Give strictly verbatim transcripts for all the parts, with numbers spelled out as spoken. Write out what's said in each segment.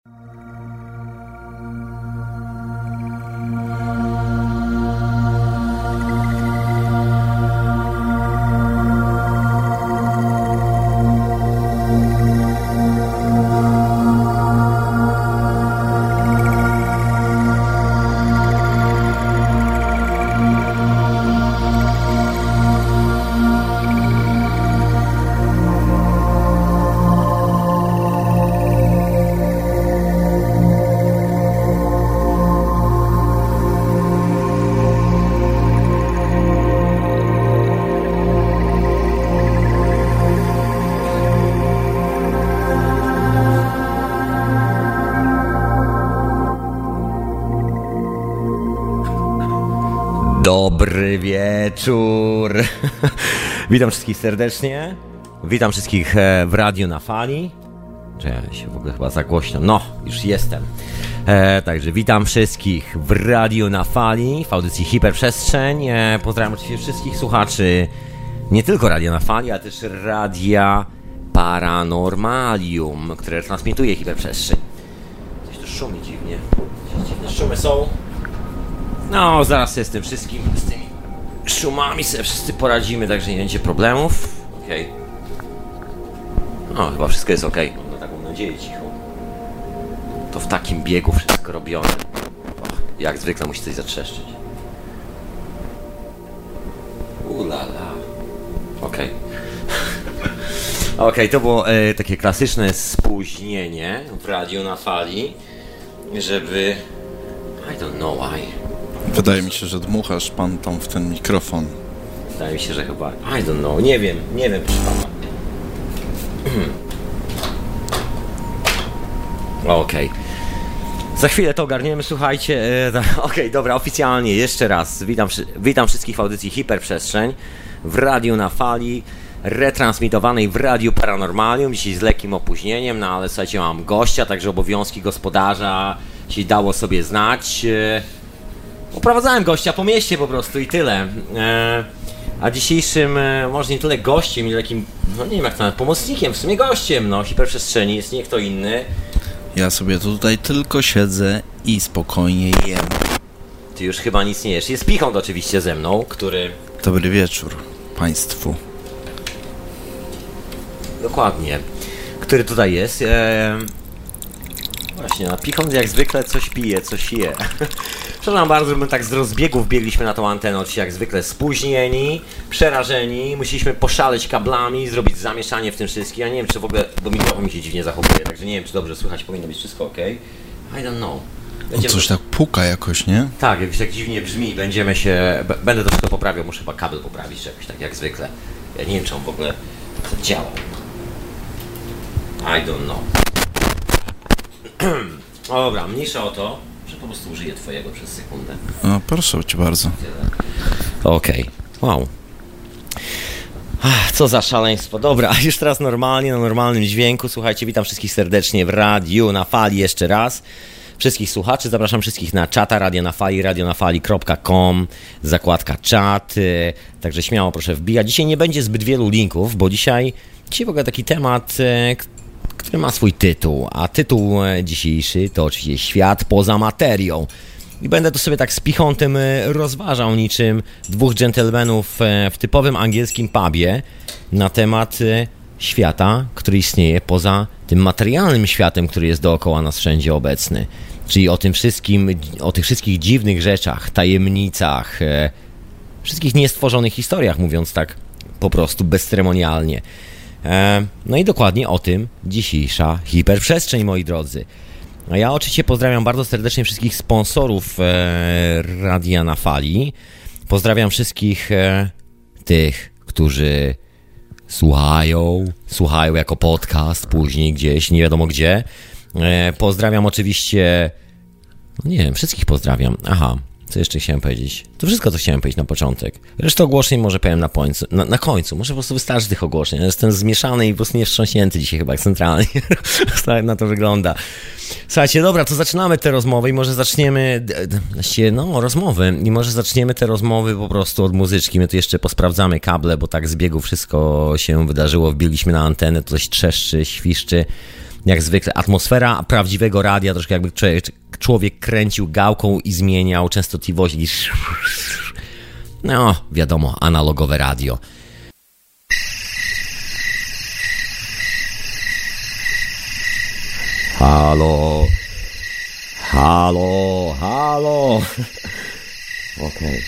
Dobry wieczór. Witam wszystkich serdecznie. Witam wszystkich w Radiu na Fali. Czy ja się w ogóle chyba za głośno. No, już jestem. E, także witam wszystkich w Radiu na Fali, w audycji Hiperprzestrzeń. E, pozdrawiam oczywiście wszystkich słuchaczy nie tylko Radia na Fali, ale też Radia Paranormalium, które transmituje Hiperprzestrzeń. Coś tu szumi dziwnie. Jakieś dziwne szumy są. No, zaraz sobie z tym wszystkim, z tymi szumami sobie wszyscy poradzimy, także nie będzie problemów. Okej. Okay. No, chyba wszystko jest okej. Okay. Mam taką nadzieję, cicho. To w takim biegu wszystko robione. Och, jak zwykle musi coś zatrzeszczyć. Ulala. Okej. Okay. Okej, okay, to było e, takie klasyczne spóźnienie w Radiu na Fali, żeby... I don't know why. Wydaje mi się, że dmuchasz pan tam w ten mikrofon. Wydaje mi się, że chyba... I don't know, nie wiem, nie wiem, proszę pana. Okej. Okay. Za chwilę to ogarniemy, słuchajcie. E, Okej, okay, dobra, oficjalnie jeszcze raz. Witam, witam wszystkich w audycji Hiperprzestrzeń w Radiu na Fali, retransmitowanej w Radiu Paranormalium. Dzisiaj z lekkim opóźnieniem, no ale słuchajcie, mam gościa, także obowiązki gospodarza się dało sobie znać. E, Oprowadzałem gościa po mieście po prostu i tyle. E, a dzisiejszym, e, może nie tyle gościem, ile takim, no nie wiem jak to nawet, pomocnikiem, w sumie gościem, no, Hiperprzestrzeni, jest nie kto inny. Ja sobie tutaj tylko siedzę i spokojnie jem. Ty już chyba nic nie jesz. Jest Pichont oczywiście ze mną, który... Dobry wieczór państwu. Dokładnie. Który tutaj jest. E, właśnie, a Pichont jak zwykle coś pije, coś je. Przepraszam bardzo, że my tak z rozbiegu wbiegliśmy na tą antenę, oczywiście jak zwykle spóźnieni, przerażeni, musieliśmy poszaleć kablami, zrobić zamieszanie w tym wszystkim. Ja nie wiem, czy w ogóle do mikrofonu mi się dziwnie zachowuje, także nie wiem, czy dobrze słychać, powinno być wszystko ok. I don't know. Będziemy... Coś tak puka jakoś, nie? Tak, jakoś tak dziwnie brzmi, będziemy się... B- będę to wszystko poprawiał, muszę chyba kabel poprawić, jakoś tak jak zwykle. Ja nie wiem, czy on w ogóle działa. I don't know. O dobra, mniejsza o to, że po prostu użyję twojego przez sekundę. No, proszę cię bardzo. Okej, okay. Wow. Ach, co za szaleństwo. Dobra, już teraz normalnie, na normalnym dźwięku. Słuchajcie, witam wszystkich serdecznie w Radiu na Fali jeszcze raz. Wszystkich słuchaczy, zapraszam wszystkich na czata Radio na Fali, radionafali kropka com, zakładka czat, także śmiało proszę wbijać. Dzisiaj nie będzie zbyt wielu linków, bo dzisiaj, dzisiaj w ogóle taki temat, który ma swój tytuł, a tytuł dzisiejszy to oczywiście Świat poza materią. I będę tu sobie tak z Pichontem rozważał niczym dwóch dżentelmenów w typowym angielskim pubie na temat świata, który istnieje poza tym materialnym światem, który jest dookoła nas wszędzie obecny. Czyli o tym wszystkim, o tych wszystkich dziwnych rzeczach, tajemnicach, e, wszystkich niestworzonych historiach, mówiąc tak po prostu bezceremonialnie. E, no i dokładnie o tym dzisiejsza Hiperprzestrzeń, moi drodzy. A ja oczywiście pozdrawiam bardzo serdecznie wszystkich sponsorów e, Radia na Fali. Pozdrawiam wszystkich e, tych, którzy słuchają, słuchają jako podcast później gdzieś, nie wiadomo gdzie. E, pozdrawiam oczywiście, no nie wiem, wszystkich pozdrawiam. Aha, co jeszcze chciałem powiedzieć? To wszystko, co chciałem powiedzieć na początek. Resztę ogłoszeń może powiem na końcu, na, na końcu. Może po prostu wystarczy tych ogłoszeń. Ja jestem zmieszany i po prostu niewstrząśnięty dzisiaj chyba centralnie. Na to wygląda. Słuchajcie, dobra, to zaczynamy te rozmowy i może zaczniemy, właściwie no, rozmowy i może zaczniemy te rozmowy po prostu od muzyczki. My tu jeszcze posprawdzamy kable, bo tak z biegu wszystko się wydarzyło. Wbiliśmy na antenę, to coś trzeszczy, świszczy. jak zwykle atmosfera prawdziwego radia, troszkę jakby człowiek kręcił gałką i zmieniał częstotliwość. No, wiadomo, analogowe radio. Halo, halo, halo. Okej. Okay.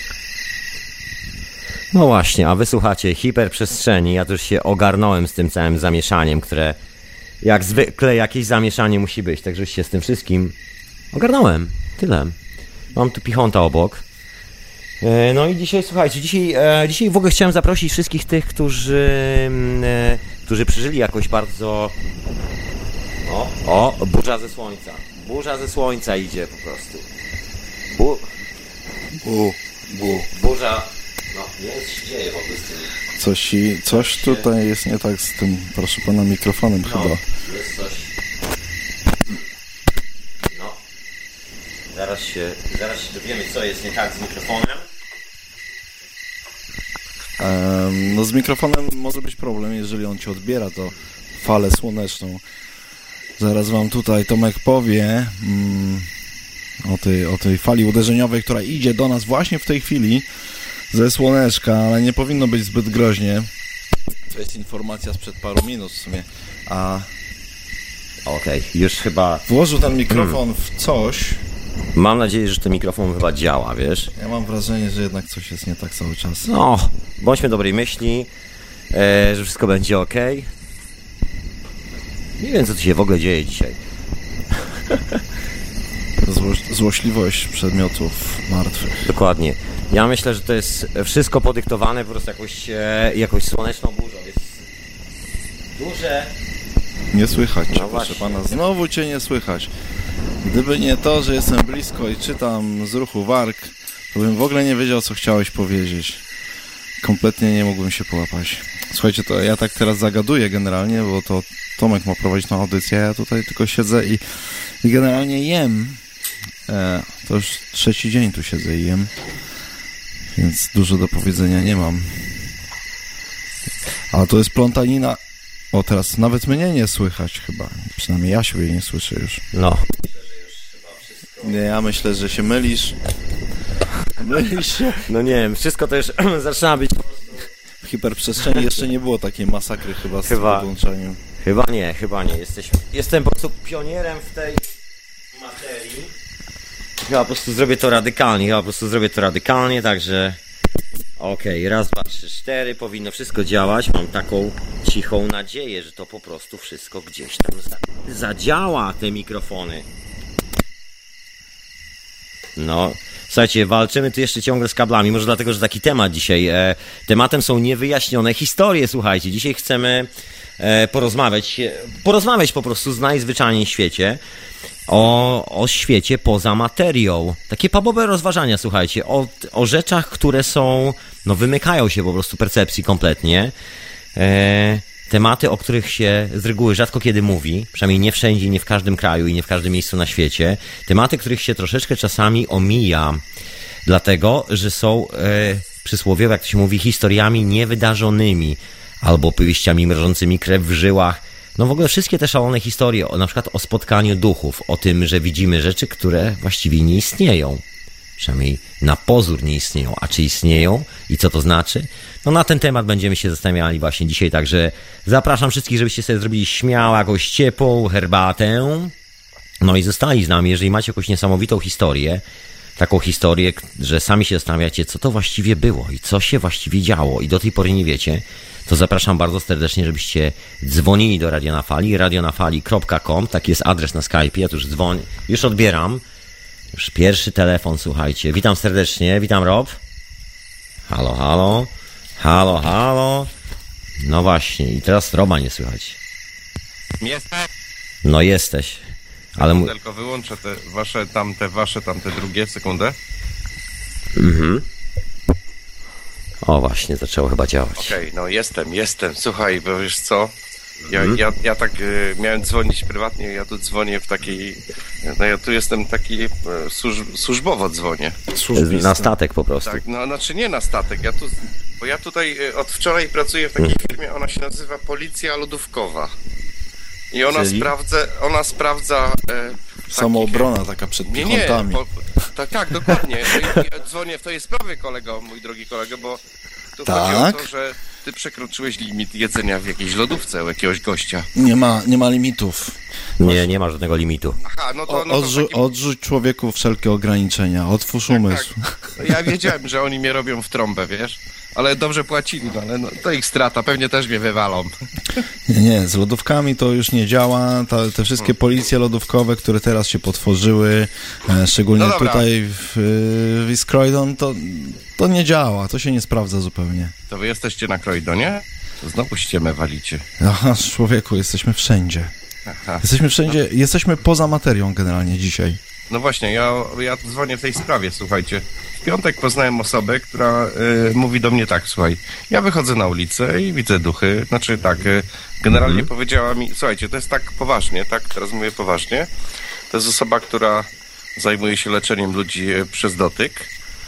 No właśnie, a wy słuchacie hiperprzestrzeni. Ja też się ogarnąłem z tym całym zamieszaniem, które jak zwykle jakieś zamieszanie musi być. Także się z tym wszystkim ogarnąłem. Tyle. Mam tu pichonta obok. No i dzisiaj, słuchajcie, dzisiaj, dzisiaj w ogóle chciałem zaprosić wszystkich tych, którzy, którzy przeżyli jakoś bardzo... O, o, burza ze słońca. Burza ze słońca idzie po prostu. Bu... Bu, bu. Burza... No, nie się dzieje w ogóle z tym. Coś, i, coś tutaj jest nie tak z tym, proszę pana, mikrofonem no, chyba. Jest coś. No. Zaraz się, zaraz się dowiemy, co jest nie tak z mikrofonem. Um, no z mikrofonem może być problem, jeżeli on ci odbiera to falę słoneczną. Zaraz wam tutaj Tomek powie mm, o, tej, o tej fali uderzeniowej, która idzie do nas właśnie w tej chwili ze słoneczka, ale nie powinno być zbyt groźnie. To jest informacja sprzed paru minut w sumie. A okej, okay, już chyba... Włożył ten mikrofon hmm. w coś. Mam nadzieję, że ten mikrofon chyba działa, wiesz? Ja mam wrażenie, że jednak coś jest nie tak cały czas. No, bądźmy dobrej myśli, e, że wszystko będzie ok. Nie wiem, co tu się w ogóle dzieje dzisiaj. Zło, złośliwość przedmiotów martwych. Dokładnie. Ja myślę, że to jest wszystko podyktowane po prostu jakąś, e, jakąś słoneczną burzą. Jest duże... Nie słychać cię, no proszę pana. Znowu cię nie słychać. Gdyby nie to, że jestem blisko i czytam z ruchu warg, to bym w ogóle nie wiedział, co chciałeś powiedzieć. Kompletnie nie mógłbym się połapać. Słuchajcie, to ja tak teraz zagaduję generalnie, bo to Tomek ma prowadzić tą audycję, ja tutaj tylko siedzę i, i generalnie jem. E, to już trzeci dzień tu siedzę i jem, więc dużo do powiedzenia nie mam. Ale to jest plątanina. O, teraz nawet mnie nie słychać chyba. Przynajmniej ja siebie nie słyszę już. No. Nie, ja myślę, że się mylisz. Mylisz się. No nie wiem, wszystko to już zaczyna być... W hiperprzestrzeni jeszcze nie było takiej masakry chyba z chyba, podłączeniem. Chyba nie, chyba nie. Jesteśmy, jestem po prostu pionierem w tej materii. Chyba po prostu zrobię to radykalnie, chyba po prostu zrobię to radykalnie, także... Okej, okay, raz, dwa, trzy, cztery, powinno wszystko działać. Mam taką cichą nadzieję, że to po prostu wszystko gdzieś tam za, zadziała, te mikrofony. No, słuchajcie, walczymy tu jeszcze ciągle z kablami, może dlatego, że taki temat dzisiaj. E, tematem są niewyjaśnione historie, słuchajcie. Dzisiaj chcemy e, porozmawiać, porozmawiać po prostu z najzwyczajniej w świecie. O, o świecie poza materią. Takie pubowe rozważania, słuchajcie, o, o rzeczach, które są, no wymykają się po prostu percepcji kompletnie. E, tematy, o których się z reguły rzadko kiedy mówi, przynajmniej nie wszędzie, nie w każdym kraju i nie w każdym miejscu na świecie. Tematy, których się troszeczkę czasami omija, dlatego, że są e, przysłowiowo, jak to się mówi, historiami niewydarzonymi albo opowieściami mrożącymi krew w żyłach. No w ogóle wszystkie te szalone historie, o, na przykład o spotkaniu duchów, o tym, że widzimy rzeczy, które właściwie nie istnieją. Przynajmniej na pozór nie istnieją. A czy istnieją i co to znaczy? No na ten temat będziemy się zastanawiali właśnie dzisiaj, także zapraszam wszystkich, żebyście sobie zrobili śmiało jakąś ciepłą herbatę. No i zostali z nami, jeżeli macie jakąś niesamowitą historię, taką historię, że sami się zastanawiacie, co to właściwie było i co się właściwie działo i do tej pory nie wiecie, to zapraszam bardzo serdecznie, żebyście dzwonili do Radio na Fali, radionafali kropka com, taki jest adres na Skype'ie, ja tu już dzwonię, już odbieram, już pierwszy telefon, słuchajcie, witam serdecznie, witam Rob, halo, halo, halo, halo, no właśnie, i teraz Roba nie słychać. Jesteś? No jesteś, ale... Ja tylko wyłączę te wasze, tamte, wasze, tamte drugie, sekundę. Mhm. O, właśnie, zaczęło chyba działać. Okej, okay, no jestem, jestem. Słuchaj, bo wiesz co? Ja, mhm. ja, ja tak y, miałem dzwonić prywatnie, ja tu dzwonię w takiej... No ja tu jestem taki... Y, służ, służbowo dzwonię. Służbisty. Na statek po prostu. Tak, no znaczy nie na statek, ja tu... Bo ja tutaj y, od wczoraj pracuję w takiej firmie, ona się nazywa Policja Lodówkowa. I ona Czyli? sprawdza, ona sprawdza... E, Samoobrona taka przed Nie, nie, pichotami. po, tak, tak, dokładnie. No i dzwonię w tej sprawie, kolego, mój drogi kolego, bo tu chodzi o Tak? to, że ty przekroczyłeś limit jedzenia w jakiejś lodówce u jakiegoś gościa. Nie ma, nie ma limitów. Nie, nie ma żadnego limitu. Aha, no to... O, No to odrzu- takim... Odrzuć człowieku wszelkie ograniczenia, otwórz tak, umysł. tak. Ja wiedziałem, że oni mnie robią w trąbę, wiesz? Ale dobrze płacili, no ale no, to ich strata, pewnie też mnie wywalą. Nie, nie, z lodówkami to już nie działa. Ta, te wszystkie policje lodówkowe, które teraz się potworzyły, e, szczególnie No dobra. tutaj w, w East Croydon, to, to nie działa, to się nie sprawdza zupełnie. To wy jesteście na Croydonie? Znowu ściemę walicie. Aha, człowieku, jesteśmy wszędzie. Aha. Jesteśmy wszędzie, jesteśmy poza materią generalnie dzisiaj. No właśnie, ja, ja dzwonię w tej sprawie, słuchajcie. W piątek poznałem osobę, która y, mówi do mnie tak, słuchaj, ja wychodzę na ulicę i widzę duchy, znaczy tak, y, generalnie Mhm. powiedziała mi, słuchajcie, to jest tak poważnie, tak, teraz mówię poważnie, to jest osoba, która zajmuje się leczeniem ludzi y, przez dotyk.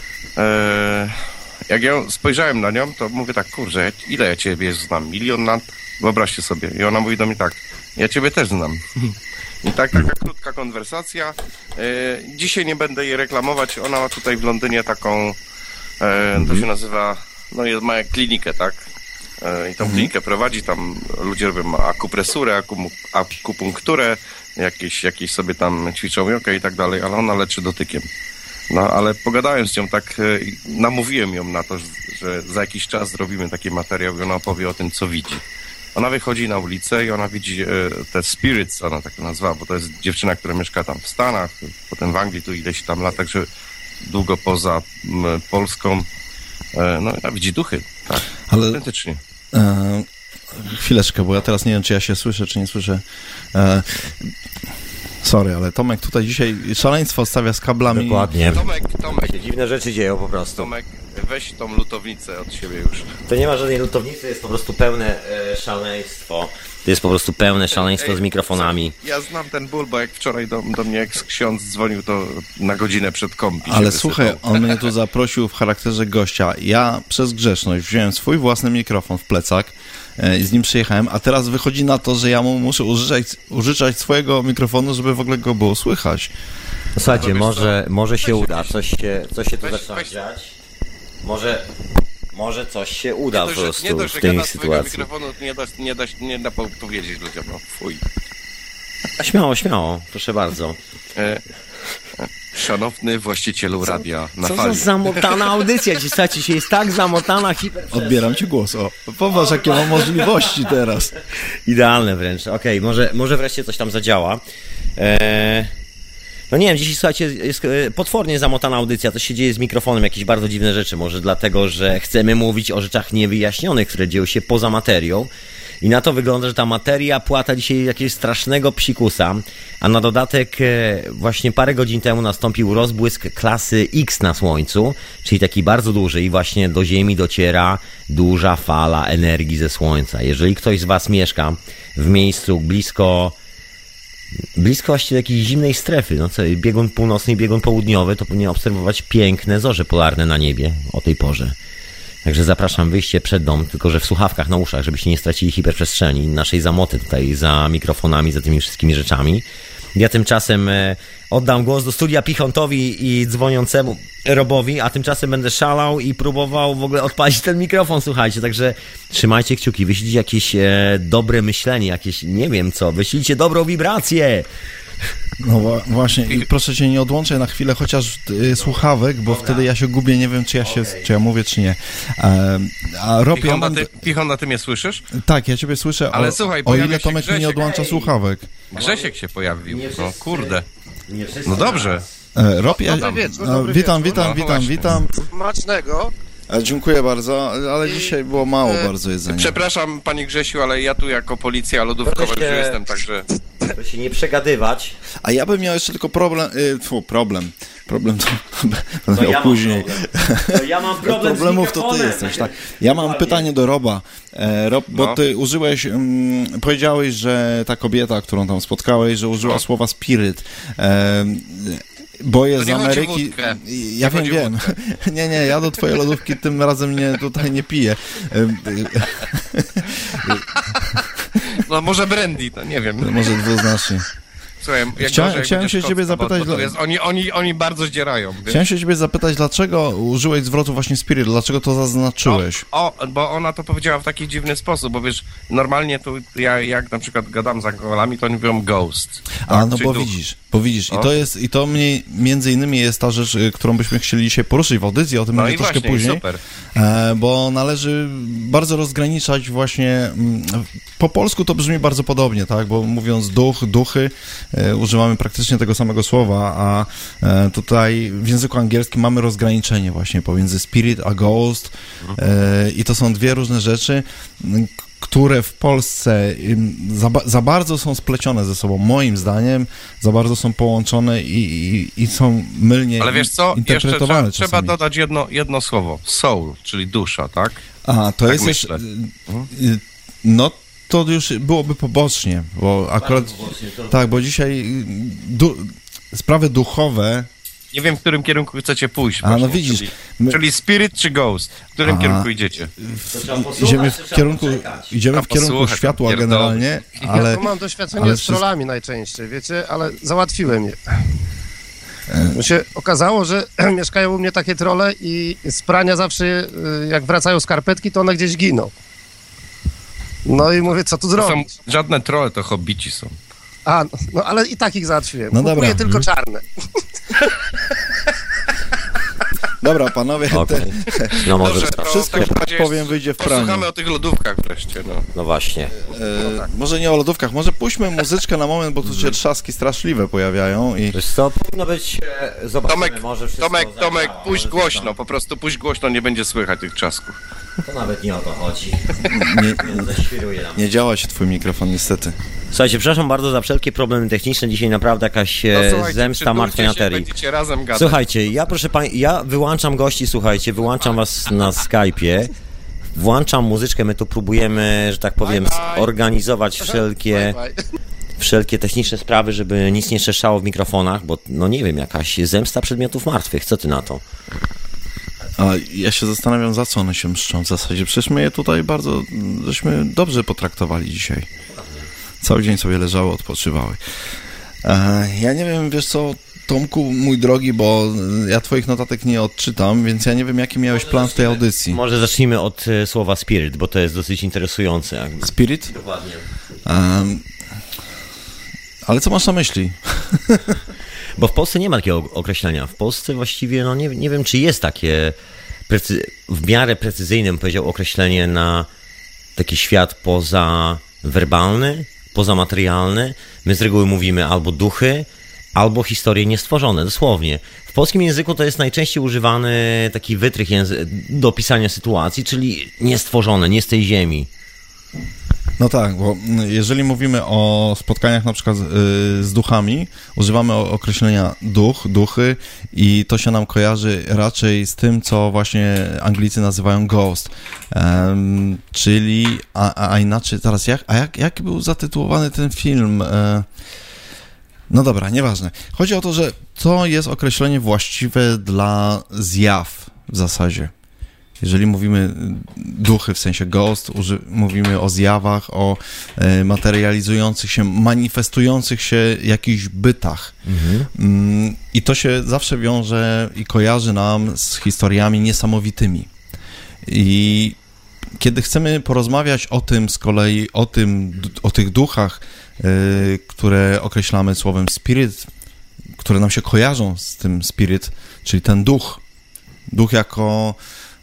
E, jak ja spojrzałem na nią, to mówię tak, kurczę, ile ja ciebie znam? Milion lat? Wyobraźcie sobie. I ona mówi do mnie tak, ja ciebie też znam. I tak, taka krótka konwersacja. E, dzisiaj nie będę jej reklamować. Ona ma tutaj w Londynie taką, e, to się nazywa, no jest, ma jak klinikę, tak? E, I tą klinikę prowadzi, tam ludzie robią akupresurę, akum, akupunkturę, jakieś, jakieś sobie tam ćwiczą jogę i tak dalej, ale ona leczy dotykiem. No, ale pogadałem z nią tak, e, namówiłem ją na to, że, że za jakiś czas zrobimy taki materiał i ona opowie o tym, co widzi. Ona wychodzi na ulicę i ona widzi e, te spirits, ona tak to nazwała, bo to jest dziewczyna, która mieszka tam w Stanach, potem w Anglii, tu ileś tam lat, także długo poza m, Polską. E, no, ona widzi duchy, tak, Ale autentycznie. e, chwileczkę, bo ja teraz nie wiem, czy ja się słyszę, czy nie słyszę. E, sorry, ale Tomek tutaj dzisiaj szaleństwo stawia z kablami. Dokładnie. Tomek, Tomek, Się dziwne rzeczy dzieją po prostu. Tomek, weź tą lutownicę od siebie już. To nie ma żadnej lutownicy, jest po prostu pełne e, szaleństwo. To jest po prostu pełne szaleństwo Ej, z mikrofonami. Ja znam ten ból, bo jak wczoraj do, do mnie ksiądz dzwonił, to na godzinę przed kąpi. Ale się słuchaj, wysypał. on mnie tu zaprosił w charakterze gościa. Ja przez grzeszność wziąłem swój własny mikrofon w plecak e, i z nim przyjechałem, a teraz wychodzi na to, że ja mu muszę użyczać, użyczać swojego mikrofonu, żeby w ogóle go było słychać. Słuchajcie, No wiesz może, może się Weź uda, jakiś- coś się, coś się tu weź- zaczyna weź- dziać. Może, może coś się uda Nie po dość, że- prostu nie dość, w że tej gada swojego sytuacji. mikrofonu, nie da, nie da, nie da po- powiedzieć ludziom, no fuj. A śmiało, śmiało, proszę bardzo. E, szanowny właścicielu radia na Co za fali. zamotana audycja, ci słuchajcie, dzisiaj jest tak zamotana hiper. Odbieram ci głos, o. Popatrz, jakie mam możliwości teraz. Idealne wręcz. Okej, może, może wreszcie coś tam zadziała. Eee, no nie wiem, dzisiaj słuchajcie, jest e, potwornie zamotana audycja, coś się dzieje z mikrofonem, jakieś bardzo dziwne rzeczy. Może dlatego, że chcemy mówić o rzeczach niewyjaśnionych, które dzieją się poza materią. I na to wygląda, że ta materia płata dzisiaj jakiegoś strasznego psikusa, a na dodatek e, właśnie parę godzin temu nastąpił rozbłysk klasy X na Słońcu, czyli taki bardzo duży i właśnie do Ziemi dociera duża fala energii ze Słońca. Jeżeli ktoś z Was mieszka w miejscu blisko, blisko właściwie jakiejś zimnej strefy, no co, biegun północny i biegun południowy, to powinien obserwować piękne zorze polarne na niebie o tej porze. Także zapraszam, wyjście przed dom, tylko że w słuchawkach na uszach, żebyście nie stracili hiperprzestrzeni, naszej zamoty tutaj za mikrofonami, za tymi wszystkimi rzeczami. Ja tymczasem e, oddam głos do studia Pichontowi i dzwoniącemu Robowi, a tymczasem będę szalał i próbował w ogóle odpalić ten mikrofon, słuchajcie, także trzymajcie kciuki, wyślijcie jakieś e, dobre myślenie, jakieś, nie wiem co, wyślijcie dobrą wibrację. No wa- właśnie, i proszę cię, nie odłączaj na chwilę chociaż y, słuchawek, bo wtedy ja się gubię, nie wiem, czy ja się, czy ja mówię, czy nie. E, a Rob, ja Pichon, mam... ty, Pichon, ty mnie słyszysz? Tak, ja ciebie słyszę, Ale o, słuchaj, o pojawia ile się Tomek mi nie Grzesiek. odłącza Ej. słuchawek. Grzesiek się pojawił, Nie no wszyscy- kurde. Nie wszyscy No dobrze. naraz. E, Rob, ja... Dobry wieczór, e, dobry witam, wieczór. witam, No witam, właśnie. witam. Smacznego. E, dziękuję bardzo, ale I- dzisiaj było mało e, bardzo jedzenia. Przepraszam, panie Grzesiu, ale ja tu jako policja lodówkowa Proszę już się- jestem, także... Proszę się nie przegadywać. A ja bym miał jeszcze tylko problem, y, fu, problem, problem to będę To miał ja mam później. problem. To ja mam problem z Problemów to ty mikrofonem. jesteś, tak. Ja mam pytanie do Roba. E, Rob, bo No. ty użyłeś, mm, powiedziałeś, że ta kobieta, którą tam spotkałeś, że użyła No. słowa spirit. E, bo jest To z nie chodzi o Ameryki. wódkę. Ja Nie wiem, chodzi o wiem. Nie, nie, ja do twojej lodówki tym razem nie, tutaj nie piję. E, No może brandy, to nie wiem. Może dwuznacznie. Słuchaj, jak Chciałem- gorzej, jak chciałem będzie się ciebie Szkocka, bo- zapytać, bo tu dla- jest, oni, oni, oni bardzo zdzierają. Wiesz? Chciałem się ciebie zapytać, dlaczego użyłeś zwrotu właśnie spirit, dlaczego to zaznaczyłeś? O, o, bo ona to powiedziała w taki dziwny sposób, bo wiesz, normalnie tu ja jak na przykład gadam z Angolami, to oni mówią ghost. A, tak? no Czyli bo duch. widzisz, bo widzisz, i No. to jest, i to mnie, między innymi jest ta rzecz, y, którą byśmy chcieli dzisiaj poruszyć w audycji, o tym No będzie i troszkę właśnie, później, super. e, bo należy bardzo rozgraniczać właśnie, mm, po polsku to brzmi bardzo podobnie, tak, bo mówiąc duch, duchy, e, używamy praktycznie tego samego słowa, a e, tutaj w języku angielskim mamy rozgraniczenie właśnie pomiędzy spirit a ghost e, i to są dwie różne rzeczy, m, które w Polsce ym, za, ba- za bardzo są splecione ze sobą, moim zdaniem, za bardzo są połączone i, i, i są mylnie Ale wiesz co, jeszcze interpretowane trzeba, trzeba czasami. dodać jedno, jedno słowo. Soul, czyli dusza, tak? A, to tak jest myślę. jeszcze, y, no to już byłoby pobocznie, bo akurat, tak, bo dzisiaj y, du, sprawy duchowe, Nie wiem, w którym kierunku chcecie pójść. a no właśnie, widzisz, Czyli, my, czyli spirit czy ghost? W którym A. kierunku idziecie? idziemy w kierunku, idziemy A w kierunku posłuchaj, światła pierdolę. generalnie, Ja ale tu mam doświadczenie ale z wszyscy- trollami najczęściej, wiecie, ale załatwiłem je. Bo się okazało, że mieszkają u mnie takie trolle i z prania zawsze, y, jak wracają skarpetki, to one gdzieś giną. No i mówię, co tu To są zrobić? żadne trolle, to hobbici są. A, no ale i tak ich załatwiłem. No Kupuję dobra. tylko czarne. dobra, panowie, Okej. te, No może Dobrze, tak. to wszystko, w że takim tak razie powiem, wyjdzie w praniu. Posłuchamy o tych lodówkach wreszcie, no. No właśnie. E, może nie o lodówkach, może puśćmy muzyczkę na moment, bo tu się trzaski straszliwe pojawiają i Wiesz co, powinno być, e, zobaczymy, Tomek, może wszystko Tomek, Tomek, zadziała, puść może głośno, po prostu puść głośno, nie będzie słychać tych trzasków. To nawet nie o to chodzi. nie, Nie zaświruje nam. nie działa się twój mikrofon niestety. Słuchajcie, przepraszam bardzo za wszelkie problemy techniczne. Dzisiaj naprawdę jakaś e, No, słuchajcie, zemsta przytulcie martwej się, materii. Będziecie razem gadać. Słuchajcie, ja proszę pani, ja wyłączam gości, słuchajcie, wyłączam was na Skype'ie, włączam muzyczkę, my tu próbujemy, że tak powiem, Bye, bye. zorganizować wszelkie, Bye, bye. wszelkie techniczne sprawy, żeby nic nie trzeszczało w mikrofonach, bo no nie wiem, jakaś zemsta przedmiotów martwych, co ty na to? A ja się zastanawiam, za co one się mszczą w zasadzie. Przecież my je tutaj bardzo, żeśmy dobrze potraktowali dzisiaj. Cały dzień sobie leżały, odpoczywały. E, ja nie wiem, wiesz co, Tomku, mój drogi, bo ja twoich notatek nie odczytam, więc ja nie wiem, jaki miałeś plan w tej audycji. Może zacznijmy od e, słowa spirit, bo to jest dosyć interesujące. Jakby. Spirit? Dokładnie. Um, ale co masz na myśli? Bo w Polsce nie ma takiego określenia. W Polsce właściwie, no nie, nie wiem, czy jest takie precy- w miarę precyzyjne, bym powiedział, określenie na taki świat pozawerbalny, pozamaterialny. My z reguły mówimy albo duchy, albo historie niestworzone, dosłownie. W polskim języku to jest najczęściej używany taki wytrych języ- do opisania sytuacji, czyli niestworzone, nie z tej ziemi. No tak, bo jeżeli mówimy o spotkaniach na przykład y, z duchami, używamy o- określenia duch, duchy i to się nam kojarzy raczej z tym, co właśnie Anglicy nazywają ghost. Em, czyli, a, a, a inaczej, teraz jak, a jak, jak był zatytułowany ten film? E, no dobra, nieważne. Chodzi o to, że to jest określenie właściwe dla zjaw w zasadzie. Jeżeli mówimy duchy, w sensie ghost, uży, mówimy o zjawach, o e, materializujących się, manifestujących się jakichś bytach. Mhm. Mm, I to się zawsze wiąże i kojarzy nam z historiami niesamowitymi. I kiedy chcemy porozmawiać o tym z kolei, o tym, o tych duchach, e, które określamy słowem spirit, które nam się kojarzą z tym spirit, czyli ten duch, duch jako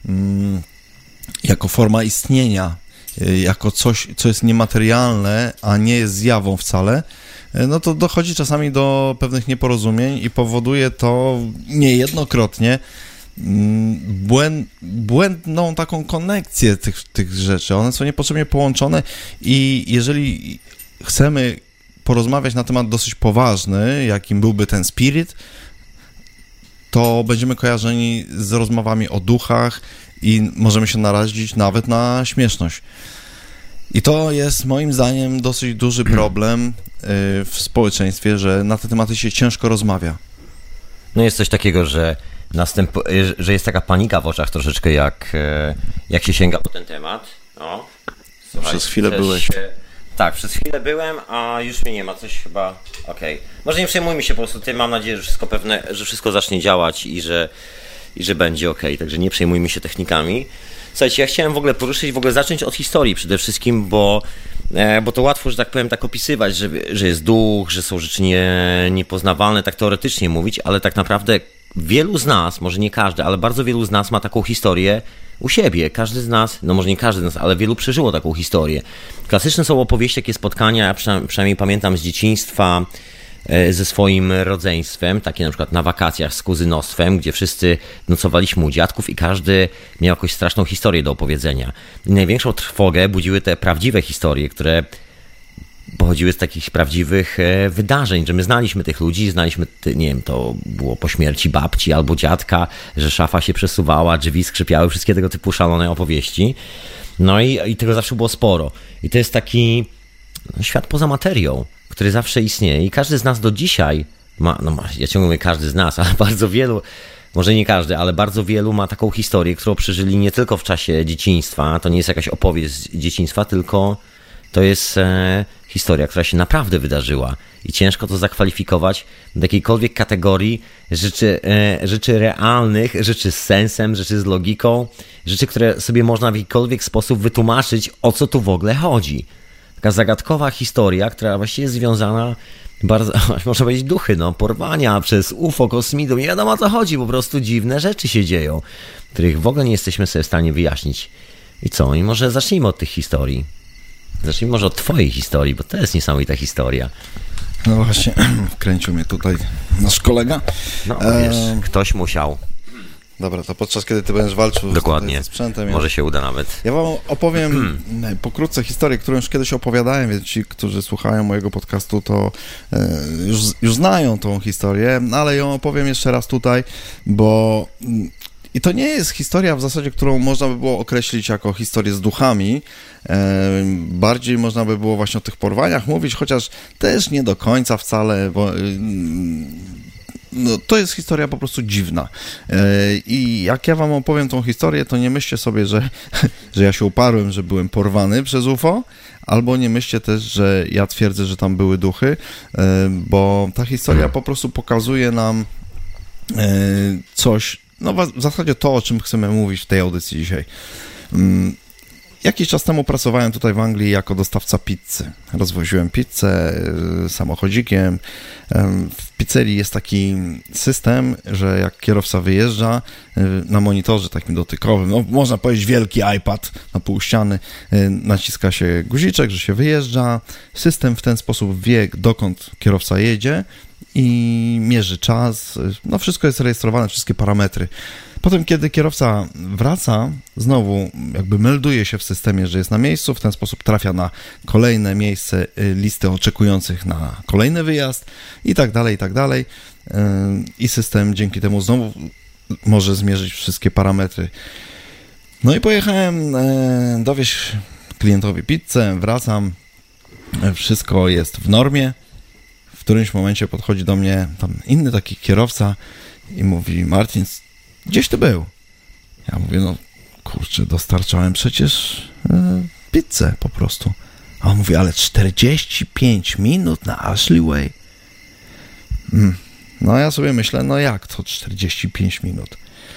jako forma istnienia, jako coś, co jest niematerialne, a nie jest zjawą wcale, no to dochodzi czasami do pewnych nieporozumień i powoduje to niejednokrotnie błęd, błędną taką konekcję tych, tych rzeczy. One są niepotrzebnie połączone i jeżeli chcemy porozmawiać na temat dosyć poważny, jakim byłby ten spirit, to będziemy kojarzeni z rozmowami o duchach i możemy się narazić nawet na śmieszność. I to jest moim zdaniem dosyć duży problem w społeczeństwie, że na te tematy się ciężko rozmawia. No jest coś takiego, że, następ... że jest taka panika w oczach troszeczkę, jak, jak się sięga po ten temat. No. Słuchaj, Przez chwilę chcesz byłeś. Się, Tak, przez chwilę byłem, a już mnie nie ma, coś chyba, okej. Okay. Może nie przejmujmy się po prostu tym, mam nadzieję, że wszystko pewne, że wszystko zacznie działać i że, i że będzie okej, okay. Także nie przejmujmy się technikami. Słuchajcie, ja chciałem w ogóle poruszyć, w ogóle zacząć od historii przede wszystkim, bo, e, bo to łatwo, że tak powiem, tak opisywać, że, że jest duch, że są rzeczy nie, niepoznawalne, tak teoretycznie mówić, ale tak naprawdę wielu z nas, może nie każdy, ale bardzo wielu z nas ma taką historię u siebie. Każdy z nas, no może nie każdy z nas, ale wielu przeżyło taką historię. Klasyczne są opowieści, takie spotkania, ja przynajmniej, przynajmniej pamiętam z dzieciństwa, ze swoim rodzeństwem, takie na przykład na wakacjach z kuzynostwem, gdzie wszyscy nocowaliśmy u dziadków i każdy miał jakąś straszną historię do opowiedzenia. I największą trwogę budziły te prawdziwe historie, które pochodziły z takich prawdziwych wydarzeń, że my znaliśmy tych ludzi, znaliśmy, nie wiem, to było po śmierci babci albo dziadka, że szafa się przesuwała, drzwi skrzypiały, wszystkie tego typu szalone opowieści. No i, i tego zawsze było sporo. I to jest taki no, świat poza materią, który zawsze istnieje i każdy z nas do dzisiaj ma, no ja ciągle mówię każdy z nas, ale bardzo wielu, może nie każdy, ale bardzo wielu ma taką historię, którą przeżyli nie tylko w czasie dzieciństwa, to nie jest jakaś opowieść z dzieciństwa, tylko to jest e, historia, która się naprawdę wydarzyła i ciężko to zakwalifikować do jakiejkolwiek kategorii rzeczy, e, rzeczy realnych, rzeczy z sensem, rzeczy z logiką, rzeczy, które sobie można w jakikolwiek sposób wytłumaczyć, o co tu w ogóle chodzi. Taka zagadkowa historia, która właściwie jest związana, bardzo, można powiedzieć, duchy, no, porwania przez U F O, kosmitów, nie wiadomo o co chodzi, po prostu dziwne rzeczy się dzieją, których w ogóle nie jesteśmy sobie w stanie wyjaśnić. I co? I może zacznijmy od tych historii. Zacznijmy może od twojej historii, bo to jest niesamowita historia. No właśnie, wkręcił mnie tutaj nasz kolega. No wiesz, e... ktoś musiał. Dobra, to podczas kiedy ty będziesz walczył Dokładnie. ze sprzętem... Może ja... się uda nawet. Ja wam opowiem pokrótce historię, którą już kiedyś opowiadałem, więc ci, którzy słuchają mojego podcastu, to e, już, już znają tą historię, ale ją opowiem jeszcze raz tutaj, bo... I to nie jest historia w zasadzie, którą można by było określić jako historię z duchami. E, bardziej można by było właśnie o tych porwaniach mówić, chociaż też nie do końca wcale, bo... E, No, to jest historia po prostu dziwna. I jak ja wam opowiem tą historię, to nie myślcie sobie, że, że ja się uparłem, że byłem porwany przez U F O, albo nie myślcie też, że ja twierdzę, że tam były duchy, bo ta historia po prostu pokazuje nam coś, no w zasadzie to, o czym chcemy mówić w tej audycji dzisiaj. Jakiś czas temu pracowałem tutaj w Anglii jako dostawca pizzy. Rozwoziłem pizzę samochodzikiem. W pizzerii jest taki system, że jak kierowca wyjeżdża, na monitorze takim dotykowym, no można powiedzieć wielki iPad na pół ściany, naciska się guziczek, że się wyjeżdża. System w ten sposób wie, dokąd kierowca jedzie i mierzy czas. No wszystko jest rejestrowane, wszystkie parametry. Potem, kiedy kierowca wraca, znowu jakby melduje się w systemie, że jest na miejscu, w ten sposób trafia na kolejne miejsce listy oczekujących na kolejny wyjazd i tak dalej, i tak dalej. I system dzięki temu znowu może zmierzyć wszystkie parametry. No i pojechałem dowieźć klientowi pizzę, wracam, wszystko jest w normie. W którymś momencie podchodzi do mnie tam inny taki kierowca i mówi: Martin, gdzieś ty był? Ja mówię: no kurczę, dostarczałem przecież e, pizzę po prostu. A on mówi: ale czterdzieści pięć minut na Ashley Way? Hmm. No ja sobie myślę, no jak to czterdzieści pięć minut?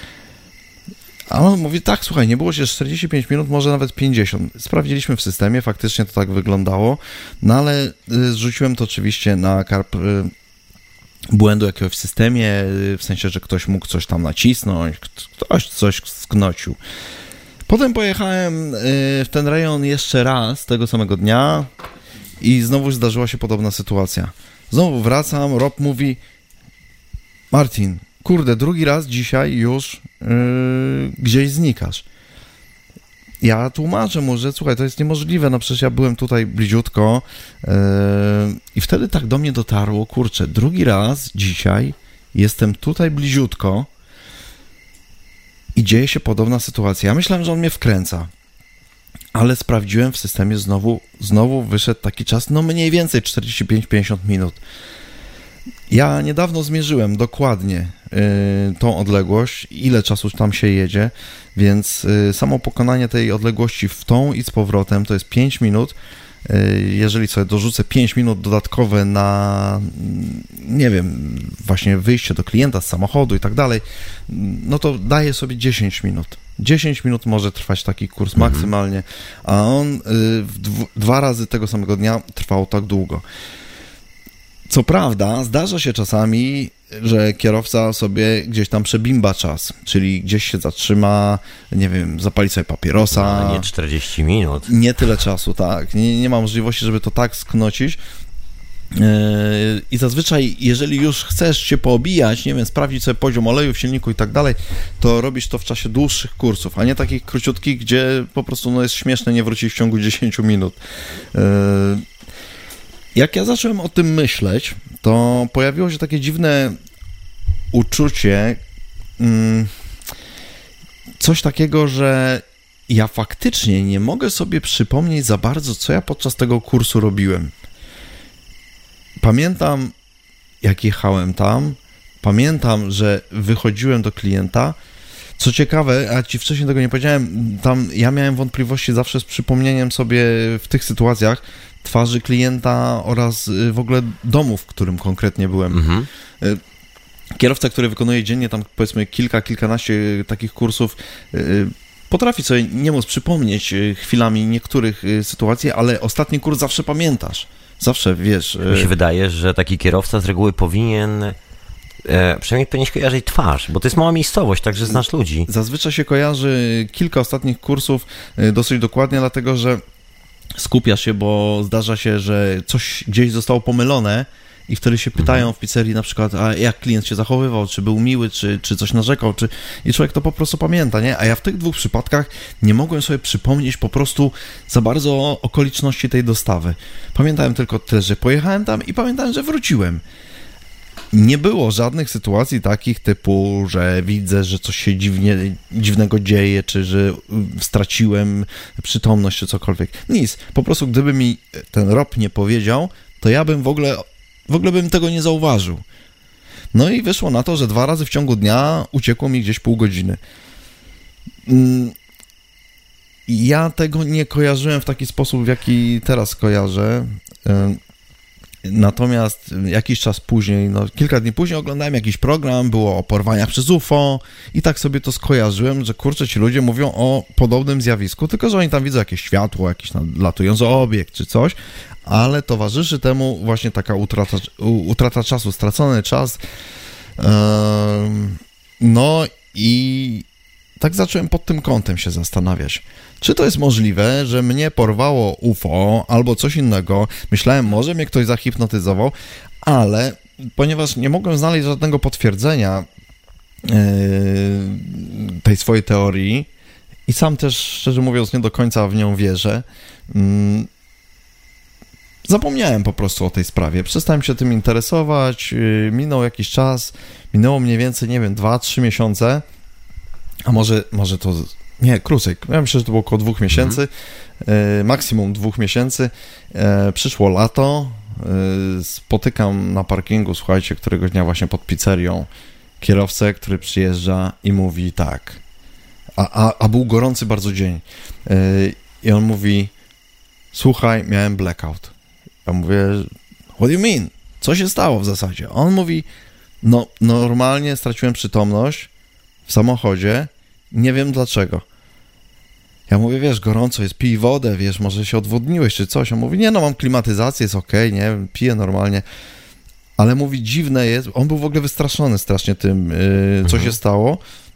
A on mówi: tak, słuchaj, nie było się czterdzieści pięć minut, może nawet pięćdziesiąt. Sprawdziliśmy w systemie, faktycznie to tak wyglądało, no ale y, zrzuciłem to oczywiście na karp... Y, błędu jakiegoś w systemie, w sensie, że ktoś mógł coś tam nacisnąć, ktoś coś sknocił. Potem pojechałem w ten rejon jeszcze raz tego samego dnia i znowu zdarzyła się podobna sytuacja. Znowu wracam, Rob mówi: Martin, kurde, drugi raz dzisiaj już yy, gdzieś znikasz. Ja tłumaczę mu, że słuchaj, to jest niemożliwe, no przecież ja byłem tutaj bliziutko yy, i wtedy tak do mnie dotarło, kurczę, drugi raz dzisiaj jestem tutaj bliziutko i dzieje się podobna sytuacja. Ja myślałem, że on mnie wkręca, ale sprawdziłem w systemie, znowu, znowu wyszedł taki czas, no mniej więcej czterdzieści pięć do pięćdziesięciu minut. Ja niedawno zmierzyłem dokładnie y, tą odległość, ile czasu tam się jedzie, więc y, samo pokonanie tej odległości w tą i z powrotem to jest pięć minut, jeżeli sobie dorzucę pięć minut dodatkowe na, nie wiem, właśnie wyjście do klienta z samochodu i tak dalej, no to daję sobie dziesięć minut. dziesięć minut może trwać taki kurs mhm. maksymalnie, a on w dw- dwa razy tego samego dnia trwał tak długo. Co prawda, zdarza się czasami, że kierowca sobie gdzieś tam przebimba czas, czyli gdzieś się zatrzyma, nie wiem, zapali sobie papierosa. Ale nie czterdzieści minut. Nie tyle czasu, tak. Nie, nie ma możliwości, żeby to tak sknocić. Yy, I zazwyczaj, jeżeli już chcesz się poobijać, nie wiem, sprawdzić sobie poziom oleju w silniku i tak dalej, to robisz to w czasie dłuższych kursów, a nie takich króciutkich, gdzie po prostu no, jest śmieszne nie wrócić w ciągu dziesięć minut. Yy, Jak ja zacząłem o tym myśleć, to pojawiło się takie dziwne uczucie, mm, coś takiego, że ja faktycznie nie mogę sobie przypomnieć za bardzo, co ja podczas tego kursu robiłem. Pamiętam, jak jechałem tam, pamiętam, że wychodziłem do klienta. Co ciekawe, a ci wcześniej tego nie powiedziałem, tam ja miałem wątpliwości zawsze z przypomnieniem sobie w tych sytuacjach twarzy klienta oraz w ogóle domu, w którym konkretnie byłem. Mhm. Kierowca, który wykonuje dziennie tam powiedzmy kilka, kilkanaście takich kursów, potrafi sobie nie móc przypomnieć chwilami niektórych sytuacji, ale ostatni kurs zawsze pamiętasz. Zawsze wiesz. Mi się wydaje, że taki kierowca z reguły powinien E, przynajmniej powinieneś kojarzyć twarz, bo to jest mała miejscowość, także znasz ludzi. Zazwyczaj się kojarzy kilka ostatnich kursów dosyć dokładnie, dlatego że skupiasz się, bo zdarza się, że coś gdzieś zostało pomylone i wtedy się pytają mhm. w pizzerii na przykład, a jak klient się zachowywał, czy był miły, czy, czy coś narzekał, czy... i człowiek to po prostu pamięta, nie? A ja w tych dwóch przypadkach nie mogłem sobie przypomnieć po prostu za bardzo okoliczności tej dostawy. Pamiętałem tylko tyle, że pojechałem tam i pamiętałem, że wróciłem. Nie było żadnych sytuacji takich typu, że widzę, że coś się dziwnie, dziwnego dzieje, czy że straciłem przytomność, czy cokolwiek. Nic. Po prostu gdyby mi ten Rob nie powiedział, to ja bym w ogóle, w ogóle bym tego nie zauważył. No i wyszło na to, że dwa razy w ciągu dnia uciekło mi gdzieś pół godziny. Ja tego nie kojarzyłem w taki sposób, w jaki teraz kojarzę. Natomiast jakiś czas później, no kilka dni później oglądałem jakiś program, było o porwaniach przez U F O i tak sobie to skojarzyłem, że kurczę, ci ludzie mówią o podobnym zjawisku, tylko że oni tam widzą jakieś światło, jakiś latujący obiekt czy coś, ale towarzyszy temu właśnie taka utrata, utrata czasu, stracony czas. No i tak zacząłem pod tym kątem się zastanawiać. Czy to jest możliwe, że mnie porwało U F O albo coś innego? Myślałem, może mnie ktoś zahipnotyzował, ale ponieważ nie mogłem znaleźć żadnego potwierdzenia yy, tej swojej teorii i sam też, szczerze mówiąc, nie do końca w nią wierzę, yy, zapomniałem po prostu o tej sprawie. Przestałem się tym interesować, yy, minął jakiś czas, minęło mniej więcej, nie wiem, dwa trzy miesiące, a może, może to... Nie, krócej. Ja myślę, że to było około dwóch miesięcy, mhm. maksimum dwóch miesięcy. Przyszło lato, spotykam na parkingu, słuchajcie, któregoś dnia właśnie pod pizzerią kierowcę, który przyjeżdża i mówi tak, a, a, a był gorący bardzo dzień. I on mówi, słuchaj, miałem blackout. Ja mówię, what do you mean? Co się stało w zasadzie? On mówi, no normalnie straciłem przytomność w samochodzie, nie wiem dlaczego. Ja mówię, wiesz, gorąco jest, pij wodę, wiesz, może się odwodniłeś czy coś. On mówi, nie no, mam klimatyzację, jest okej, nie wiem, piję normalnie. Ale mówi, dziwne jest, on był w ogóle wystraszony strasznie tym, yy, co mhm. się stało.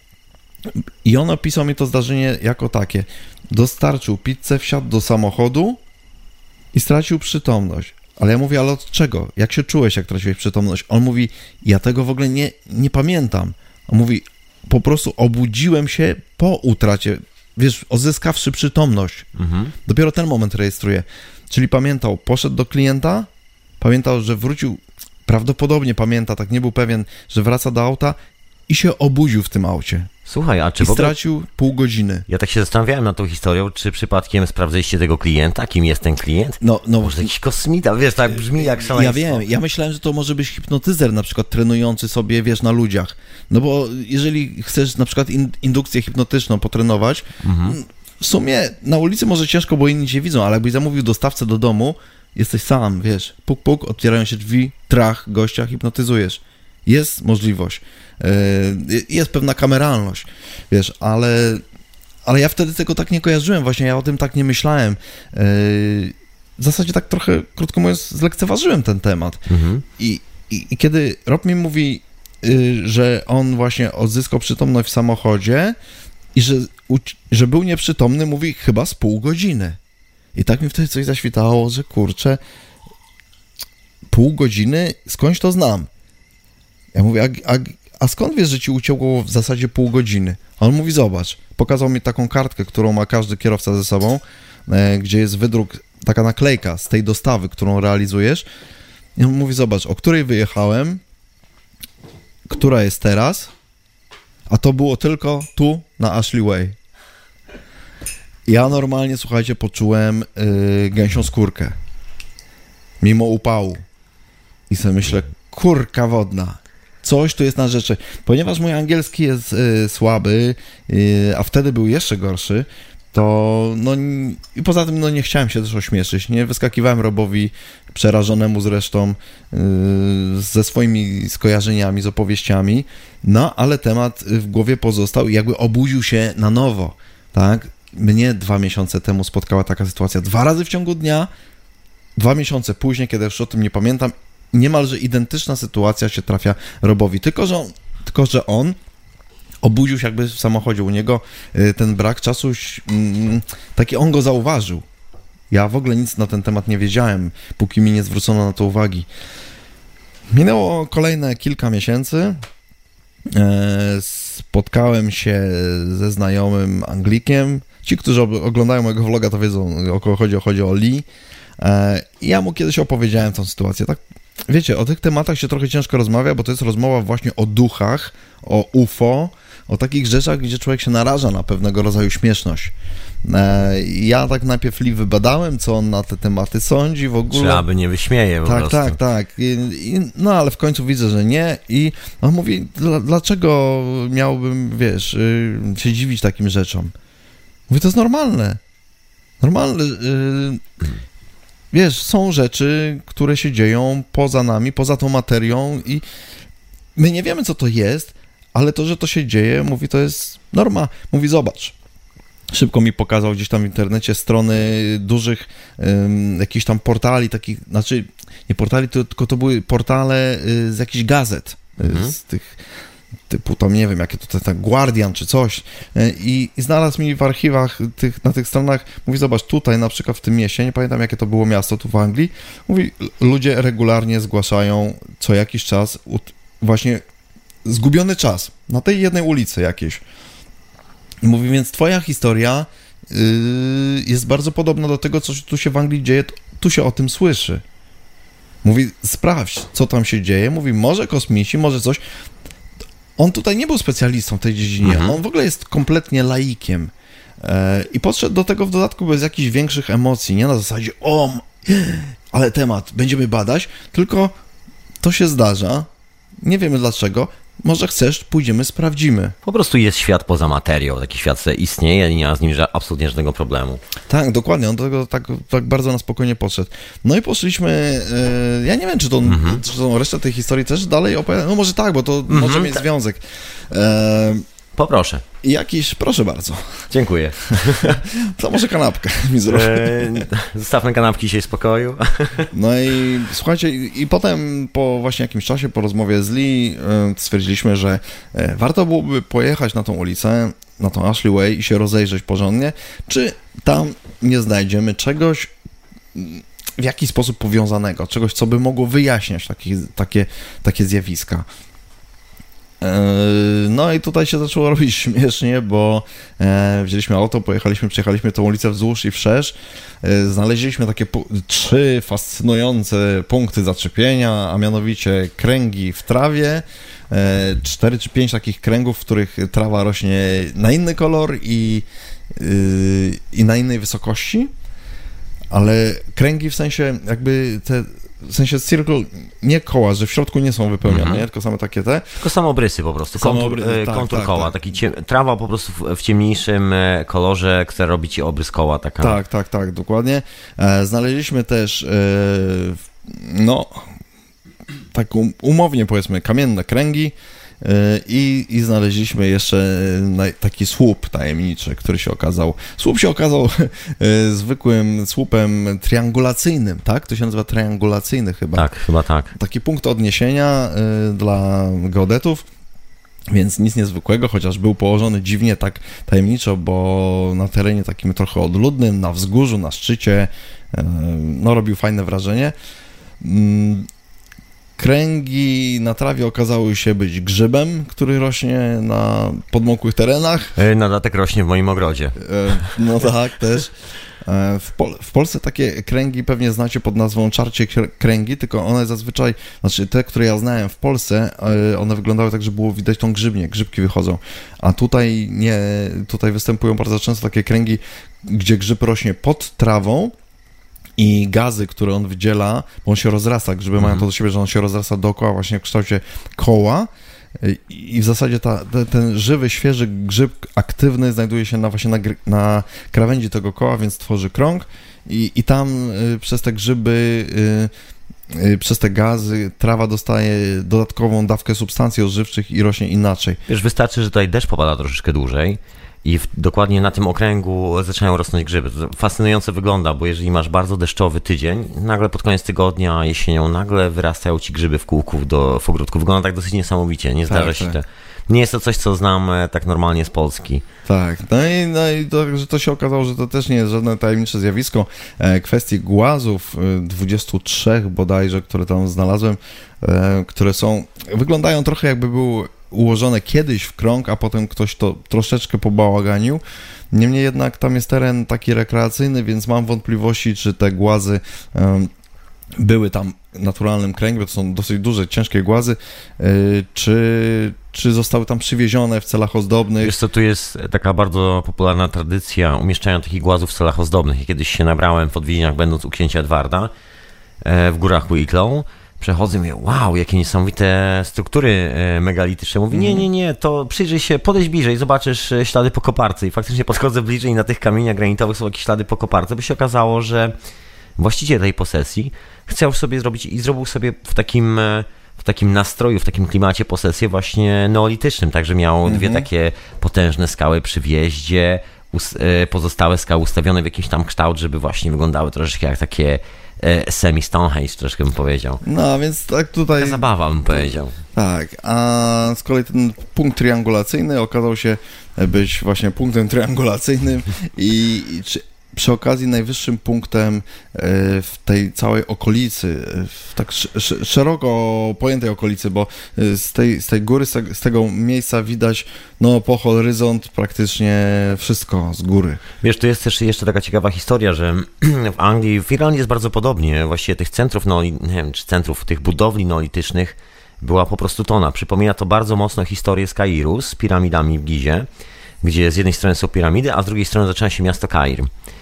I on opisał mi to zdarzenie jako takie. Dostarczył pizzę, wsiadł do samochodu i stracił przytomność. Ale ja mówię, ale od czego? Jak się czułeś, jak traciłeś przytomność? On mówi, ja tego w ogóle nie, nie pamiętam. On mówi, po prostu obudziłem się po utracie, wiesz, odzyskawszy przytomność. Mhm. Dopiero ten moment rejestruję. Czyli pamiętał, poszedł do klienta, pamiętał, że wrócił, prawdopodobnie pamięta, tak nie był pewien, że wraca do auta i się obudził w tym aucie. Słuchaj, a czy I w ogóle... stracił pół godziny. Ja tak się zastanawiałem nad tą historią, czy przypadkiem sprawdzaliście tego klienta, kim jest ten klient? No, no. Może jakiś kosmita, wiesz, tak brzmi jak szaleństwo. Ja wiem, ja myślałem, że to może być hipnotyzer na przykład trenujący sobie, wiesz, na ludziach. No bo jeżeli chcesz na przykład in, indukcję hipnotyczną potrenować, mhm. w sumie na ulicy może ciężko, bo inni cię widzą, ale jakbyś zamówił dostawcę do domu, jesteś sam, wiesz, puk, puk, otwierają się drzwi, trach, gościa, hipnotyzujesz. Jest możliwość, yy, jest pewna kameralność, wiesz, ale, ale ja wtedy tego tak nie kojarzyłem, właśnie ja o tym tak nie myślałem. Yy, w zasadzie tak trochę, krótko mówiąc, zlekceważyłem ten temat. Mhm. I, i, I kiedy Rob mi mówi, yy, że on właśnie odzyskał przytomność w samochodzie i że, że był nieprzytomny, mówi chyba z pół godziny. I tak mi wtedy coś zaświtało, że kurczę, pół godziny, skądś to znam. Ja mówię, a, a, a skąd wiesz, że ci uciekło w zasadzie pół godziny? A on mówi, zobacz, pokazał mi taką kartkę, którą ma każdy kierowca ze sobą, e, gdzie jest wydruk, taka naklejka z tej dostawy, którą realizujesz. I on mówi, zobacz, o której wyjechałem, która jest teraz, a to było tylko tu, na Ashley Way. Ja normalnie, słuchajcie, poczułem yy, gęsią skórkę. Mimo upału. I sobie myślę, kurka wodna. Coś tu jest na rzeczy. Ponieważ mój angielski jest y, słaby, y, a wtedy był jeszcze gorszy, to no i poza tym no nie chciałem się też ośmieszyć. Nie wyskakiwałem Robowi, przerażonemu zresztą, y, ze swoimi skojarzeniami, z opowieściami, no ale temat w głowie pozostał i jakby obudził się na nowo, tak? Mnie dwa miesiące temu spotkała taka sytuacja. Dwa razy w ciągu dnia, dwa miesiące później, kiedy już o tym nie pamiętam, niemalże identyczna sytuacja się trafia Robowi. Tylko, że on, tylko, że on obudził się jakby w samochodzie. U niego ten brak czasu, taki on go zauważył. Ja w ogóle nic na ten temat nie wiedziałem, póki mi nie zwrócono na to uwagi. Minęło kolejne kilka miesięcy. Spotkałem się ze znajomym Anglikiem. Ci, którzy oglądają mojego vloga, to wiedzą, o kogo chodzi, chodzi o Lee. I ja mu kiedyś opowiedziałem tę sytuację. Tak, wiecie, o tych tematach się trochę ciężko rozmawia, bo to jest rozmowa właśnie o duchach, o U F O, o takich rzeczach, gdzie człowiek się naraża na pewnego rodzaju śmieszność. Ja tak najpierw Lee wybadałem, co on na te tematy sądzi w ogóle. Czy aby nie wyśmieje po tak, prostu. Tak, tak, tak. No ale w końcu widzę, że nie i on mówi, dlaczego miałbym, wiesz, się dziwić takim rzeczom? Mówię, to jest normalne. Normalne. Wiesz, są rzeczy, które się dzieją poza nami, poza tą materią i my nie wiemy, co to jest, ale to, że to się dzieje, mówi, to jest norma. Mówi, zobacz. Szybko mi pokazał gdzieś tam w internecie strony dużych um, jakichś tam portali, takich, znaczy nie portali, to, tylko to były portale y, z jakichś gazet, mhm. z tych typu tam, nie wiem, jakie to tak Guardian czy coś i, i znalazł mi w archiwach tych, na tych stronach, mówi, zobacz, tutaj na przykład w tym mieście, nie pamiętam jakie to było miasto tu w Anglii, mówi, ludzie regularnie zgłaszają co jakiś czas właśnie zgubiony czas na tej jednej ulicy jakiejś. I mówi, więc twoja historia yy, jest bardzo podobna do tego, co tu się w Anglii dzieje, tu się o tym słyszy. Mówi, sprawdź, co tam się dzieje, mówi, może kosmici, może coś. On tutaj nie był specjalistą w tej dziedzinie, mhm. On w ogóle jest kompletnie laikiem e, i podszedł do tego w dodatku bez jakichś większych emocji, nie na zasadzie o, ale temat, będziemy badać, tylko to się zdarza, nie wiemy dlaczego, może chcesz, pójdziemy, sprawdzimy. Po prostu jest świat poza materią, taki świat sobie istnieje i nie ma z nim absolutnie żadnego problemu. Tak, dokładnie, on do tego tak, tak bardzo na spokojnie podszedł. No i poszliśmy, yy, ja nie wiem, czy tą, mhm. czy tą resztę tej historii też dalej opowiadam, no może tak, bo to mhm, może mieć tak. związek. Yy, Poproszę. Jakiś, proszę bardzo. Dziękuję. To może kanapkę mi zrobi. Eee, zostawmy kanapki dzisiaj w spokoju. No i słuchajcie, i, i potem po właśnie jakimś czasie, po rozmowie z Lee, e, stwierdziliśmy, że e, warto byłoby pojechać na tą ulicę, na tą Ashley Way i się rozejrzeć porządnie, czy tam nie znajdziemy czegoś w jakiś sposób powiązanego, czegoś, co by mogło wyjaśniać takie, takie, takie zjawiska. No i tutaj się zaczęło robić śmiesznie, bo e, wzięliśmy auto, pojechaliśmy, przejechaliśmy tą ulicę wzdłuż i wszerz, e, znaleźliśmy takie pu- trzy fascynujące punkty zaczepienia, a mianowicie kręgi w trawie, e, cztery czy pięć takich kręgów, w których trawa rośnie na inny kolor i, y, i na innej wysokości, ale kręgi w sensie jakby te w sensie circle, nie koła, że w środku nie są wypełnione, Mhm. nie? Tylko same takie te. Tylko samobrysy po prostu, Same kontur, obrysy, e, tak, kontur tak, koła, tak. taki ciem, trawa po prostu w, w ciemniejszym e, kolorze, która robi ci obrys koła. Taka. Tak, tak, tak, dokładnie. E, znaleźliśmy też, e, no, tak um, umownie powiedzmy, kamienne kręgi e, i, i znaleźliśmy jeszcze naj, taki słup tajemniczy, który się okazał, słup się okazał e, zwykłym słupem triangulacyjnym, tak? To się nazywa triangulacyjny chyba. Tak, chyba tak. Taki punkt odniesienia y, dla geodetów, więc nic niezwykłego, chociaż był położony dziwnie tak tajemniczo, bo na terenie takim trochę odludnym, na wzgórzu, na szczycie, y, no robił fajne wrażenie. Mm, Kręgi na trawie okazały się być grzybem, który rośnie na podmokłych terenach. E, Na dodatek rośnie w moim ogrodzie. E, No tak, też. E, W, Pol- w Polsce takie kręgi pewnie znacie pod nazwą czarcie kr- kręgi, tylko one zazwyczaj, znaczy te, które ja znałem w Polsce, e, one wyglądały tak, że było widać tą grzybnię, grzybki wychodzą, a tutaj nie, tutaj występują bardzo często takie kręgi, gdzie grzyb rośnie pod trawą i gazy, które on wydziela, bo on się rozrasta, grzyby mają to do siebie, że on się rozrasta dookoła właśnie w kształcie koła. I w zasadzie ta, te, ten żywy, świeży grzyb aktywny znajduje się na, właśnie na, gr- na krawędzi tego koła, więc tworzy krąg i, i tam y, przez te grzyby, y, y, przez te gazy trawa dostaje dodatkową dawkę substancji odżywczych i rośnie inaczej. Wiesz, wystarczy, że tutaj deszcz popada troszeczkę dłużej i w, dokładnie na tym okręgu zaczynają rosnąć grzyby. To fascynująco wygląda, bo jeżeli masz bardzo deszczowy tydzień, nagle pod koniec tygodnia, jesienią, nagle wyrastają ci grzyby w kółku do, w ogródku. Wygląda tak dosyć niesamowicie, nie zdarza Tak, się tak. to. Nie jest to coś, co znam e, tak normalnie z Polski. Tak, no i, no i to, że to się okazało, że to też nie jest żadne tajemnicze zjawisko. E, kwestii głazów, e, dwudziestu trzech bodajże, które tam znalazłem, e, które są, wyglądają trochę jakby były ułożone kiedyś w krąg, a potem ktoś to troszeczkę pobałaganił. Niemniej jednak tam jest teren taki rekreacyjny, więc mam wątpliwości, czy te głazy em, były tam naturalnym kręgiem, bo to są dosyć duże, ciężkie głazy, y, czy, czy zostały tam przywiezione w celach ozdobnych. Wiesz co, tu jest taka bardzo popularna tradycja umieszczania takich głazów w celach ozdobnych. Ja kiedyś się nabrałem w odwiedzinach, będąc u księcia Edwarda e, w górach Wicklow. Przechodzę i mówię, wow, jakie niesamowite struktury e, megalityczne. Mówi, nie, nie, nie, to przyjrzyj się, podejdź bliżej, zobaczysz e, ślady po koparce. I faktycznie podchodzę bliżej i na tych kamieniach granitowych są jakieś ślady po koparce, by się okazało, że właściciel tej posesji chciał sobie zrobić i zrobił sobie w takim, e, w takim nastroju, w takim klimacie posesję właśnie neolitycznym. Także miał Mhm. dwie takie potężne skały przy wjeździe, us, e, pozostałe skały ustawione w jakiś tam kształt, żeby właśnie wyglądały troszeczkę jak takie e, semi-Stonehenge, troszkę bym powiedział. No, więc tak tutaj... Taka zabawa, bym powiedział. Tak, a z kolei ten punkt triangulacyjny okazał się być właśnie punktem triangulacyjnym i, i czy, przy okazji najwyższym punktem e, w tej całej okolicy, w tak sz, sz, szeroko pojętej okolicy, bo z tej, z tej góry, z, te, z tego miejsca widać no po horyzont praktycznie wszystko z góry. Wiesz, tu jest też jeszcze taka ciekawa historia, że w Anglii, w Irlandii jest bardzo podobnie. Właściwie tych centrów, neoli, nie wiem, czy centrów, tych budowli neolitycznych była po prostu tona. Przypomina to bardzo mocno historię z Kairu, z piramidami w Gizie, gdzie z jednej strony są piramidy, a z drugiej strony zaczyna się miasto Kair.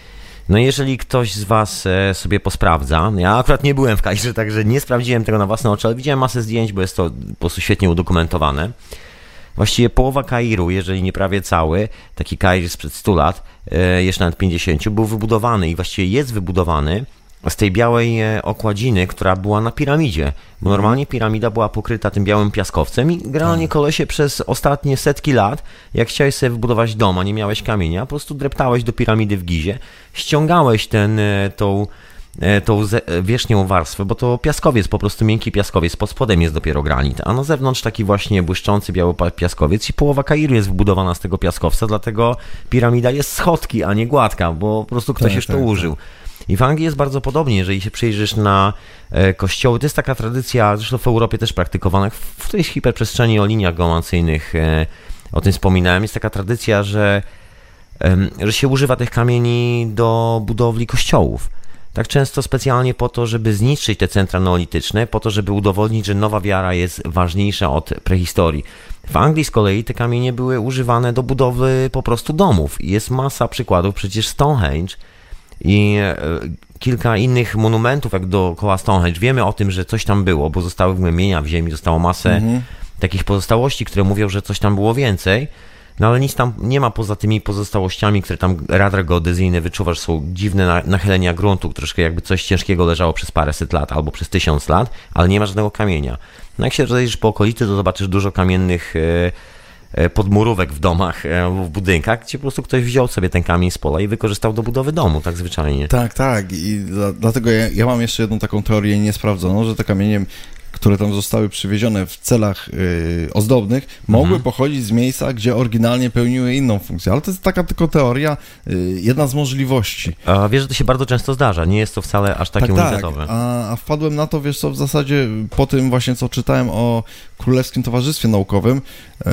No i jeżeli ktoś z was sobie posprawdza, ja akurat nie byłem w Kairze, także nie sprawdziłem tego na własne oczy, ale widziałem masę zdjęć, bo jest to po prostu świetnie udokumentowane. Właściwie połowa Kairu, jeżeli nie prawie cały, taki Kair sprzed stu lat, jeszcze nawet pięćdziesięciu, był wybudowany i właściwie jest wybudowany z tej białej okładziny, która była na piramidzie, bo normalnie piramida była pokryta tym białym piaskowcem i generalnie kolesie przez ostatnie setki lat, jak chciałeś sobie wybudować dom, a nie miałeś kamienia, po prostu dreptałeś do piramidy w Gizie, ściągałeś ten, tą, tą wierzchnią warstwę, bo to piaskowiec, po prostu miękki piaskowiec, pod spodem jest dopiero granit, a na zewnątrz taki właśnie błyszczący biały piaskowiec i połowa Kairu jest wybudowana z tego piaskowca, dlatego piramida jest schodki, a nie gładka, bo po prostu ktoś Tak, już to tak, użył. I w Anglii jest bardzo podobnie, jeżeli się przyjrzysz na e, kościoły, to jest taka tradycja, zresztą w Europie też praktykowana, w, w tej hiperprzestrzeni o liniach geomacyjnych, e, o tym wspominałem, jest taka tradycja, że, e, że się używa tych kamieni do budowli kościołów. Tak często specjalnie po to, żeby zniszczyć te centra neolityczne, po to, żeby udowodnić, że nowa wiara jest ważniejsza od prehistorii. W Anglii z kolei te kamienie były używane do budowy po prostu domów i jest masa przykładów, przecież Stonehenge. I kilka innych monumentów, jak dookoła Stonehenge. Wiemy o tym, że coś tam było, bo zostały wgłębienia w ziemi, zostało masę mhm. takich pozostałości, które mówią, że coś tam było więcej. No ale nic tam nie ma poza tymi pozostałościami, które tam radar geodezyjny wyczuwasz, są dziwne nachylenia gruntu, troszkę jakby coś ciężkiego leżało przez paręset lat albo przez tysiąc lat, ale nie ma żadnego kamienia. No jak się rozejrzysz po okolicy, to zobaczysz dużo kamiennych e, podmurówek w domach, e, w budynkach, gdzie po prostu ktoś wziął sobie ten kamień z pola i wykorzystał do budowy domu, tak zwyczajnie. Tak, tak i dla, dlatego ja, ja mam jeszcze jedną taką teorię niesprawdzoną, że te kamienie, które tam zostały przywiezione w celach y, ozdobnych, mogły mhm. pochodzić z miejsca, gdzie oryginalnie pełniły inną funkcję. Ale to jest taka tylko teoria, y, jedna z możliwości. A wiesz, że to się bardzo często zdarza, nie jest to wcale aż takie tak, unikatowe. Tak, a, a wpadłem na to, wiesz co, w zasadzie po tym właśnie, co czytałem o Królewskim Towarzystwie Naukowym, y,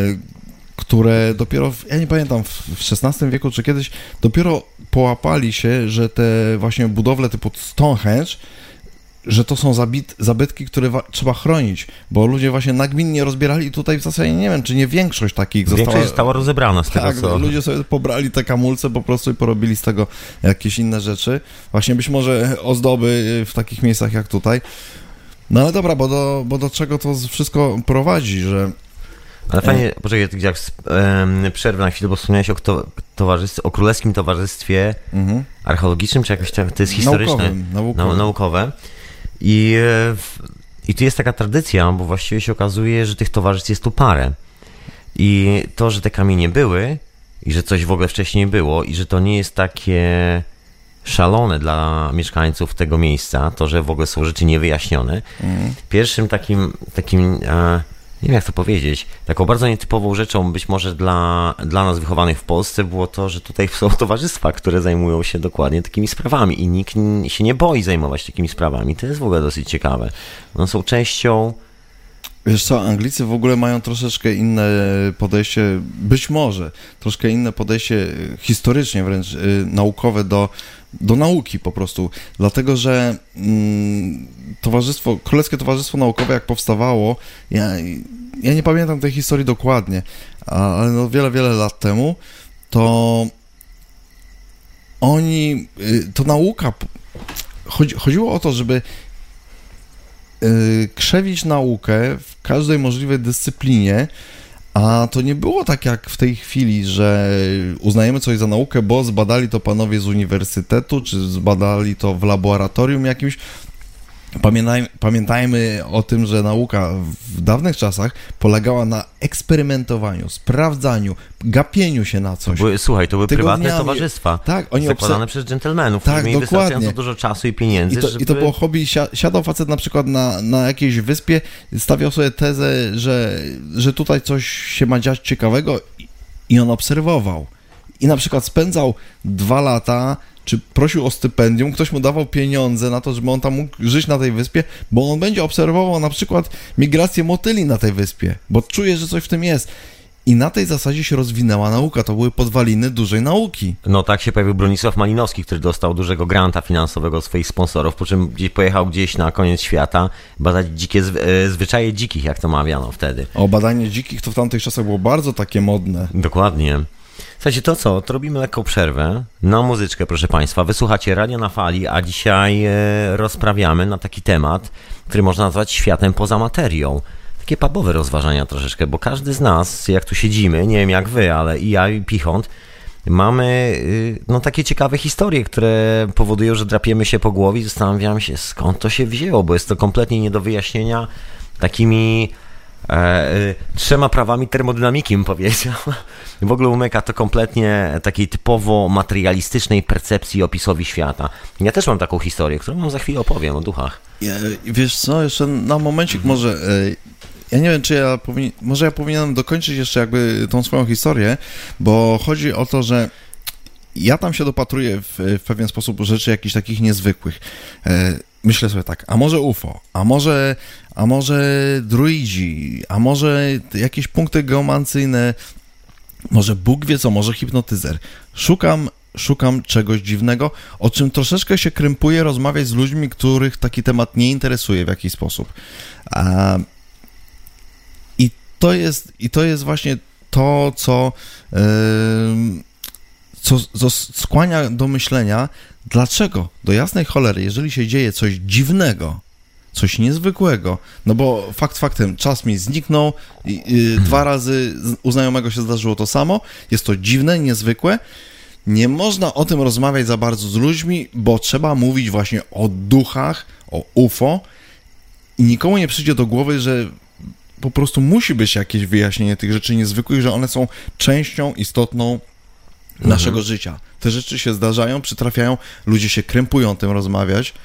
które dopiero, w, ja nie pamiętam, w szesnastym wieku czy kiedyś, dopiero połapali się, że te właśnie budowle typu Stonehenge, że to są zabit, zabytki, które wa- trzeba chronić, bo ludzie właśnie nagminnie rozbierali i tutaj w zasadzie nie wiem, czy nie większość takich większość została... została rozebrana z tego, tak, co... ludzie sobie pobrali te kamulce po prostu i porobili z tego jakieś inne rzeczy. Właśnie być może ozdoby w takich miejscach jak tutaj. No ale dobra, bo do, bo do czego to wszystko prowadzi, że... Ale fajnie, e... poczekaj, jak um, przerwę na chwilę, bo wspomniałeś o, to, towarzystw- o Królewskim Towarzystwie mhm. Archeologicznym, czy jakoś tak, to jest historyczne? Naukowym, naukowym. Na, naukowe. I, I tu jest taka tradycja, bo właściwie się okazuje, że tych towarzystw jest tu parę. I to, że te kamienie były i że coś w ogóle wcześniej było i że to nie jest takie szalone dla mieszkańców tego miejsca, to, że w ogóle są rzeczy niewyjaśnione. Mhm. Pierwszym takim, takim a, nie wiem jak to powiedzieć, taką bardzo nietypową rzeczą być może dla, dla nas wychowanych w Polsce było to, że tutaj są towarzystwa, które zajmują się dokładnie takimi sprawami i nikt się nie boi zajmować takimi sprawami. To jest w ogóle dosyć ciekawe. One są częścią... Wiesz co, Anglicy w ogóle mają troszeczkę inne podejście, być może troszkę inne podejście historycznie wręcz y, naukowe do, do nauki po prostu, dlatego że mm, towarzystwo, Królewskie Towarzystwo Naukowe jak powstawało, ja, ja nie pamiętam tej historii dokładnie, ale no wiele, wiele lat temu, to oni, y, to nauka, chodzi, chodziło o to, żeby krzewić naukę w każdej możliwej dyscyplinie, a to nie było tak jak w tej chwili, że uznajemy coś za naukę, bo zbadali to panowie z uniwersytetu, czy zbadali to w laboratorium jakimś. Pamiętaj, pamiętajmy o tym, że nauka w dawnych czasach polegała na eksperymentowaniu, sprawdzaniu, gapieniu się na coś. Były, słuchaj, to były Tygodniami. prywatne towarzystwa, tak, oni zakładane obse... przez dżentelmenów, tak, którzy mieli dokładnie. wystarczająco dużo czasu i pieniędzy, I to, żeby... i to było hobby, siadał facet na przykład na, na jakiejś wyspie, stawiał sobie tezę, że, że tutaj coś się ma dziać ciekawego i on obserwował. I na przykład spędzał dwa lata, czy prosił o stypendium, ktoś mu dawał pieniądze na to, żeby on tam mógł żyć na tej wyspie, bo on będzie obserwował na przykład migrację motyli na tej wyspie, bo czuje, że coś w tym jest. I na tej zasadzie się rozwinęła nauka, to były podwaliny dużej nauki. No tak się pojawił Bronisław Malinowski, który dostał dużego granta finansowego od swoich sponsorów, po czym pojechał gdzieś na koniec świata badać dzikie zwy- zwyczaje dzikich, jak to mawiano wtedy. O, badanie dzikich to w tamtych czasach było bardzo takie modne. Dokładnie. Słuchajcie, to co? To robimy lekką przerwę na muzyczkę, proszę Państwa. Wysłuchacie Radio na Fali, a dzisiaj e, rozprawiamy na taki temat, który można nazwać światem poza materią. Takie pubowe rozważania troszeczkę, bo każdy z nas, jak tu siedzimy, nie wiem jak wy, ale i ja, i Pichont, mamy no takie ciekawe historie, które powodują, że drapiemy się po głowie i zastanawiamy się, skąd to się wzięło, bo jest to kompletnie nie do wyjaśnienia takimi e, trzema prawami termodynamiki, bym powiedział. W ogóle umyka to kompletnie takiej typowo materialistycznej percepcji i opisowi świata. Ja też mam taką historię, którą wam za chwilę opowiem o duchach. Ja, wiesz co, jeszcze na momencik mhm. może... E, Ja nie wiem, czy ja powinien, może ja powinienem dokończyć jeszcze jakby tą swoją historię, bo chodzi o to, że ja tam się dopatruję w, w pewien sposób rzeczy jakichś takich niezwykłych. E, myślę sobie tak, a może U F O, a może, a może druidzi, a może jakieś punkty geomancyjne, może Bóg wie co, może hipnotyzer. Szukam, szukam czegoś dziwnego, o czym troszeczkę się krępuję rozmawiać z ludźmi, których taki temat nie interesuje w jakiś sposób. A To jest, I to jest właśnie to, co, yy, co, co skłania do myślenia, Dlaczego? Do jasnej cholery, jeżeli się dzieje coś dziwnego, coś niezwykłego, no bo fakt faktem, czas mi zniknął, i, i, dwa razy u znajomego się zdarzyło to samo, jest to dziwne, niezwykłe, nie można o tym rozmawiać za bardzo z ludźmi, bo trzeba mówić właśnie o duchach, o U F O i nikomu nie przyjdzie do głowy, że po prostu musi być jakieś wyjaśnienie tych rzeczy niezwykłych, że one są częścią istotną naszego mhm. życia. Te rzeczy się zdarzają, przytrafiają, ludzie się krępują tym rozmawiać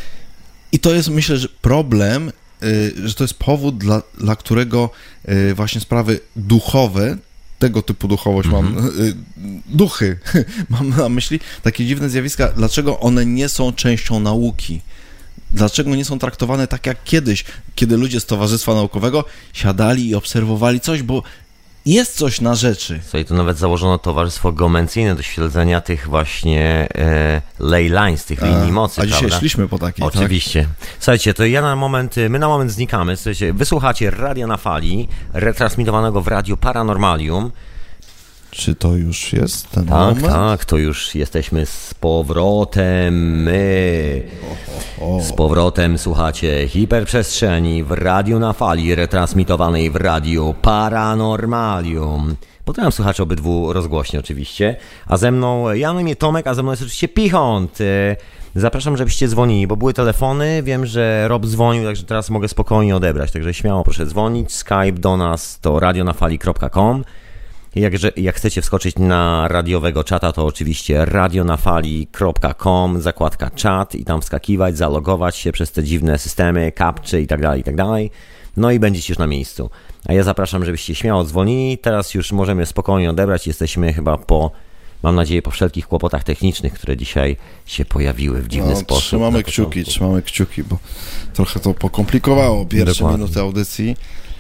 i to jest, myślę, że problem, y, że to jest powód, dla, dla którego y, właśnie sprawy duchowe, tego typu duchowość mhm. mam, y, duchy mam na myśli, takie dziwne zjawiska, dlaczego one nie są częścią nauki? Dlaczego nie są traktowane tak jak kiedyś, kiedy ludzie z Towarzystwa Naukowego siadali i obserwowali coś, bo jest coś na rzeczy. Słuchaj, tu nawet założono towarzystwo geomencyjne do śledzenia tych właśnie e, ley lines, tych linii mocy, A, a dzisiaj prawda? szliśmy po takiej, Oczywiście. Tak? Słuchajcie, to ja na moment, my na moment znikamy. Słuchajcie, wysłuchacie Radia na Fali, retransmitowanego w Radiu Paranormalium. Czy to już jest ten tak, moment? Tak, tak, to już jesteśmy z powrotem my. O, o, o. Z powrotem słuchacie Hiperprzestrzeni w Radiu na Fali, retransmitowanej w Radiu Paranormalium. Pozdrawiam słuchaczy obydwu rozgłośni oczywiście. A ze mną, ja na imię Tomek, a ze mną jest oczywiście Pichont. Zapraszam, żebyście dzwonili, bo były telefony, wiem, że Rob dzwonił, także teraz mogę spokojnie odebrać, także śmiało proszę dzwonić. Skype do nas to radionafali kropka com. Jak, jak chcecie wskoczyć na radiowego czata, to oczywiście radionafali kropka com, zakładka czat i tam wskakiwać, zalogować się przez te dziwne systemy, kapczy i tak dalej, i tak dalej. No i będziecie już na miejscu. A ja zapraszam, żebyście śmiało dzwonili. Teraz już możemy spokojnie odebrać. Jesteśmy chyba po, mam nadzieję, po wszelkich kłopotach technicznych, które dzisiaj się pojawiły w dziwny no, sposób. Trzymamy kciuki, trzymamy kciuki, bo trochę to pokomplikowało pierwsze Dokładnie. minuty audycji.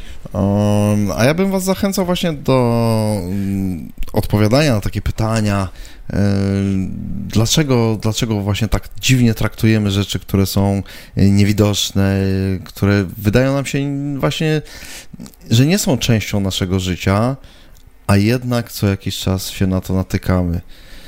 Um, a ja bym was zachęcał właśnie do um, odpowiadania na takie pytania, um, dlaczego, dlaczego właśnie tak dziwnie traktujemy rzeczy, które są niewidoczne, które wydają nam się właśnie, że nie są częścią naszego życia, a jednak co jakiś czas się na to natykamy.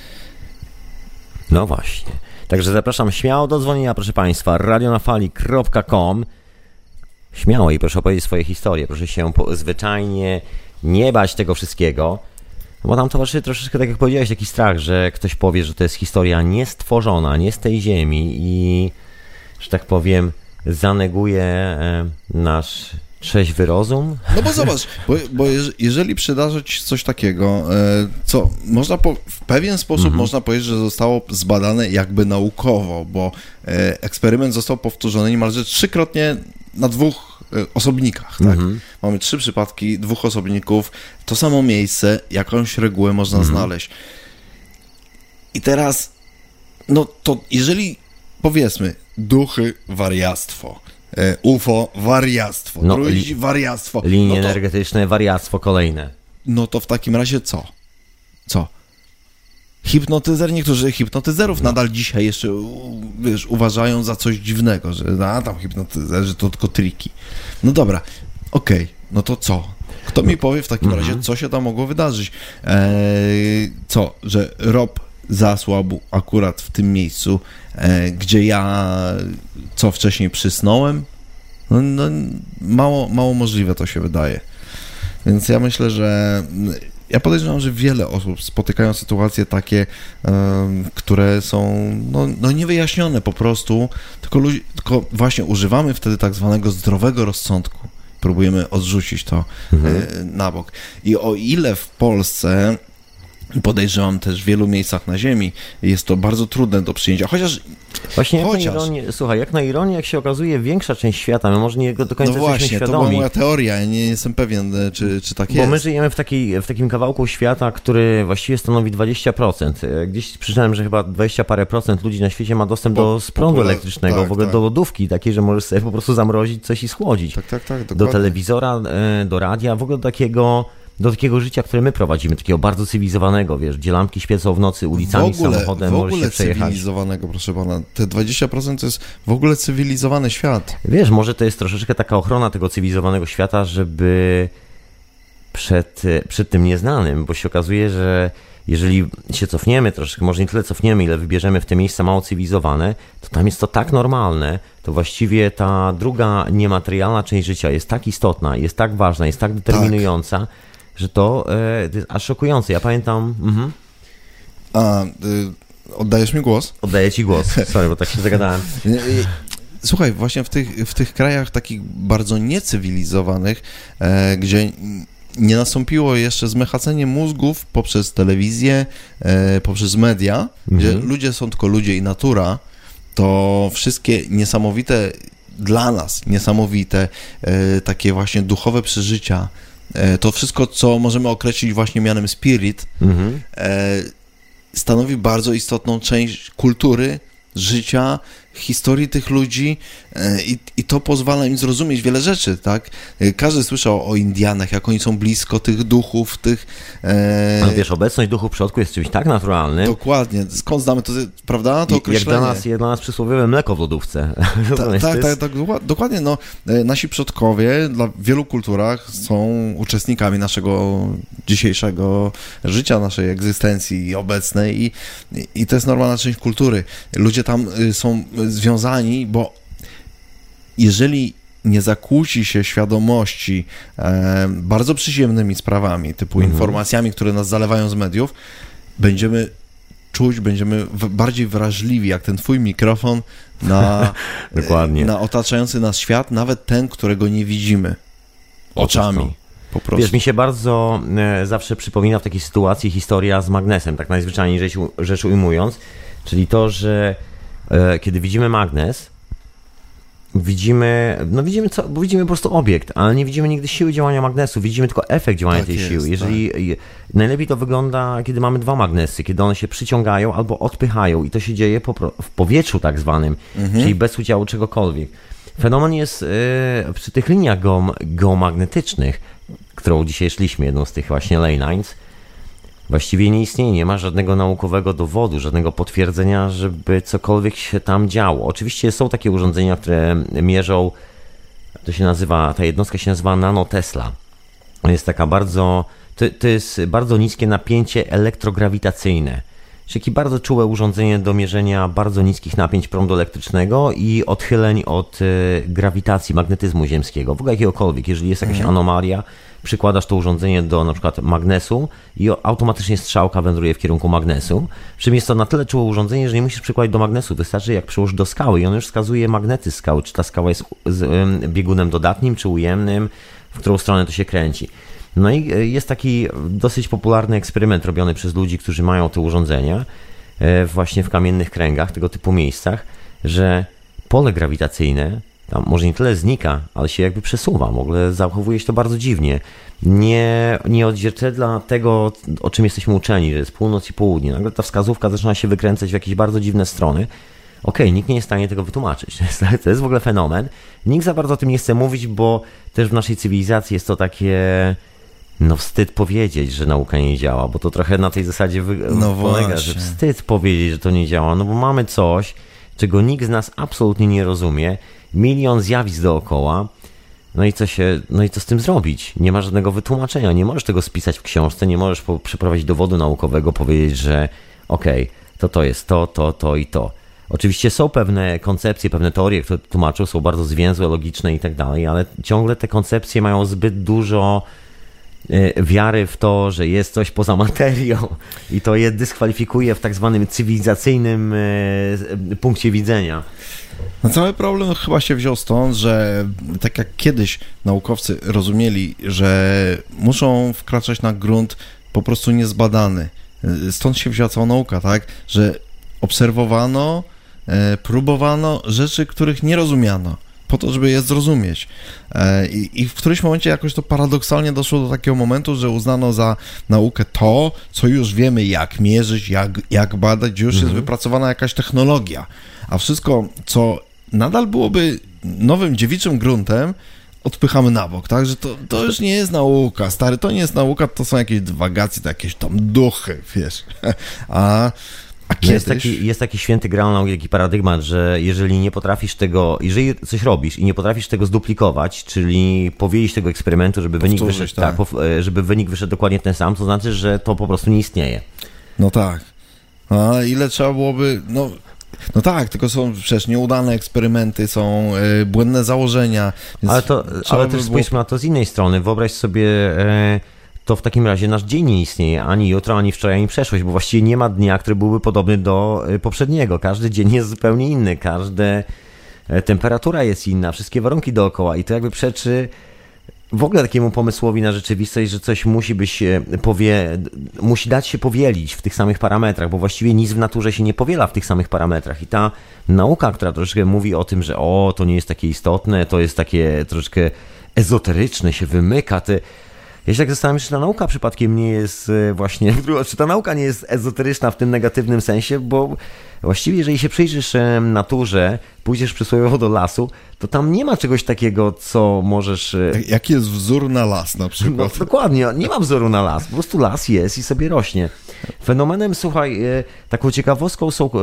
No właśnie. Także zapraszam śmiało do dzwonienia, proszę Państwa, radionafali kropka com. Śmiało i proszę opowiedzieć swoje historie, proszę się po, zwyczajnie nie bać tego wszystkiego, bo tam towarzyszy troszeczkę, tak jak powiedziałeś, taki strach, że ktoś powie, że to jest historia niestworzona, nie z tej ziemi i, że tak powiem, zaneguje e, nasz trzeźwy rozum. No bo zobacz, bo, bo jeżeli przydarzy ci coś takiego, e, co można po, w pewien sposób mhm. można powiedzieć, że zostało zbadane jakby naukowo, bo e, eksperyment został powtórzony niemalże trzykrotnie na dwóch osobnikach, tak? Mhm. Mamy trzy przypadki, dwóch osobników, to samo miejsce, jakąś regułę można mhm. znaleźć. I teraz, no to jeżeli, powiedzmy, duchy, wariactwo, U F O, wariactwo, no, druidzi, li- wariactwo. Linie no to, energetyczne, wariactwo kolejne. No to w takim razie co? Co? Hipnotyzer, niektórzy hipnotyzerów no. nadal dzisiaj jeszcze, wiesz, uważają za coś dziwnego, że a tam hipnotyzer, że to tylko triki. No dobra, okej, okay, no to co? Kto mi powie w takim mm-hmm. razie, co się tam mogło wydarzyć? Eee, co, że Rob zasłabł akurat w tym miejscu, e, gdzie ja co wcześniej przysnąłem? No, no mało, mało możliwe to się wydaje. Więc ja myślę, że ja podejrzewam, że wiele osób spotykają sytuacje takie, um, które są no, no niewyjaśnione po prostu, tylko, ludzi, tylko właśnie używamy wtedy tak zwanego zdrowego rozsądku. Próbujemy odrzucić to mhm. y, na bok. I o ile w Polsce, podejrzewam też w wielu miejscach na ziemi, jest to bardzo trudne do przyjęcia, chociaż... Właśnie jak chociaż... na ironię, słuchaj, jak na ironię, jak się okazuje, większa część świata, my może nie do końca no właśnie, jesteśmy świadomi. To była moja teoria, ja nie jestem pewien, czy, czy tak Bo jest. my żyjemy w, takiej, w takim kawałku świata, który właściwie stanowi dwadzieścia procent. Gdzieś przeczytałem, że chyba dwadzieścia parę procent ludzi na świecie ma dostęp po, do prądu popula- elektrycznego, tak, w ogóle tak. do lodówki takiej, że możesz sobie po prostu zamrozić coś i schłodzić. Tak, tak, tak, dokładnie. Do telewizora, do radia, w ogóle do takiego... do takiego życia, które my prowadzimy, takiego bardzo cywilizowanego, wiesz, gdzie lampki świecą w nocy, ulicami, w ogóle, samochodem, w możesz ogóle się przejechać. Cywilizowanego, proszę pana. Te dwadzieścia procent to jest w ogóle cywilizowany świat. Wiesz, może to jest troszeczkę taka ochrona tego cywilizowanego świata, żeby przed, przed tym nieznanym, bo się okazuje, że jeżeli się cofniemy troszkę, może nie tyle cofniemy, ile wybierzemy w te miejsca mało cywilizowane, to tam jest to tak normalne, to właściwie ta druga niematerialna część życia jest tak istotna, jest tak ważna, jest tak determinująca, tak. że to, e, to jest aż szokujące. Ja pamiętam... Mhm. A, y, oddajesz mi głos? Oddaję ci głos, sorry, bo tak się zagadałem. Słuchaj, właśnie w tych, w tych krajach takich bardzo niecywilizowanych, e, gdzie nie nastąpiło jeszcze zmechacenie mózgów poprzez telewizję, e, poprzez media, mhm. gdzie ludzie są tylko ludzie i natura, to wszystkie niesamowite dla nas, niesamowite e, takie właśnie duchowe przeżycia, e, to wszystko, co możemy określić właśnie mianem spirit, mhm. e, stanowi bardzo istotną część kultury, życia, historii tych ludzi i, i to pozwala im zrozumieć wiele rzeczy, tak? Każdy słyszał o Indianach, jak oni są blisko tych duchów, tych... E... No wiesz, obecność duchów przodku jest czymś tak naturalnym. Dokładnie. Skąd znamy to, prawda? To określenie. Jak dla nas, jak dla nas przysłowiowe mleko w lodówce. Ta, tak, tak, tak, dokładnie. No, nasi przodkowie dla wielu kulturach są uczestnikami naszego dzisiejszego życia, naszej egzystencji obecnej i, i to jest normalna część kultury. Ludzie tam są związani, bo jeżeli nie zakłóci się świadomości e, bardzo przyziemnymi sprawami, typu mhm. informacjami, które nas zalewają z mediów, będziemy czuć, będziemy w, bardziej wrażliwi, jak ten twój mikrofon na, Dokładnie. na otaczający nas świat, nawet ten, którego nie widzimy oczami. Po prostu. Wiesz, mi się bardzo e, zawsze przypomina w takiej sytuacji historia z magnesem, tak najzwyczajniej rzecz, rzecz ujmując, czyli to, że kiedy widzimy magnes, widzimy, no widzimy co, bo widzimy po prostu obiekt, ale nie widzimy nigdy siły działania magnesu, widzimy tylko efekt działania tak tej jest, siły. Jeżeli tak. Najlepiej to wygląda, kiedy mamy dwa magnesy, kiedy one się przyciągają albo odpychają i to się dzieje po, w powietrzu tak zwanym, mhm. czyli bez udziału czegokolwiek. Fenomen jest yy, przy tych liniach geom, geomagnetycznych, którą dzisiaj szliśmy, jedną z tych właśnie ley lines, właściwie nie istnieje, nie ma żadnego naukowego dowodu, żadnego potwierdzenia, żeby cokolwiek się tam działo. Oczywiście są takie urządzenia, które mierzą, to się nazywa, ta jednostka się nazywa nanotesla. To jest taka bardzo, to, to jest bardzo niskie napięcie elektrograwitacyjne. Czyli takie bardzo czułe urządzenie do mierzenia bardzo niskich napięć prądu elektrycznego i odchyleń od y, grawitacji, magnetyzmu ziemskiego, w ogóle jakiegokolwiek. Jeżeli jest jakaś mhm. anomalia, przykładasz to urządzenie do na przykład magnesu i automatycznie strzałka wędruje w kierunku magnesu. Przy czym jest to na tyle czułe urządzenie, że nie musisz przykładać do magnesu. Wystarczy jak przyłożysz do skały i on już wskazuje magnetyzm skały, czy ta skała jest z y, biegunem dodatnim, czy ujemnym, w którą stronę to się kręci. No i jest taki dosyć popularny eksperyment robiony przez ludzi, którzy mają te urządzenia właśnie w kamiennych kręgach, tego typu miejscach, że pole grawitacyjne tam może nie tyle znika, ale się jakby przesuwa. W ogóle zachowuje się to bardzo dziwnie. Nie, nie odzwierciedla tego, o czym jesteśmy uczeni, że jest północ i południe. Nagle ta wskazówka zaczyna się wykręcać w jakieś bardzo dziwne strony. Okej, okay, nikt nie jest w stanie tego wytłumaczyć. To jest, to jest w ogóle fenomen. Nikt za bardzo o tym nie chce mówić, bo też w naszej cywilizacji jest to takie... No wstyd powiedzieć, że nauka nie działa, bo to trochę na tej zasadzie wy... no polega, właśnie. że wstyd powiedzieć, że to nie działa, no bo mamy coś, czego nikt z nas absolutnie nie rozumie, milion zjawisk dookoła, no i co się, no i co z tym zrobić? Nie ma żadnego wytłumaczenia, nie możesz tego spisać w książce, nie możesz po, przeprowadzić dowodu naukowego, powiedzieć, że okej, okay, to to jest to, to, to i to. Oczywiście są pewne koncepcje, pewne teorie, które tłumaczą, są bardzo zwięzłe, logiczne i tak dalej, ale ciągle te koncepcje mają zbyt dużo wiary w to, że jest coś poza materią i to je dyskwalifikuje w tak zwanym cywilizacyjnym punkcie widzenia. No cały problem chyba się wziął stąd, że tak jak kiedyś naukowcy rozumieli, że muszą wkraczać na grunt po prostu niezbadany. Stąd się wzięła cała nauka, tak? Że obserwowano, próbowano rzeczy, których nie rozumiano, po to, żeby je zrozumieć. I, I w którymś momencie jakoś to paradoksalnie doszło do takiego momentu, że uznano za naukę to, co już wiemy, jak mierzyć, jak, jak badać, już mhm. jest wypracowana jakaś technologia. A wszystko, co nadal byłoby nowym dziewiczym gruntem, odpychamy na bok, tak? Że to, to już nie jest nauka, stary, to nie jest nauka, to są jakieś dywagacje, to jakieś tam duchy, wiesz. A A no jest, taki, jest taki święty graal nauki, taki paradygmat, że jeżeli nie potrafisz tego, jeżeli coś robisz i nie potrafisz tego zduplikować, czyli powiedzieć tego eksperymentu, żeby wynik, wyszedł, tak. Tak, żeby wynik wyszedł dokładnie ten sam, to znaczy, że to po prostu nie istnieje. No tak. A ile trzeba byłoby... No, no tak, tylko są przecież nieudane eksperymenty, są y, błędne założenia. Ale, to, ale też spójrzmy było... na to z innej strony. Wyobraź sobie... E... to w takim razie nasz dzień nie istnieje, ani jutro, ani wczoraj, ani przeszłość, bo właściwie nie ma dnia, który byłby podobny do poprzedniego. Każdy dzień jest zupełnie inny, każda temperatura jest inna, wszystkie warunki dookoła i to jakby przeczy w ogóle takiemu pomysłowi na rzeczywistość, że coś musi być powie, musi dać się powielić w tych samych parametrach, bo właściwie nic w naturze się nie powiela w tych samych parametrach i ta nauka, która troszkę mówi o tym, że o, to nie jest takie istotne, to jest takie troszkę ezoteryczne, się wymyka, te ja się tak zastanawiam, czy ta nauka przypadkiem nie jest właśnie, czy ta nauka nie jest ezoteryczna w tym negatywnym sensie, bo właściwie jeżeli się przyjrzysz naturze, pójdziesz przysłowiowo do lasu, to tam nie ma czegoś takiego, co możesz... Jaki jest wzór na las na przykład? No, dokładnie, nie ma wzoru na las, po prostu las jest i sobie rośnie. Fenomenem, słuchaj, taką ciekawostką są,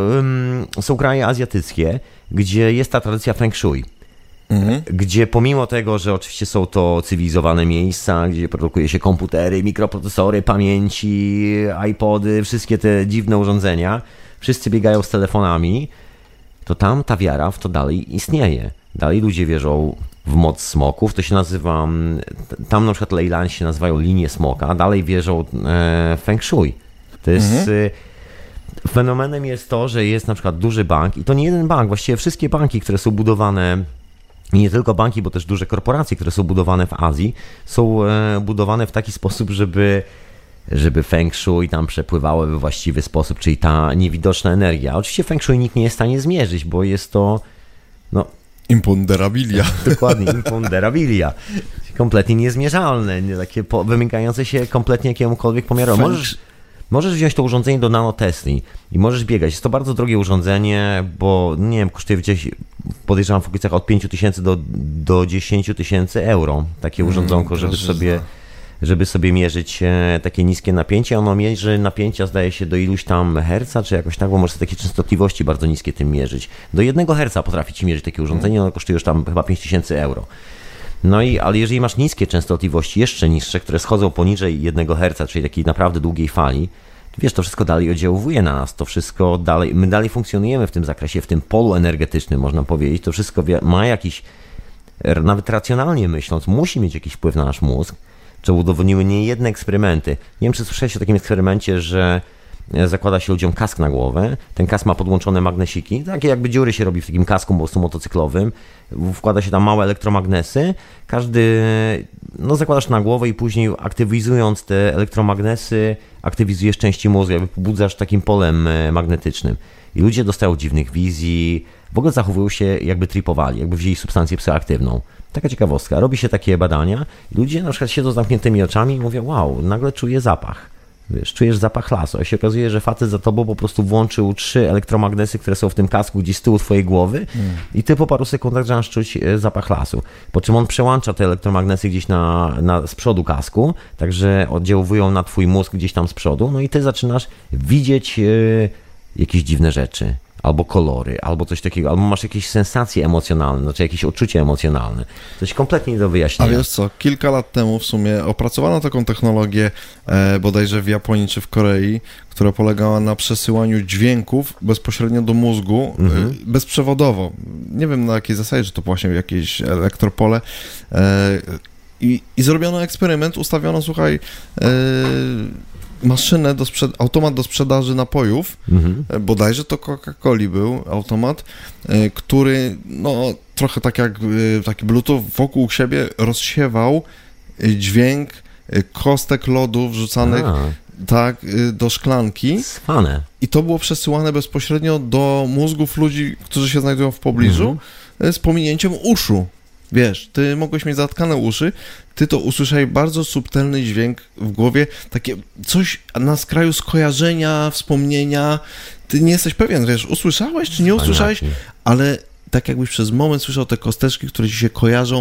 są kraje azjatyckie, gdzie jest ta tradycja feng shui. Mhm. Gdzie pomimo tego, że oczywiście są to cywilizowane miejsca, gdzie produkuje się komputery, mikroprocesory, pamięci, iPody, wszystkie te dziwne urządzenia, wszyscy biegają z telefonami, to tam ta wiara w to dalej istnieje. Dalej ludzie wierzą w moc smoków, to się nazywa, tam na przykład Lejlani się nazywają linie smoka, dalej wierzą e, feng shui. To jest... Mhm. Fenomenem jest to, że jest na przykład duży bank i to nie jeden bank, właściwie wszystkie banki, które są budowane i nie tylko banki, bo też duże korporacje, które są budowane w Azji, są budowane w taki sposób, żeby, żeby feng shui tam przepływało we właściwy sposób, czyli ta niewidoczna energia. Oczywiście feng shui nikt nie jest w stanie zmierzyć, bo jest to no, imponderabilia. Dokładnie, imponderabilia. Kompletnie niezmierzalne, nie, takie po, wymykające się kompletnie jakiemukolwiek pomiarowi. Możesz, możesz wziąć to urządzenie do nanotesli i możesz biegać. Jest to bardzo drogie urządzenie, bo nie wiem, kosztuje gdzieś, podejrzewam w okolicach od pięć tysięcy do, do dziesięć tysięcy euro. Takie mm, urządzonko, żeby sobie, żeby sobie mierzyć takie niskie napięcie. Ono mierzy napięcia, zdaje się, do iluś tam herca, czy jakoś tak, bo może takie częstotliwości bardzo niskie tym mierzyć. Do jednego herca potrafi ci mierzyć takie urządzenie, ono kosztuje już tam chyba pięć tysięcy euro. No i, ale jeżeli masz niskie częstotliwości, jeszcze niższe, które schodzą poniżej jednego herca, czyli takiej naprawdę długiej fali, to wiesz, to wszystko dalej oddziałuje na nas, to wszystko dalej, my dalej funkcjonujemy w tym zakresie, w tym polu energetycznym, można powiedzieć, to wszystko ma jakiś, nawet racjonalnie myśląc, musi mieć jakiś wpływ na nasz mózg, co udowodniły niejedne eksperymenty. Nie wiem, czy słyszałeś o takim eksperymencie, że zakłada się ludziom kask na głowę, ten kask ma podłączone magnesiki, takie jakby dziury się robi w takim kasku po prostu motocyklowym, wkłada się tam małe elektromagnesy, każdy, no zakładasz na głowę i później aktywizując te elektromagnesy, aktywizujesz części mózgu, jakby pobudzasz takim polem magnetycznym. I ludzie dostają dziwnych wizji, w ogóle zachowują się jakby tripowali, jakby wzięli substancję psychoaktywną. Taka ciekawostka, robi się takie badania i ludzie na przykład siedzą z zamkniętymi oczami i mówią, wow, nagle czuję zapach. Wiesz, czujesz zapach lasu, a się okazuje, że facet za tobą po prostu włączył trzy elektromagnesy, które są w tym kasku gdzieś z tyłu twojej głowy mm. i ty po paru sekundach zaczynasz czuć zapach lasu. Po czym on przełącza te elektromagnesy gdzieś na, na, z przodu kasku, także oddziałują na twój mózg gdzieś tam z przodu, no i ty zaczynasz widzieć yy, jakieś dziwne rzeczy. Albo kolory, albo coś takiego, albo masz jakieś sensacje emocjonalne, znaczy jakieś odczucie emocjonalne. Coś kompletnie nie do wyjaśnienia. A wiesz co, kilka lat temu w sumie opracowano taką technologię e, bodajże w Japonii czy w Korei, która polegała na przesyłaniu dźwięków bezpośrednio do mózgu, mhm. e, bezprzewodowo. Nie wiem na jakiej zasadzie, czy to właśnie jakieś elektropole. E, i, I zrobiono eksperyment, ustawiono, słuchaj, e, maszynę, do sprzed- automat do sprzedaży napojów, mhm. bodajże to Coca-Coli był automat, y, który no trochę tak jak y, taki bluetooth wokół siebie rozsiewał y, dźwięk y, kostek lodu wrzucanych A. tak y, do szklanki. Cwane. I to było przesyłane bezpośrednio do mózgów ludzi, którzy się znajdują w pobliżu, mhm. y, z pominięciem uszu. Wiesz, ty mogłeś mieć zatkane uszy, ty to usłyszałeś bardzo subtelny dźwięk w głowie, takie coś na skraju skojarzenia, wspomnienia, ty nie jesteś pewien, wiesz, usłyszałeś czy nie usłyszałeś, ale tak jakbyś przez moment słyszał te kosteczki, które ci się kojarzą,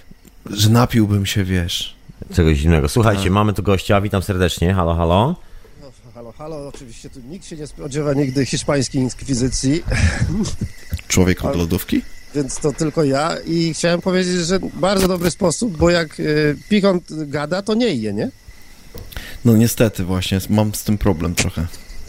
że napiłbym się, wiesz. Czegoś innego. Słuchajcie, tak. Mamy tu gościa, witam serdecznie, halo, halo. No, halo, halo, oczywiście tu nikt się nie spodziewa nigdy hiszpańskiej inkwizycji. Człowiek od lodówki? Więc to tylko ja i chciałem powiedzieć, że bardzo dobry sposób, bo jak y, pikant gada, to nie je, nie? No niestety właśnie, mam z tym problem trochę.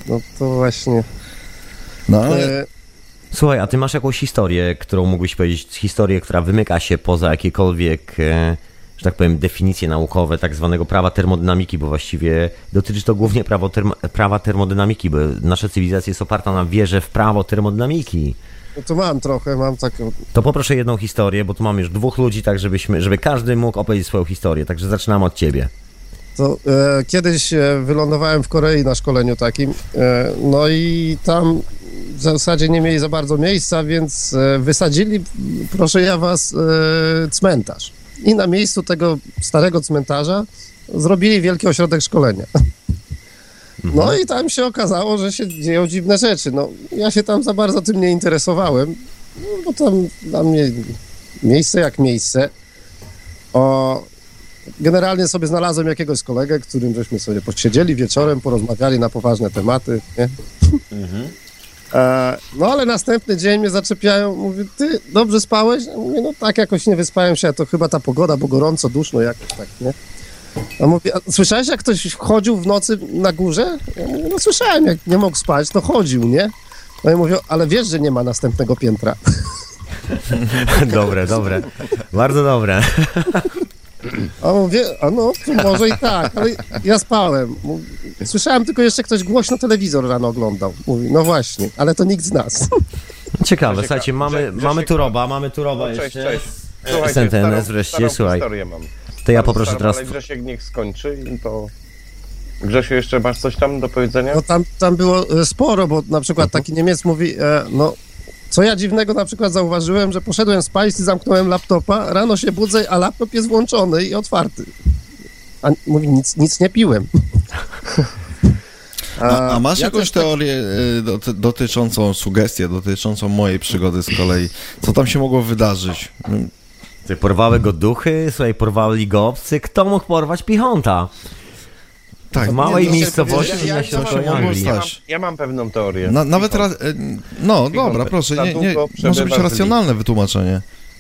no to właśnie... No ale... E, Słuchaj, a ty masz jakąś historię, którą mógłbyś powiedzieć, historię, która wymyka się poza jakiekolwiek, e, że tak powiem, definicje naukowe tak zwanego prawa termodynamiki, bo właściwie dotyczy to głównie prawo termo, prawa termodynamiki, bo nasza cywilizacja jest oparta na wierze w prawo termodynamiki. no to mam trochę, mam taką... To poproszę jedną historię, bo tu mamy już dwóch ludzi, tak żebyśmy, żeby każdy mógł opowiedzieć swoją historię, także zaczynamy od ciebie. To e, kiedyś e, wylądowałem w Korei na szkoleniu takim, e, no i tam w zasadzie nie mieli za bardzo miejsca, więc e, wysadzili, proszę ja was, e, cmentarz. I na miejscu tego starego cmentarza zrobili wielki ośrodek szkolenia. No i tam się okazało, że się dzieją dziwne rzeczy. No, ja się tam za bardzo tym nie interesowałem, no, bo tam dla mnie miejsce jak miejsce. O, generalnie sobie znalazłem jakiegoś kolegę, którym żeśmy sobie posiedzieli wieczorem, porozmawiali na poważne tematy, nie? Mhm. E, no ale następny dzień mnie zaczepiają, mówię, ty dobrze spałeś? Ja mówię, no tak, jakoś nie wyspałem się, a to chyba ta pogoda, bo gorąco, duszno jakoś tak, nie? A mówię, a słyszałeś, jak ktoś chodził w nocy na górze? Ja mówię, no słyszałem, jak nie mógł spać, to chodził, nie? No i mówię, ale wiesz, że nie ma następnego piętra. Dobre, dobre. Bardzo dobre. A mówię, a no, to może i tak, ale ja spałem. Mówi, słyszałem tylko jeszcze, ktoś głośno telewizor rano oglądał. Mówi, no właśnie, ale to nikt z nas. Ciekawe, słuchajcie, mamy, Grze- mamy Grzesiek- tu Roba, mamy tu Roba No, cześć, jeszcze. cześć. Słuchajcie, Sentenes starą- wreszcie, starą słuchaj. historię mam. To ja Bardzo poproszę starą, teraz... Ale Grzesiek niech skończy i to... Grzesiu, jeszcze masz coś tam do powiedzenia? No tam, tam było e, sporo, bo na przykład taki Niemiec mówi, e, no, co ja dziwnego na przykład zauważyłem, że poszedłem spać i zamknąłem laptopa, rano się budzę, a laptop jest włączony i otwarty. A mówi, nic, nic nie piłem. A, a masz ja jakąś też tak- teorię y, doty, dotyczącą, sugestię dotyczącą mojej przygody z kolei? Co tam się mogło wydarzyć? Słuchaj, porwały go duchy, słuchaj, porwali go obcy. Kto mógł porwać Pichonta? Tak, W małej nie, no, miejscowości ja- ja- na ja- środku ja- ja- Anglii. Ja mam, Stać. ja mam pewną teorię. Na, nawet Pichon. raz, y, no Pichon dobra, proszę, za nie, nie, długo może być przebywa z racjonalne wytłumaczenie.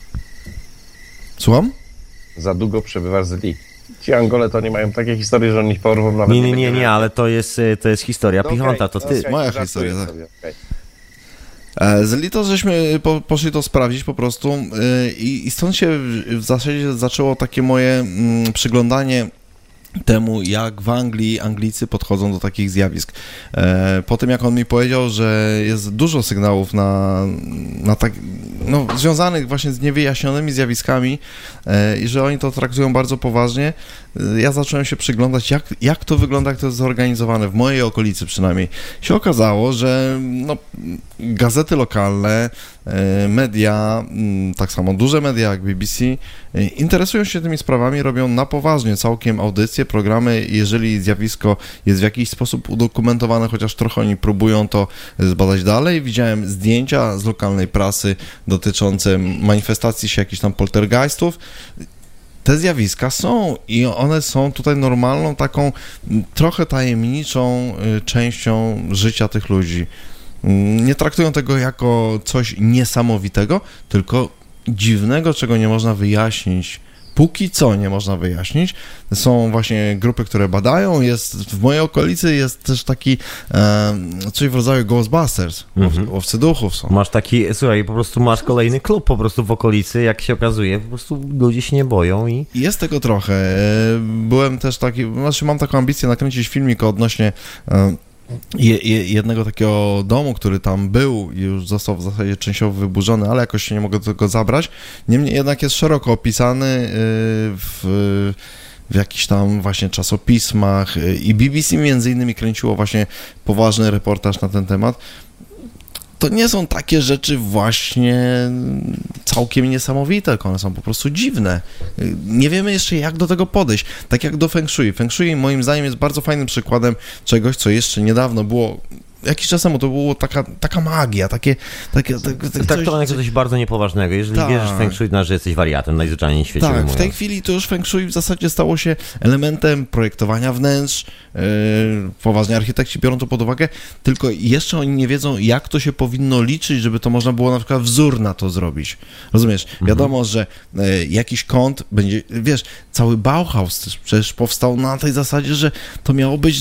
Słucham? Za długo przebywasz z Lee. Ci Angole to nie mają takiej historii, że oni porwą nawet... Nie, nie, nie, będzie- nie, ale to jest, y, to jest historia No Pichonta, okej, to ty. okej, Moja żartuję historia, tak. sobie, okej. E, Z Lito żeśmy po, poszli to sprawdzić po prostu y, i, i stąd się w, w zasadzie zaczęło takie moje mm, przyglądanie temu, jak w Anglii Anglicy podchodzą do takich zjawisk. E, po tym, jak on mi powiedział, że jest dużo sygnałów na, na tak, no, związanych właśnie z niewyjaśnionymi zjawiskami e, i że oni to traktują bardzo poważnie, e, ja zacząłem się przyglądać, jak, jak to wygląda, jak to jest zorganizowane, w mojej okolicy przynajmniej. Się okazało, że no, gazety lokalne, e, media, m, tak samo duże media jak B B C, e, interesują się tymi sprawami, robią na poważnie całkiem audycje, programy, jeżeli zjawisko jest w jakiś sposób udokumentowane, chociaż trochę oni próbują to zbadać dalej. Widziałem zdjęcia z lokalnej prasy dotyczące manifestacji się jakichś tam poltergeistów. Te zjawiska są i one są tutaj normalną, taką trochę tajemniczą y, częścią życia tych ludzi. Nie traktują tego jako coś niesamowitego, tylko dziwnego, czego nie można wyjaśnić. Póki co nie można wyjaśnić. Są właśnie grupy, które badają. Jest w mojej okolicy jest też taki e, coś w rodzaju Ghostbusters. Mhm. Łow, łowcy duchów są. Masz taki, słuchaj, po prostu masz kolejny klub po prostu w okolicy, jak się okazuje, po prostu ludzie się nie boją i... Jest tego trochę. E, Byłem też taki, znaczy mam taką ambicję nakręcić filmik odnośnie e, je, je, jednego takiego domu, który tam był i już został w zasadzie częściowo wyburzony, ale jakoś się nie mogę do tego zabrać. Niemniej jednak jest szeroko opisany e, w... w jakichś tam właśnie czasopismach i B B C między innymi kręciło właśnie poważny reportaż na ten temat. To nie są takie rzeczy właśnie całkiem niesamowite, tylko one są po prostu dziwne. Nie wiemy jeszcze, jak do tego podejść. Tak jak do Feng Shui. Feng Shui moim zdaniem jest bardzo fajnym przykładem czegoś, co jeszcze niedawno było, jakiś czas temu to było taka, taka magia, takie... takie, takie coś, Traktowane jako coś bardzo niepoważnego. Jeżeli Tak. wierzysz w Feng Shui, to znaczy, że jesteś wariatem najzwyczajniej w świecie. Tak, w mówiąc. tej chwili to już Feng Shui w zasadzie stało się elementem projektowania wnętrz, yy, poważni architekci biorą to pod uwagę, tylko jeszcze oni nie wiedzą, jak to się powinno liczyć, żeby to można było na przykład wzór na to zrobić. Rozumiesz? Mhm. Wiadomo, że yy, jakiś kąt będzie, wiesz, cały Bauhaus też przecież powstał na tej zasadzie, że to miało być z,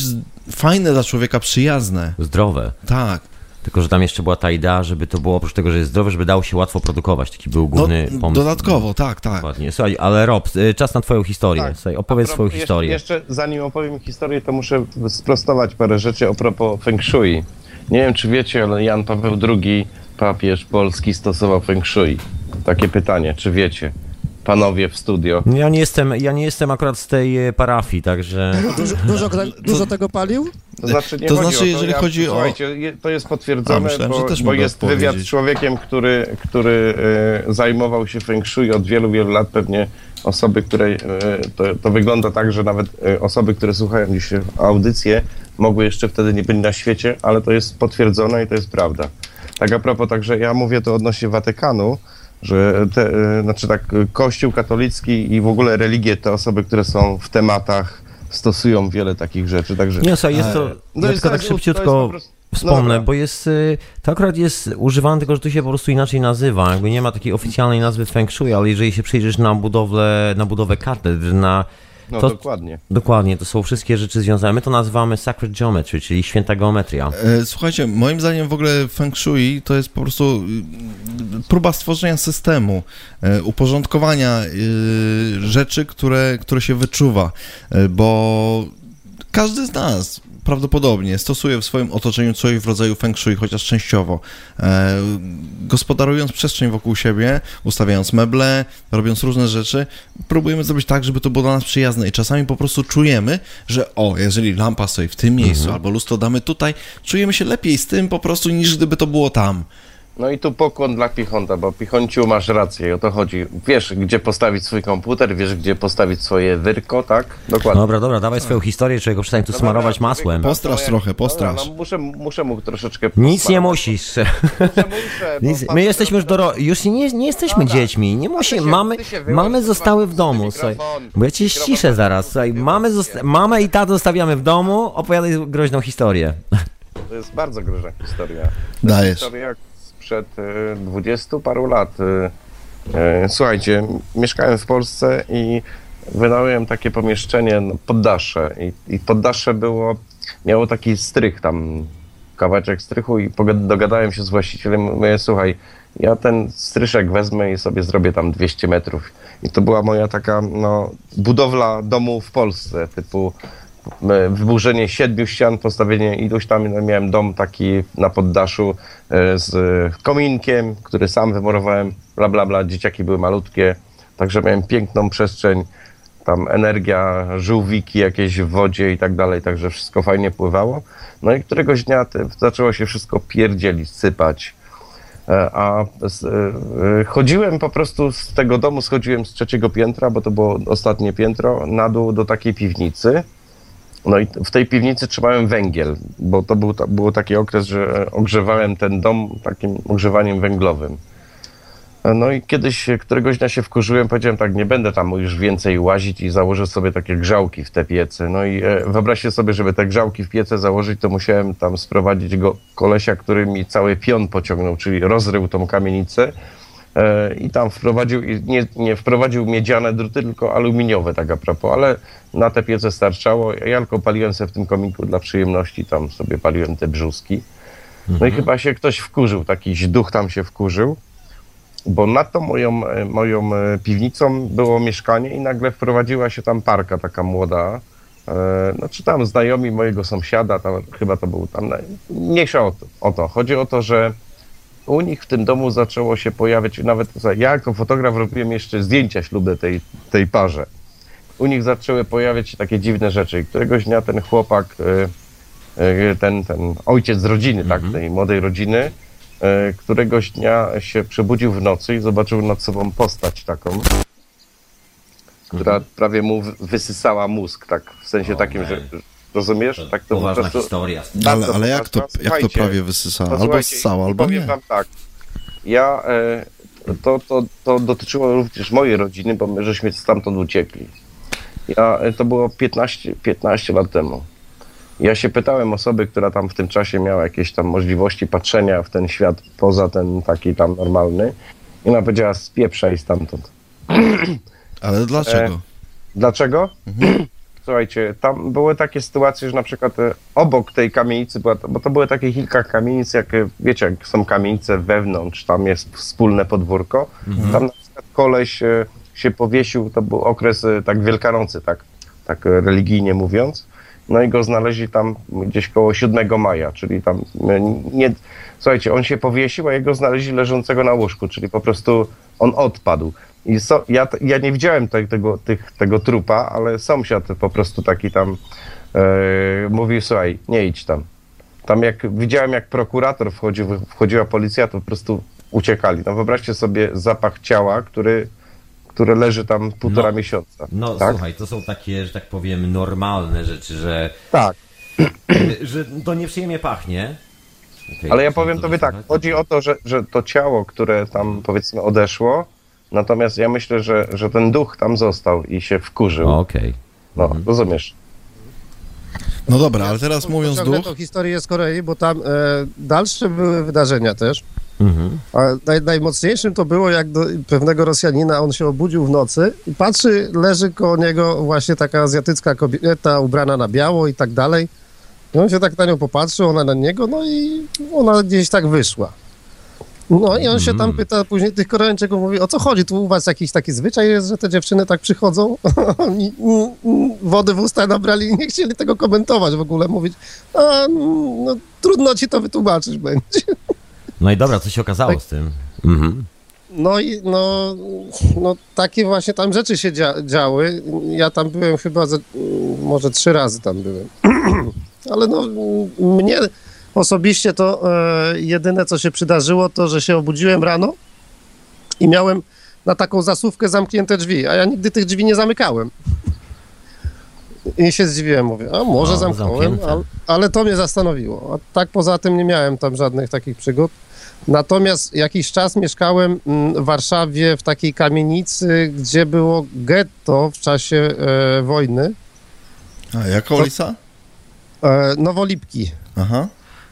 fajne dla człowieka, przyjazne. Zdrowe. Tak. Tylko, że tam jeszcze była ta idea, żeby to było, oprócz tego, że jest zdrowe, żeby dało się łatwo produkować. Taki był główny no, pomysł. Dodatkowo, tak, tak. Dokładnie. Słuchaj, ale Rob, czas na twoją historię. Tak. Słuchaj, opowiedz A swoją propos- historię. Jeszcze, jeszcze zanim opowiem historię, to muszę sprostować parę rzeczy a propos feng shui. Nie wiem, czy wiecie, ale Jan Paweł drugi, papież polski, stosował feng shui. Takie pytanie, czy wiecie? Panowie w studio. Ja nie jestem, ja nie jestem akurat z tej e, parafii, także... Dużo, dużo, dużo tego palił? To znaczy, nie To chodzi znaczy, o to, jeżeli ja, chodzi o- słuchajcie, je- to jest A, potwierdzone, myślałem, że bo, też bo mogę jest wywiad odpowiedzieć. z człowiekiem, który, który e, zajmował się feng shui od wielu, wielu lat. Pewnie osoby, które e, to, to wygląda tak, że nawet e, osoby, które słuchają dzisiaj audycję, mogły jeszcze wtedy nie być na świecie, ale to jest potwierdzone i to jest prawda. Tak a propos, także ja mówię to odnośnie Watykanu, że te, e, znaczy tak, Kościół katolicki i w ogóle religie, te osoby, które są w tematach, stosują wiele takich rzeczy, także... Nie, słuchaj, jest to... No Ja jest- tylko to tak jest- to jest szybciutko po prostu- wspomnę, Dobra. bo jest... y, To akurat jest używane, tylko że tu się po prostu inaczej nazywa. Jakby nie ma takiej oficjalnej nazwy feng shui, ale jeżeli się przyjrzysz na budowlę, na budowę katedr, na... No to, dokładnie. Dokładnie, to są wszystkie rzeczy związane. My to nazywamy sacred geometry, czyli święta geometria. E, Słuchajcie, moim zdaniem w ogóle feng shui to jest po prostu y, próba stworzenia systemu, e, uporządkowania y, rzeczy, które, które się wyczuwa, e, bo każdy z nas prawdopodobnie stosuje w swoim otoczeniu coś w rodzaju feng shui, chociaż częściowo. E, gospodarując przestrzeń wokół siebie, ustawiając meble, robiąc różne rzeczy, próbujemy zrobić tak, żeby to było dla nas przyjazne i czasami po prostu czujemy, że o, jeżeli lampa stoi w tym miejscu, albo lustro damy tutaj, czujemy się lepiej z tym po prostu, niż gdyby to było tam. No i tu pokłon dla Pichonta, bo Pichonciu, masz rację, o to chodzi. Wiesz, gdzie postawić swój komputer, wiesz, gdzie postawić swoje wyrko, tak? Dokładnie. Dobra, dobra, dawaj swoją historię, człowiek przestań tu Dobra, smarować dobra, masłem. człowieku, Postrasz to jak- trochę, Dobra, postrasz. No, muszę, muszę mu troszeczkę... Nic nie posmarować. musisz. Muszę, muszę, bo Nic, patrzę, my jesteśmy już że- doro... już nie, nie jesteśmy Dobra. dziećmi, nie A ty musi, się- mamy, ty się wyłącz, mamy ty zostały w masz domu, mikrofon. słuchaj, bo ja cię Mikrofon ściszę masz, zaraz, nie słuchaj, mów, mamy, nie. zosta- mamę i tatę zostawiamy w domu, opowiadaj groźną historię. To jest bardzo groźna historia. Dajesz. Historia jak sprzed y, dwudziestu paru lat. Y, y, słuchajcie, mieszkałem w Polsce i wynająłem takie pomieszczenie, no, poddasze. I, I poddasze było, miało taki strych tam, kawałeczek strychu i pogad- dogadałem się z właścicielem, mówię, słuchaj, ja ten stryszek wezmę i sobie zrobię tam dwieście metrów. I to była moja taka, no, budowla domu w Polsce, typu e, wyburzenie siedmiu ścian, postawienie iluś tam, no, miałem dom taki na poddaszu e, z kominkiem, który sam wymurowałem, bla, bla, bla, dzieciaki były malutkie, także miałem piękną przestrzeń, tam energia, żółwiki jakieś w wodzie i tak dalej, także wszystko fajnie pływało. No i któregoś dnia te, zaczęło się wszystko pierdzielić, sypać. E, A z, e, chodziłem po prostu z tego domu, schodziłem z trzeciego piętra, bo to było ostatnie piętro, na dół do takiej piwnicy. No i w tej piwnicy trzymałem węgiel, bo to był, to był taki okres, że ogrzewałem ten dom takim ogrzewaniem węglowym. No i kiedyś, któregoś dnia się wkurzyłem, powiedziałem tak, nie będę tam już więcej łazić i założę sobie takie grzałki w te piece. No i e, wyobraźcie sobie, żeby te grzałki w piece założyć, to musiałem tam sprowadzić go kolesia, który mi cały pion pociągnął, czyli rozrył tą kamienicę e, i tam wprowadził, i nie, nie wprowadził miedziane druty, tylko aluminiowe tak a propos, ale na te piece starczało. Ja tylko paliłem sobie w tym kominku dla przyjemności, tam sobie paliłem te brzuski. No i chyba się ktoś wkurzył, taki duch tam się wkurzył, bo nad tą moją, moją piwnicą było mieszkanie i nagle wprowadziła się tam parka taka młoda, e, znaczy tam znajomi mojego sąsiada, tam, chyba to był tam, mniejsza o to, o to. Chodzi o to, że u nich w tym domu zaczęło się pojawiać, nawet ja jako fotograf robiłem jeszcze zdjęcia ślubne tej, tej parze. U nich zaczęły pojawiać się takie dziwne rzeczy i któregoś dnia ten chłopak, e, e, ten, ten ojciec z rodziny, tak, tej młodej rodziny, któregoś dnia się przebudził w nocy i zobaczył nad sobą postać taką, która prawie mu wy- wysysała mózg, tak, w sensie O, takim, man. że, rozumiesz? Tak to Poważna po prostu, historia. Ale, bardzo ale jak, to, poważna. jak to Słuchajcie, prawie wysysała? Albo posłuchajcie, ssała, i albo powiem nie. wam tak, ja, e, to, to, to dotyczyło również mojej rodziny, bo my żeśmy stamtąd uciekli. Ja, e, to było piętnaście, piętnaście lat temu. Ja się pytałem osoby, która tam w tym czasie miała jakieś tam możliwości patrzenia w ten świat poza ten taki tam normalny i ona powiedziała, spieprzaj stamtąd. Ale dlaczego? Dlaczego? słuchajcie, tam były takie sytuacje, że na przykład e, obok tej kamienicy, była, bo to były takie kilka kamienic, jak e, wiecie, jak są kamienice wewnątrz, tam jest wspólne podwórko, mhm. tam na przykład koleś e, się powiesił, to był okres e, tak Wielkanocy, tak, tak e, religijnie mówiąc, no i go znaleźli tam gdzieś koło siódmego maja, czyli tam e, nie, słuchajcie, on się powiesił, a jego znaleźli leżącego na łóżku, czyli po prostu on odpadł. I so, ja, ja nie widziałem te, tego, tych, tego trupa, ale sąsiad po prostu taki tam e, mówił, słuchaj, nie idź tam. Tam jak widziałem, jak prokurator wchodził, wchodziła policja, to po prostu uciekali. No wyobraźcie sobie zapach ciała, który, które leży tam półtora no, miesiąca. No tak? Słuchaj, to są takie, że tak powiem, normalne rzeczy, że, tak. że to nieprzyjemnie pachnie. Okay, ale ja powiem tobie tak, chodzi o to, że, że to ciało, które tam powiedzmy odeszło, natomiast ja myślę, że, że ten duch tam został i się wkurzył. Okej. Okay. No, mhm. rozumiesz. No dobra, ale teraz mówiąc duch... to historię z Korei, bo tam e, dalsze były wydarzenia też. Mhm. A naj, najmocniejszym to było, jak do pewnego Rosjanina on się obudził w nocy i patrzy, leży koło niego właśnie taka azjatycka kobieta ubrana na biało i tak dalej. I on się tak na nią popatrzył, ona na niego, no i ona gdzieś tak wyszła. No i on się tam pyta później tych Koreańczyków, mówi, o co chodzi, tu u was jakiś taki zwyczaj jest, że te dziewczyny tak przychodzą, oni wody w usta nabrali i nie chcieli tego komentować w ogóle, mówić, a no trudno ci to wytłumaczyć będzie. No i dobra, co się okazało tak. z tym? Mhm. No i no, no takie właśnie tam rzeczy się dzia- działy, ja tam byłem chyba ze, może trzy razy tam byłem, ale no mnie... Osobiście to e, jedyne, co się przydarzyło, to, że się obudziłem rano i miałem na taką zasuwkę zamknięte drzwi, a ja nigdy tych drzwi nie zamykałem. I się zdziwiłem, mówię, a może no, zamknąłem, ale, ale to mnie zastanowiło. A tak poza tym nie miałem tam żadnych takich przygód. Natomiast jakiś czas mieszkałem w Warszawie w takiej kamienicy, gdzie było getto w czasie e, wojny. A jaka ulica? E, Nowolipki. Aha.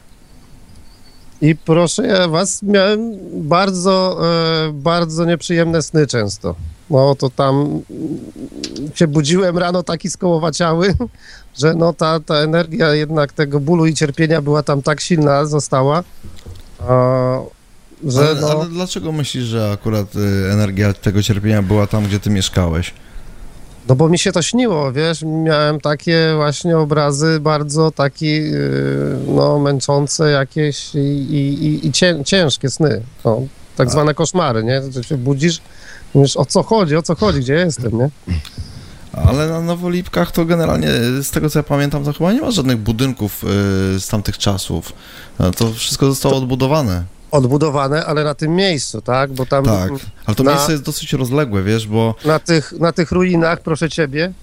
I proszę ja was, miałem bardzo, e, bardzo nieprzyjemne sny często. No to tam się budziłem rano taki skołowaciały, że no ta, ta energia jednak tego bólu i cierpienia była tam tak silna, została, a, że ale, no... ale dlaczego myślisz, że akurat y, energia tego cierpienia była tam, gdzie ty mieszkałeś? No bo mi się to śniło, wiesz, miałem takie właśnie obrazy bardzo takie, no, męczące jakieś i, i, i cię, ciężkie sny, no, tak zwane koszmary, nie, że się budzisz, mówisz, o co chodzi, o co chodzi, gdzie jestem, nie? Ale na Nowolipkach to generalnie, z tego co ja pamiętam, to chyba nie ma żadnych budynków y, z tamtych czasów, to wszystko zostało odbudowane. Odbudowane, ale na tym miejscu, tak? Bo tam... Tak, ale to na, miejsce jest dosyć rozległe, wiesz, bo... Na tych, na tych ruinach, proszę ciebie,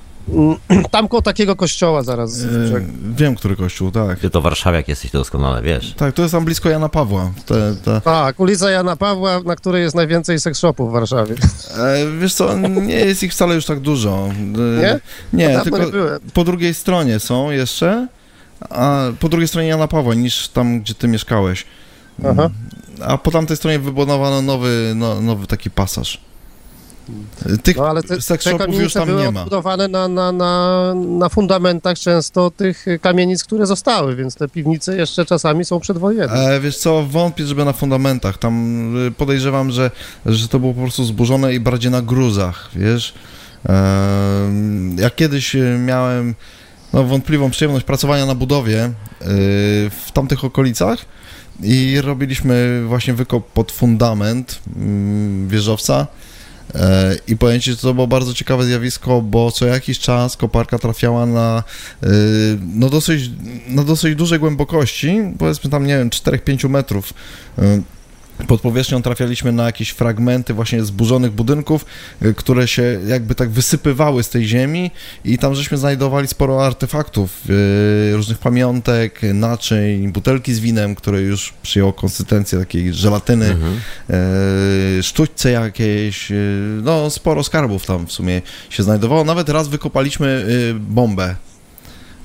tam koło takiego kościoła zaraz. Yy, wiem, który kościół, tak. Ty to warszawiak jesteś, to doskonale wiesz. Tak, to jest tam blisko Jana Pawła. Te, te... Tak, ulica Jana Pawła, na której jest najwięcej seks shopów w Warszawie. E, wiesz co, nie jest ich wcale już tak dużo. E, nie? Nie, no, tylko nie byłem. Po drugiej stronie są jeszcze, a po drugiej stronie Jana Pawła niż tam, gdzie ty mieszkałeś. Aha. A po tamtej stronie wybudowano nowy, no, nowy taki pasaż. Tych no, ale te, seks te shopów już tam były nie ma. odbudowane na, na, na, na fundamentach często tych kamienic, które zostały, więc te piwnice jeszcze czasami są przedwojenne. E, wiesz co, wątpię, żeby na fundamentach. Tam podejrzewam, że, że to było po prostu zburzone i bardziej na gruzach, wiesz. E, jak kiedyś miałem no, wątpliwą przyjemność pracowania na budowie e, w tamtych okolicach, i robiliśmy właśnie wykop pod fundament mm, wieżowca e, i powiem ci, że to było bardzo ciekawe zjawisko, bo co jakiś czas koparka trafiała na, e, no dosyć, na dosyć dużej głębokości, powiedzmy tam, nie wiem, cztery do pięciu metrów. E, pod powierzchnią trafialiśmy na jakieś fragmenty właśnie zburzonych budynków, które się jakby tak wysypywały z tej ziemi i tam żeśmy znajdowali sporo artefaktów, yy, różnych pamiątek, naczyń, butelki z winem, które już przyjęło konsystencję takiej żelatyny, mhm. yy, sztućce jakieś, yy, no sporo skarbów tam w sumie się znajdowało. Nawet raz wykopaliśmy yy, bombę.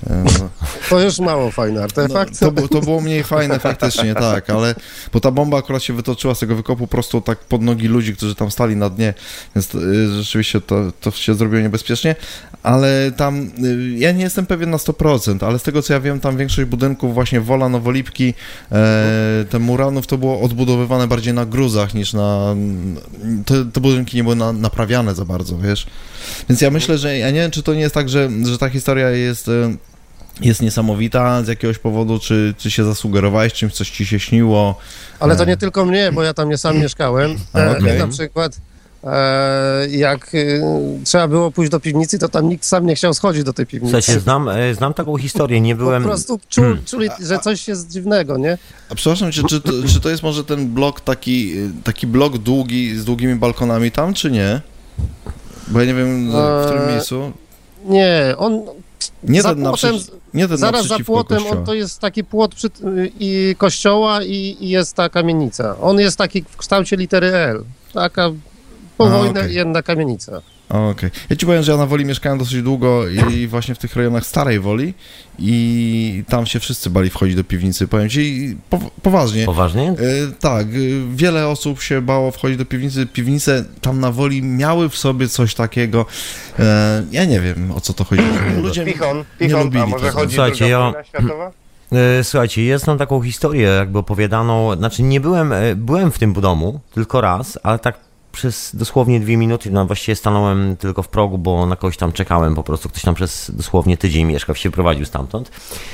No. To już mało fajny artefakt. No, to, to było mniej fajne faktycznie, tak, ale bo ta bomba akurat się wytoczyła z tego wykopu prosto tak pod nogi ludzi, którzy tam stali na dnie, więc to, y, rzeczywiście to, to się zrobiło niebezpiecznie, ale tam, y, ja nie jestem pewien na sto procent, ale z tego co ja wiem, tam większość budynków właśnie Wola, Nowolipki, e, te Muranów to było odbudowywane bardziej na gruzach niż na, te, te budynki nie były na, naprawiane za bardzo, wiesz, więc ja myślę, że ja nie wiem, czy to nie jest tak, że, że ta historia jest... Y, jest niesamowita z jakiegoś powodu, czy, czy się zasugerowałeś czymś, coś ci się śniło? Ale to nie tylko mnie, bo ja tam nie sam mieszkałem. A, okay. Na przykład e, jak e, trzeba było pójść do piwnicy, to tam nikt sam nie chciał schodzić do tej piwnicy. Słuchajcie, znam, znam taką historię, nie byłem... Po prostu czu, czuli, że coś jest dziwnego, nie? A przepraszam cię, czy to, czy to jest może ten blok taki, taki blok długi, z długimi balkonami tam, czy nie? Bo ja nie wiem, w którym miejscu. Nie, on... Nie za ten płotem, naprzeciw, nie ten zaraz za płotem, kościoła. on to jest taki płot przy, i kościoła i, i jest ta kamienica. On jest taki w kształcie litery L. Taka powojna okay. jedna kamienica. Okej. Okay. Ja ci powiem, że ja na Woli mieszkałem dosyć długo i właśnie w tych rejonach Starej Woli i tam się wszyscy bali wchodzić do piwnicy, powiem ci, po, poważnie. Poważnie? E, tak, wiele osób się bało wchodzić do piwnicy, piwnice tam na Woli miały w sobie coś takiego, e, ja nie wiem, o co to chodzi. Ludzie Pichon, nie pichon, lubili a może tego. chodzi Słuchajcie, druga ja- wojna światowa? Słuchajcie, jest tam taką historię jakby opowiadaną, znaczy nie byłem, byłem w tym domu tylko raz, ale tak przez dosłownie dwie minuty, no właściwie stanąłem tylko w progu, bo na kogoś tam czekałem po prostu, ktoś tam przez dosłownie tydzień mieszkał, się prowadził stamtąd.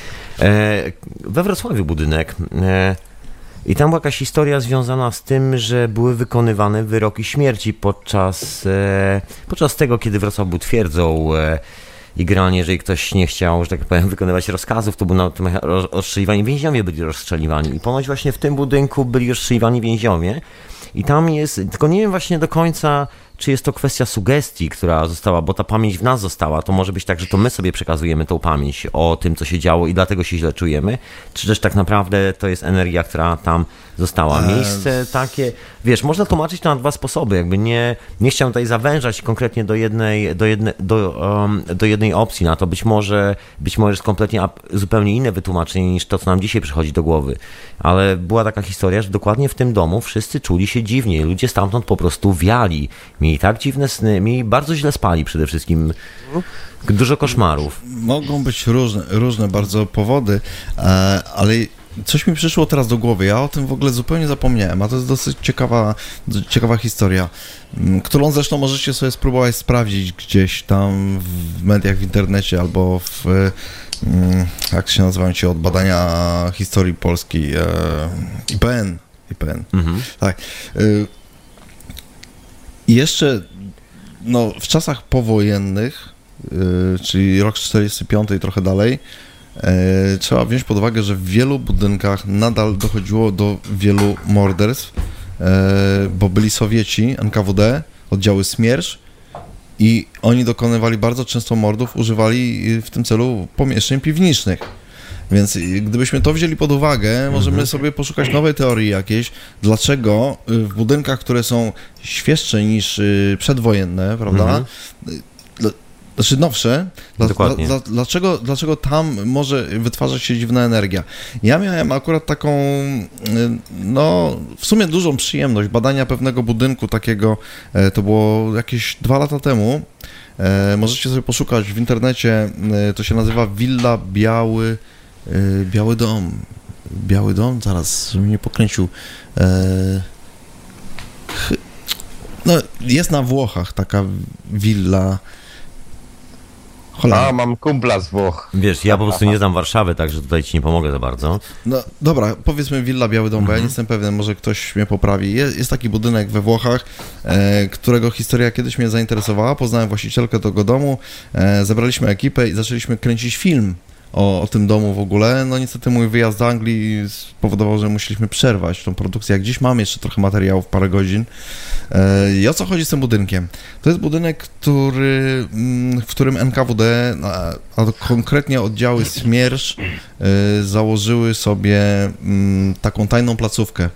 We Wrocławiu budynek i tam była jakaś historia związana z tym, że były wykonywane wyroki śmierci podczas, podczas tego, kiedy Wrocław był twierdzą. I generalnie, jeżeli ktoś nie chciał, że tak powiem, wykonywać rozkazów, to był na tym rozstrzeliwani, więźniowie byli rozstrzeliwani. I ponoć właśnie w tym budynku byli rozstrzeliwani więźniowie. I tam jest, tylko nie wiem właśnie do końca, czy jest to kwestia sugestii, która została, bo ta pamięć w nas została, to może być tak, że to my sobie przekazujemy tą pamięć o tym, co się działo i dlatego się źle czujemy, czy też tak naprawdę to jest energia, która tam została. Miejsce takie, wiesz, można tłumaczyć to na dwa sposoby, jakby nie, nie chciałem tutaj zawężać konkretnie do jednej, do jednej, do, um, do jednej opcji na to, być może, być może jest kompletnie zupełnie inne wytłumaczenie niż to, co nam dzisiaj przychodzi do głowy, ale była taka historia, że dokładnie w tym domu wszyscy czuli się dziwnie, ludzie stamtąd po prostu wiali, mieli tak dziwne sny, mieli bardzo źle spali przede wszystkim, dużo koszmarów. Mogą być różne, różne bardzo powody, ale coś mi przyszło teraz do głowy, ja o tym w ogóle zupełnie zapomniałem, a to jest dosyć ciekawa, ciekawa historia, którą zresztą możecie sobie spróbować sprawdzić gdzieś tam w mediach, w internecie albo w, jak się nazywają ci od badania historii polskiej, I P N. I P N. Mhm. Tak. I jeszcze no, w czasach powojennych, yy, czyli rok czterdziesty piąty i trochę dalej, yy, trzeba wziąć pod uwagę, że w wielu budynkach nadal dochodziło do wielu morderstw, yy, bo byli Sowieci, N K W D, oddziały Smiersz i oni dokonywali bardzo często mordów, używali w tym celu pomieszczeń piwniczych. Więc gdybyśmy to wzięli pod uwagę, możemy mhm. sobie poszukać nowej teorii jakiejś, dlaczego w budynkach, które są świeższe niż przedwojenne, prawda, mhm. znaczy nowsze, dla, dla, dlaczego, dlaczego tam może wytwarzać się dziwna energia. Ja miałem akurat taką, no w sumie dużą przyjemność badania pewnego budynku takiego, to było jakieś dwa lata temu, możecie sobie poszukać w internecie, to się nazywa Willa Biały, Biały Dom. Biały Dom? Zaraz, żebym nie pokręcił. No, jest na Włochach taka willa. Cholera. A, mam kumpla z Włoch. Wiesz, ja po prostu nie znam Warszawy, także tutaj ci nie pomogę za bardzo. No dobra, powiedzmy Willa Biały Dom, bo ja nie jestem pewien, może ktoś mnie poprawi. Jest, jest taki budynek we Włochach, e, którego historia kiedyś mnie zainteresowała. Poznałem właścicielkę tego domu, e, zebraliśmy ekipę i zaczęliśmy kręcić film o, o tym domu w ogóle. No niestety mój wyjazd do Anglii spowodował, że musieliśmy przerwać tą produkcję. Jak gdzieś mam jeszcze trochę materiałów, parę godzin. I o co chodzi z tym budynkiem? To jest budynek, który, w którym N K W D, a, a konkretnie oddziały Smiersz, założyły sobie taką tajną placówkę.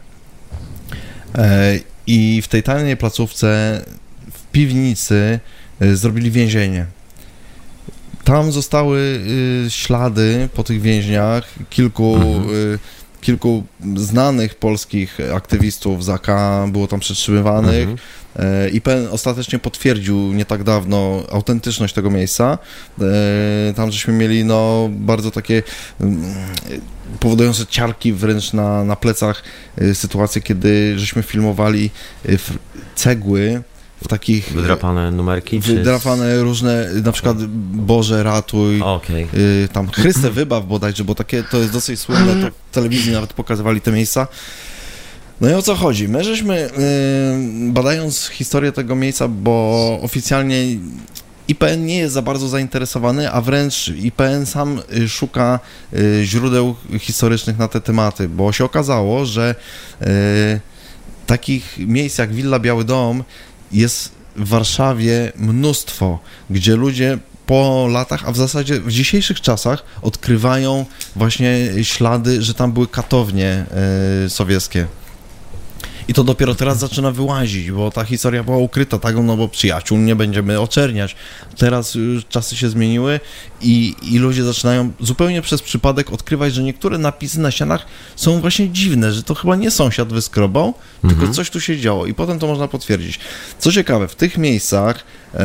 I w tej tajnej placówce w piwnicy zrobili więzienie. tam zostały y, ślady po tych więźniach, kilku, Mhm. y, kilku znanych polskich aktywistów z A K było tam przetrzymywanych. Mhm. E, I P N ostatecznie potwierdził nie tak dawno autentyczność tego miejsca. E, Tam żeśmy mieli no, bardzo takie mm, powodujące ciarki wręcz na, na plecach e, sytuacje, kiedy żeśmy filmowali e, w- cegły w takich... e, Wydrapane numerki? czy- Wydrapane różne, na przykład Boże ratuj, Okej. y, tam Chryste wybaw bodajże, bo takie to jest dosyć słynne, to w telewizji nawet pokazywali te miejsca. No i o co chodzi? My żeśmy, y, badając historię tego miejsca, bo oficjalnie I P N nie jest za bardzo zainteresowany, a wręcz I P N sam y, szuka y, źródeł historycznych na te tematy, bo się okazało, że y, takich miejsc jak Willa Biały Dom jest w Warszawie mnóstwo, gdzie ludzie po latach, a w zasadzie w dzisiejszych czasach odkrywają właśnie ślady, że tam były katownie y, sowieckie. I to dopiero teraz zaczyna wyłazić, bo ta historia była ukryta, tak, no bo przyjaciół nie będziemy oczerniać. Teraz już czasy się zmieniły i, i ludzie zaczynają zupełnie przez przypadek odkrywać, że niektóre napisy na ścianach są właśnie dziwne, że to chyba nie sąsiad wyskrobał, Mhm. tylko coś tu się działo i potem to można potwierdzić. Co ciekawe, w tych miejscach e,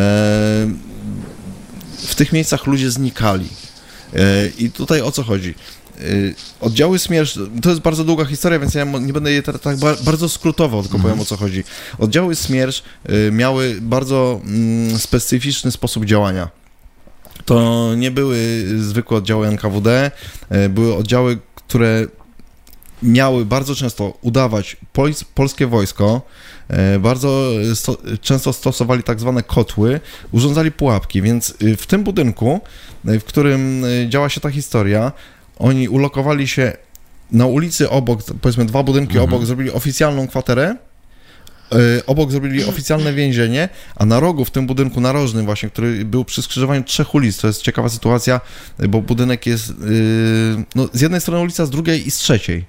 w tych miejscach ludzie znikali. E, I tutaj o co chodzi? Y, Oddziały Smiersz, to jest bardzo długa historia, więc ja mo- nie będę jej teraz tak ba- bardzo skrótowo, tylko powiem o co chodzi. Oddziały Smiersz y, miały bardzo mm, specyficzny sposób działania. To nie były zwykłe oddziały N K W D, y, były oddziały, które miały bardzo często udawać pols- polskie wojsko, y, bardzo sto- często stosowali tak zwane kotły, urządzali pułapki, więc y, w tym budynku, y, w którym y, działa się ta historia, oni ulokowali się na ulicy obok, powiedzmy dwa budynki Mhm. obok, zrobili oficjalną kwaterę, y, obok zrobili oficjalne więzienie, a na rogu w tym budynku narożnym właśnie, który był przy skrzyżowaniu trzech ulic, to jest ciekawa sytuacja, y, bo budynek jest y, no, z jednej strony ulica, z drugiej i z trzeciej.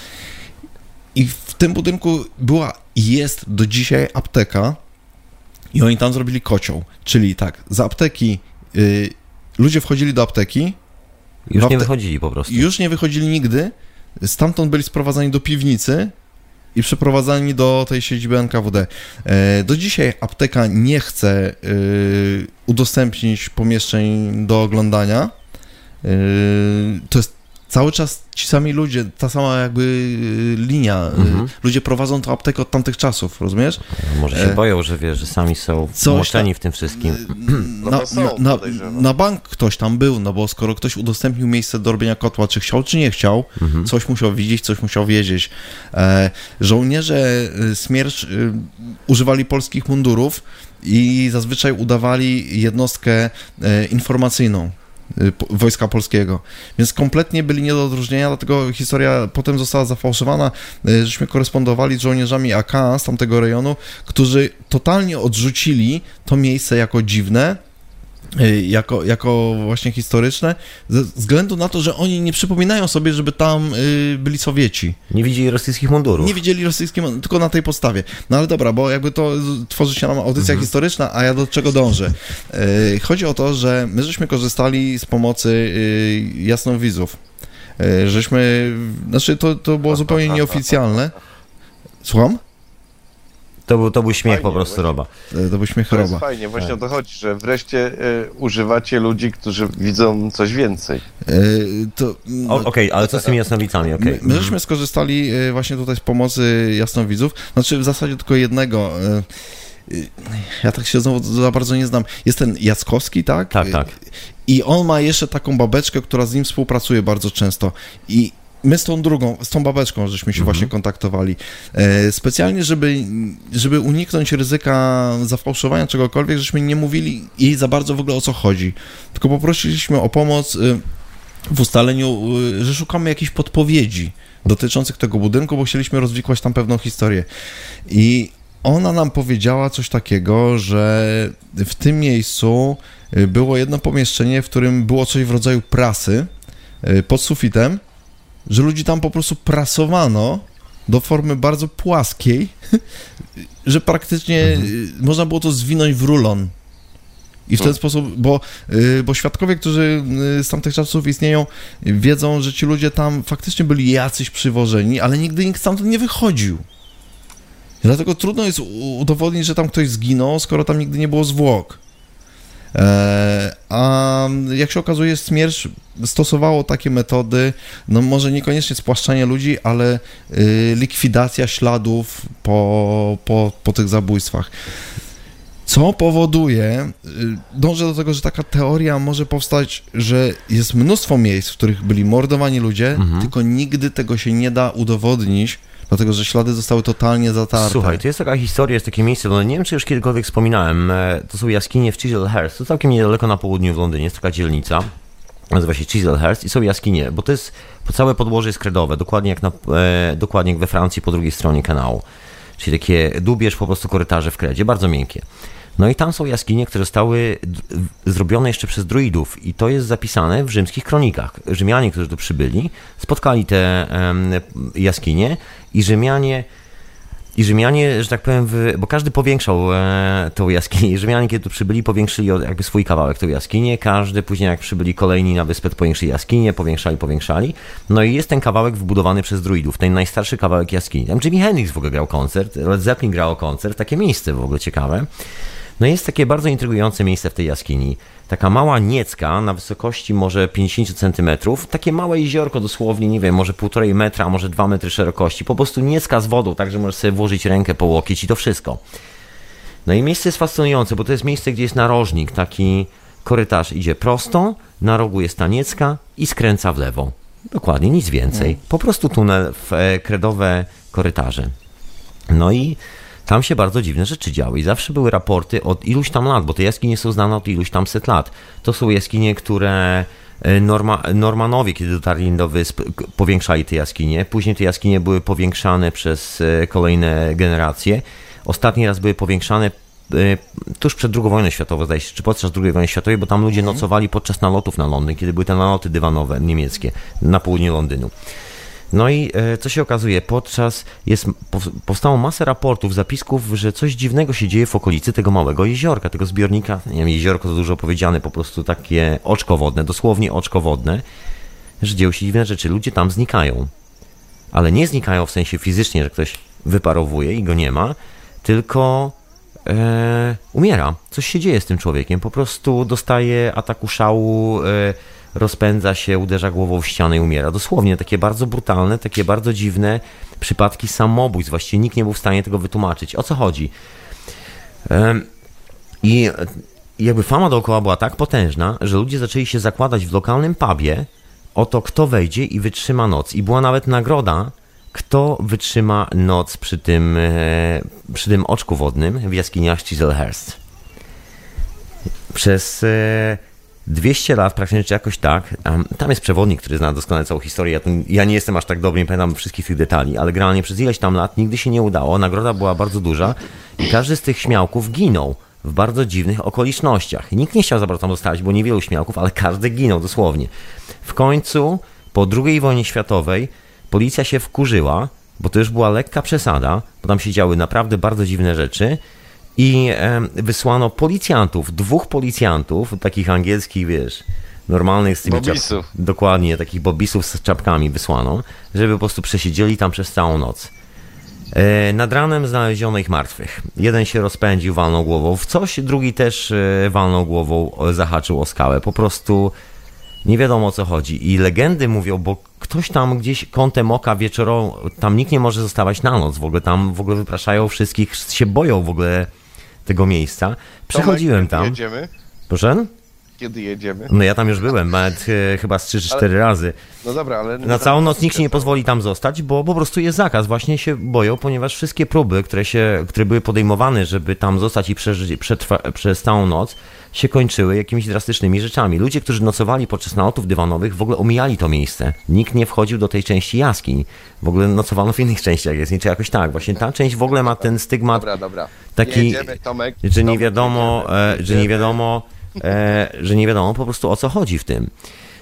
I w tym budynku była i jest do dzisiaj apteka i oni tam zrobili kocioł, czyli tak, za apteki y, ludzie wchodzili do apteki, Już w nie apte- wychodzili po prostu. już nie wychodzili nigdy, stamtąd byli sprowadzani do piwnicy i przeprowadzani do tej siedziby N K W D. E, Do dzisiaj apteka nie chce y, udostępnić pomieszczeń do oglądania. Y, To jest cały czas ci sami ludzie, ta sama jakby y, linia. Y, Mhm. Ludzie prowadzą tę aptekę od tamtych czasów, rozumiesz? Może się E, boją, że wiesz, że sami są coś wmoczeni w tym wszystkim. No Na, to są, na, na, podejrzewam. na bank ktoś tam był, no bo skoro ktoś udostępnił miejsce do robienia kotła, czy chciał, czy nie chciał, Mhm. coś musiał widzieć, coś musiał wiedzieć. E, żołnierze y, Smiersz y, używali polskich mundurów i zazwyczaj udawali jednostkę e, informacyjną y, po- Wojska Polskiego, więc kompletnie byli nie do odróżnienia, dlatego historia potem została zafałszowana, y, żeśmy korespondowali z żołnierzami A K z tamtego rejonu, którzy totalnie odrzucili to miejsce jako dziwne, y, jako, jako właśnie historyczne, ze względu na to, że oni nie przypominają sobie, żeby tam y, byli Sowieci. Nie widzieli rosyjskich mundurów. Nie widzieli rosyjskim, tylko na tej podstawie. No ale dobra, bo jakby to z- tworzy się nam audycja Mhm. historyczna, a ja do czego dążę? Yy, chodzi o to, że my żeśmy korzystali z pomocy yy, jasnowidzów. Yy, żeśmy, znaczy to, to było zupełnie nieoficjalne. Słucham? To był, to był śmiech Fajnie, po prostu właśnie. Roba. Yy, To byśmy To jest choroba. fajnie, właśnie o to chodzi, że wreszcie y, używacie ludzi, którzy widzą coś więcej. Yy, to, no, O, Okej, ale co z tymi jasnowicami? Okej. My, my żeśmy skorzystali y, właśnie tutaj z pomocy jasnowidzów, znaczy w zasadzie tylko jednego. y, y, Ja tak się znowu za bardzo nie znam. Jest ten Jackowski, tak? Tak, tak. I on ma jeszcze taką babeczkę, która z nim współpracuje bardzo często. I my z tą drugą, z tą babeczką żeśmy się Mhm. właśnie kontaktowali. E, specjalnie, żeby, żeby uniknąć ryzyka zafałszowania czegokolwiek, żeśmy nie mówili jej za bardzo w ogóle o co chodzi. Tylko poprosiliśmy o pomoc y, w ustaleniu, y, że szukamy jakichś podpowiedzi dotyczących tego budynku, bo chcieliśmy rozwikłać tam pewną historię. I ona nam powiedziała coś takiego, że w tym miejscu y, było jedno pomieszczenie, w którym było coś w rodzaju prasy y, pod sufitem, że ludzi tam po prostu prasowano do formy bardzo płaskiej, że praktycznie Mhm. y, można było to zwinąć w rulon. I w ten hmm. sposób, bo, yy, bo świadkowie, którzy yy, z tamtych czasów istnieją, wiedzą, że ci ludzie tam faktycznie byli jacyś przywożeni, ale nigdy nikt stamtąd nie wychodził. Dlatego trudno jest udowodnić, że tam ktoś zginął, skoro tam nigdy nie było zwłok. E, a jak się okazuje, Smiersz stosowało takie metody, no może niekoniecznie spłaszczanie ludzi, ale y, likwidacja śladów po, po, po tych zabójstwach. Co powoduje, y, dążę do tego, że taka teoria może powstać, że jest mnóstwo miejsc, w których byli mordowani ludzie, mhm. tylko nigdy tego się nie da udowodnić, dlatego że ślady zostały totalnie zatarte. Słuchaj, to jest taka historia, jest takie miejsce, no nie wiem, czy już kiedykolwiek wspominałem, to są jaskinie w Chislehurst, to całkiem niedaleko na południu w Londynie, jest taka dzielnica, nazywa się Chislehurst i są jaskinie, bo to jest, całe podłoże jest kredowe, dokładnie jak, na, e, dokładnie jak we Francji po drugiej stronie kanału, czyli takie dubież po prostu korytarze w kredzie, bardzo miękkie. No i tam są jaskinie, które zostały zrobione jeszcze przez druidów i to jest zapisane w rzymskich kronikach. Rzymianie, którzy tu przybyli, spotkali te um, jaskinie i Rzymianie, i Rzymianie, że tak powiem, w, bo każdy powiększał e, tą jaskinię. I Rzymianie, kiedy tu przybyli, powiększyli jakby swój kawałek tą jaskinię. Każdy później, jak przybyli kolejni na wyspę, powiększyli jaskinię, powiększali, powiększali. No i jest ten kawałek wybudowany przez druidów, ten najstarszy kawałek jaskini. Tam Jimi Hendrix w ogóle grał koncert, Led Zeppelin grał koncert, takie miejsce w ogóle ciekawe. No jest takie bardzo intrygujące miejsce w tej jaskini. Taka mała niecka na wysokości może pięćdziesiąt centymetrów, takie małe jeziorko dosłownie, nie wiem, może półtorej metra, a może dwa metry szerokości. Po prostu niecka z wodą, tak że możesz sobie włożyć rękę po łokieć i to wszystko. No i miejsce jest fascynujące, bo to jest miejsce, gdzie jest narożnik, taki korytarz idzie prosto, na rogu jest ta niecka i skręca w lewo. Dokładnie, nic więcej. Po prostu tunel w kredowe korytarze. No i tam się bardzo dziwne rzeczy działy i zawsze były raporty od iluś tam lat, bo te jaskinie są znane od iluś tam set lat. To są jaskinie, które Norma, Normanowie, kiedy dotarli do wysp, powiększali te jaskinie. Później te jaskinie były powiększane przez kolejne generacje. Ostatni raz były powiększane tuż przed drugą wojną światową, zdaje się, czy podczas drugiej wojny światowej, bo tam ludzie nocowali podczas nalotów na Londyn, kiedy były te naloty dywanowe niemieckie na południu Londynu. No i e, co się okazuje, podczas jest, powstało masę raportów, zapisków, że coś dziwnego się dzieje w okolicy tego małego jeziorka, tego zbiornika, nie wiem, jeziorko to dużo powiedziane, po prostu takie oczko wodne, dosłownie oczko wodne, że dzieją się dziwne rzeczy, ludzie tam znikają, ale nie znikają w sensie fizycznie, że ktoś wyparowuje i go nie ma, tylko e, umiera, coś się dzieje z tym człowiekiem, po prostu dostaje ataku szału, e, rozpędza się, uderza głową w ścianę i umiera. Dosłownie takie bardzo brutalne, takie bardzo dziwne przypadki samobójstw. Właściwie nikt nie był w stanie tego wytłumaczyć. O co chodzi? I jakby fama dookoła była tak potężna, że ludzie zaczęli się zakładać w lokalnym pubie o to, kto wejdzie i wytrzyma noc. I była nawet nagroda, kto wytrzyma noc przy tym, przy tym oczku wodnym w jaskiniach Chislehurst. Przez dwieście lat, praktycznie czy jakoś tak, tam jest przewodnik, który zna doskonale całą historię, ja, tu, ja nie jestem aż tak dobry, nie pamiętam wszystkich tych detali, ale generalnie przez ileś tam lat nigdy się nie udało, nagroda była bardzo duża i każdy z tych śmiałków ginął w bardzo dziwnych okolicznościach. Nikt nie chciał za bardzo tam zostawić, bo niewielu śmiałków, ale każdy ginął dosłownie. W końcu, po drugiej wojnie światowej, policja się wkurzyła, bo to już była lekka przesada, bo tam się działy naprawdę bardzo dziwne rzeczy, i e, wysłano policjantów, dwóch policjantów, takich angielskich, wiesz, normalnych z tymi bobisów. Czap- dokładnie, takich bobisów z czapkami wysłano, żeby po prostu przesiedzieli tam przez całą noc. E, nad ranem znaleziono ich martwych. Jeden się rozpędził, walnął głową w coś, drugi też e, walnął głową, zahaczył o skałę. Po prostu nie wiadomo o co chodzi. I legendy mówią, bo ktoś tam gdzieś kątem oka wieczorą, tam nikt nie może zostawać na noc, w ogóle tam w ogóle wypraszają wszystkich, się boją w ogóle tego miejsca. Przechodziłem tam. Kiedy jedziemy? Proszę? Kiedy jedziemy? No ja tam już byłem, nawet e, chyba z trzy czy cztery razy. No dobra, ale... Na całą noc nikt się nie pozwoli tam zostać, bo po prostu jest zakaz. Właśnie się boją, ponieważ wszystkie próby, które, się, które były podejmowane, żeby tam zostać i przeżyć przetrwa, przez całą noc, się kończyły jakimiś drastycznymi rzeczami. Ludzie, którzy nocowali podczas nalotów dywanowych, w ogóle omijali to miejsce. Nikt nie wchodził do tej części jaskiń. W ogóle nocowano w innych częściach jaskiń, czy jakoś tak. Właśnie ta część w ogóle ma ten stygmat dobra, dobra. taki, jedziemy, Tomek, że nie Tomek, wiadomo, jedziemy, e, że nie wiadomo, e, że nie wiadomo po prostu o co chodzi w tym.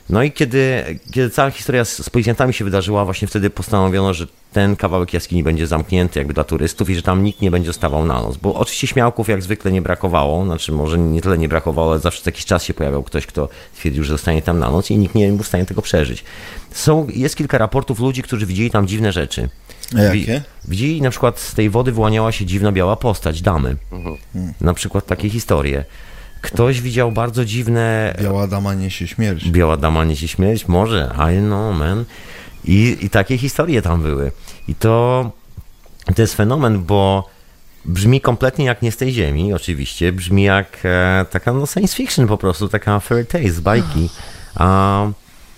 No i kiedy, kiedy cała historia z, z policjantami się wydarzyła, właśnie wtedy postanowiono, że ten kawałek jaskini będzie zamknięty jakby dla turystów i że tam nikt nie będzie stawał na noc. Bo oczywiście śmiałków jak zwykle nie brakowało, znaczy może nie tyle nie brakowało, ale zawsze co jakiś czas się pojawiał ktoś, kto twierdził, że zostanie tam na noc i nikt nie był w stanie tego przeżyć. Są, jest kilka raportów ludzi, którzy widzieli tam dziwne rzeczy. A jakie? Widzieli na przykład z tej wody wyłaniała się dziwna biała postać, damy. Mhm. Na przykład takie historie. Ktoś widział bardzo dziwne... Biała dama niesie śmierć. Biała dama niesie śmierć? Może, I know, man. I, I takie historie tam były. I to, to jest fenomen, bo brzmi kompletnie jak nie z tej ziemi, oczywiście. Brzmi jak e, taka no science fiction po prostu, taka fairy tale z bajki. A,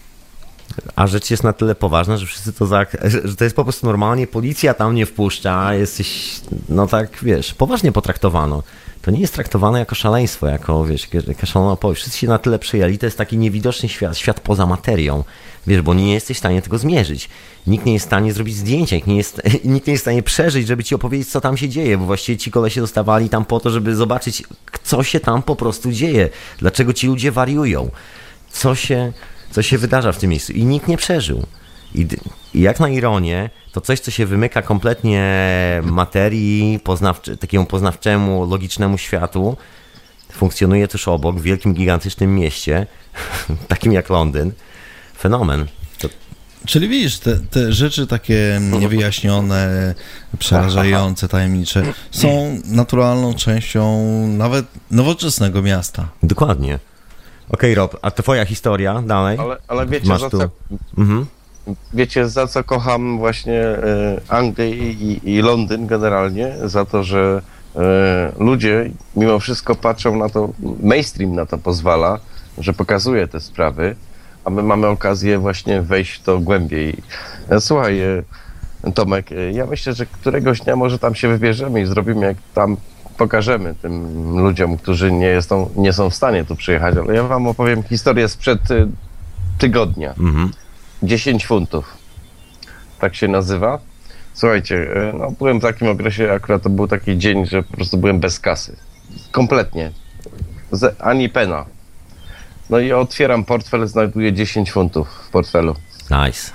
a rzecz jest na tyle poważna, że wszyscy to za, że to jest po prostu normalnie, policja tam nie wpuszcza, jesteś, no tak, wiesz, poważnie potraktowano. To nie jest traktowane jako szaleństwo, jako, wiesz, jaka szalona opowieść. Wszyscy się na tyle przejęli, to jest taki niewidoczny świat, świat poza materią, wiesz, bo nie jesteś w stanie tego zmierzyć. Nikt nie jest w stanie zrobić zdjęcia, nikt nie jest, nikt nie jest w stanie przeżyć, żeby ci opowiedzieć, co tam się dzieje, bo właściwie ci kolesie dostawali tam po to, żeby zobaczyć, co się tam po prostu dzieje, dlaczego ci ludzie wariują, co się, co się wydarza w tym miejscu i nikt nie przeżył. I, I jak na ironię, to coś, co się wymyka kompletnie materii, poznawczy, takiemu poznawczemu, logicznemu światu, funkcjonuje tuż obok, w wielkim, gigantycznym mieście, takim jak Londyn. Fenomen. To... Czyli widzisz, te, te rzeczy takie niewyjaśnione, przerażające, tajemnicze, są naturalną częścią nawet nowoczesnego miasta. Dokładnie. Okej, okay, Rob, a twoja historia dalej? Ale, ale wiecie, Masz za tu... co... Mhm. Wiecie, za co kocham właśnie e, Anglię i, i Londyn generalnie? Za to, że e, ludzie mimo wszystko patrzą na to, mainstream na to pozwala, że pokazuje te sprawy, a my mamy okazję właśnie wejść w to głębiej. E, słuchaj, e, Tomek, e, ja myślę, że któregoś dnia może tam się wybierzemy i zrobimy, jak tam pokażemy tym ludziom, którzy nie, są, nie są w stanie tu przyjechać, ale ja wam opowiem historię sprzed e, tygodnia. Mhm. dziesięć funtów. Tak się nazywa. Słuchajcie, no byłem w takim okresie, akurat to był taki dzień, że po prostu byłem bez kasy. Kompletnie. Z, ani pena. No i otwieram portfel, znajduję dziesięć funtów w portfelu. Nice.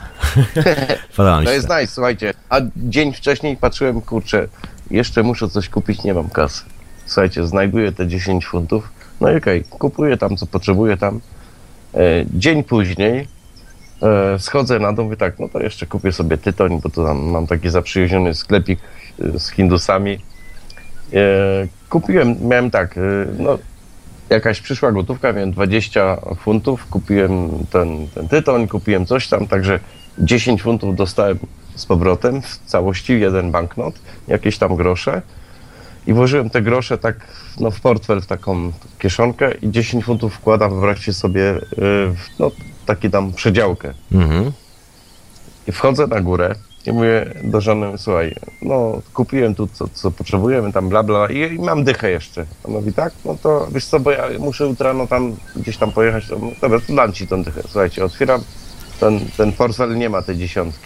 To jest nice, słuchajcie. A dzień wcześniej patrzyłem, kurczę, jeszcze muszę coś kupić, nie mam kasy. Słuchajcie, znajduję te dziesięć funtów. No i okej, okay, kupuję tam, co potrzebuję tam. E, dzień później e, schodzę na dół, mówię tak, no to jeszcze kupię sobie tytoń, bo to tam mam taki zaprzyjaźniony sklepik e, z Hindusami. E, kupiłem, miałem tak, e, no jakaś przyszła gotówka, miałem dwadzieścia funtów, kupiłem ten, ten tytoń, kupiłem coś tam, także dziesięć funtów dostałem z powrotem, w całości jeden banknot, jakieś tam grosze i włożyłem te grosze tak no, w portfel, w taką kieszonkę i dziesięć funtów wkładam, wyobraźcie sobie, w no, taki tam przedziałkę. Mhm. I wchodzę na górę i mówię do żony, słuchaj, no kupiłem tu co, co potrzebujemy, tam bla bla i, i mam dychę jeszcze. On mówi tak, no to wiesz co, bo ja muszę jutro no tam gdzieś tam pojechać, to, no, dobra, to dam ci tą dychę. Słuchajcie, otwieram, ten, ten portfel nie ma tej dziesiątki.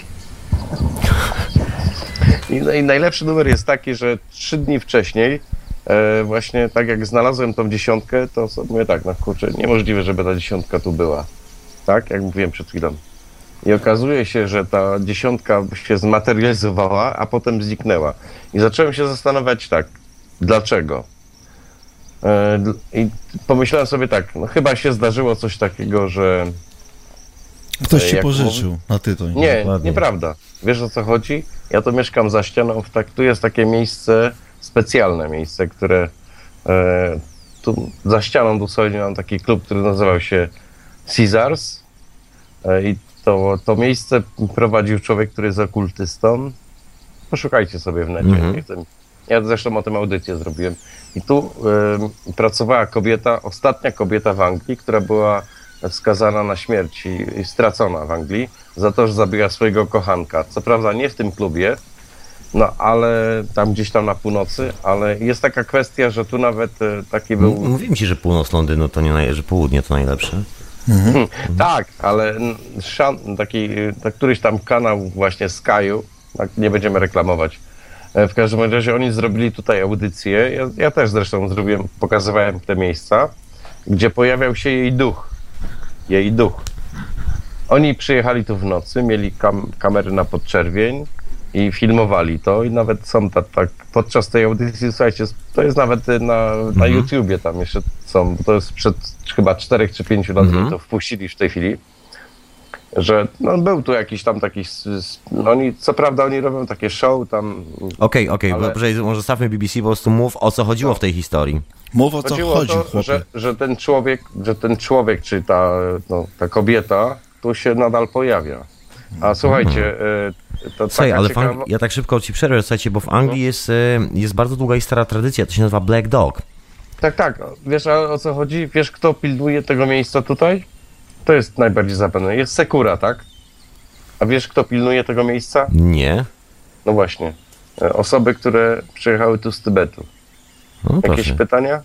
I, no, i najlepszy numer jest taki, że trzy dni wcześniej e, właśnie tak jak znalazłem tą dziesiątkę, to sobie mówię tak, no kurczę, niemożliwe, żeby ta dziesiątka tu była. Tak, jak mówiłem przed chwilą. I okazuje się, że ta dziesiątka się zmaterializowała, a potem zniknęła. I zacząłem się zastanawiać tak, dlaczego? E, I pomyślałem sobie tak, no chyba się zdarzyło coś takiego, że... Ktoś ci pożyczył mówi... na tytoń. Nie, dokładnie. Nieprawda. Wiesz, o co chodzi? Ja to mieszkam za ścianą, w tak, tu jest takie miejsce, specjalne miejsce, które e, tu za ścianą dosłownie mam taki klub, który nazywał się Caesars e, i to, to miejsce prowadził człowiek, który jest okultystą. Poszukajcie sobie w necie. Mm-hmm. Nie chcę, ja zresztą o tym audycję zrobiłem. I tu e, pracowała kobieta, ostatnia kobieta w Anglii, która była skazana na śmierć i, i stracona w Anglii za to, że zabiła swojego kochanka. Co prawda nie w tym klubie, no ale tam gdzieś tam na północy, ale jest taka kwestia, że tu nawet e, taki był... Mówiłem ci, że północ Londynu to nie naj... że południe to najlepsze. Mhm. Tak, ale szan, taki, tak, któryś tam kanał właśnie Sky'u, tak, nie będziemy reklamować. W każdym razie oni zrobili tutaj audycję, ja, ja też zresztą zrobiłem, pokazywałem te miejsca, gdzie pojawiał się jej duch. Jej duch. Oni przyjechali tu w nocy, mieli kam- kamery na podczerwień i filmowali to i nawet są tak, tak podczas tej audycji, słuchajcie, to jest nawet na, na mhm. YouTubie tam jeszcze są, bo to jest przed chyba czterech czy pięciu lat, mhm. to wpuścili w tej chwili, że no, był tu jakiś tam taki, no, oni, co prawda oni robią takie show tam. Okej, okej, okay, ale... może zostawmy B B C, po prostu mów, o co chodziło no. w tej historii. Mów, o co chodziło chodzi, to, chłopie. Że, że ten człowiek, że ten człowiek, czy ta, no, ta kobieta tu się nadal pojawia. A słuchajcie, hmm. to Słuchaj, ale ciekawa... Anglii, ja tak szybko ci przerwę, słuchajcie, bo w Anglii no. jest, jest bardzo długa i stara tradycja, to się nazywa Black Dog. Tak, tak, wiesz o co chodzi? Wiesz, kto pilnuje tego miejsca tutaj? To jest najbardziej zapewne. Jest Sekura, tak? A wiesz, kto pilnuje tego miejsca? Nie. No właśnie. Osoby, które przyjechały tu z Tybetu. No, Jakieś proszę. pytania?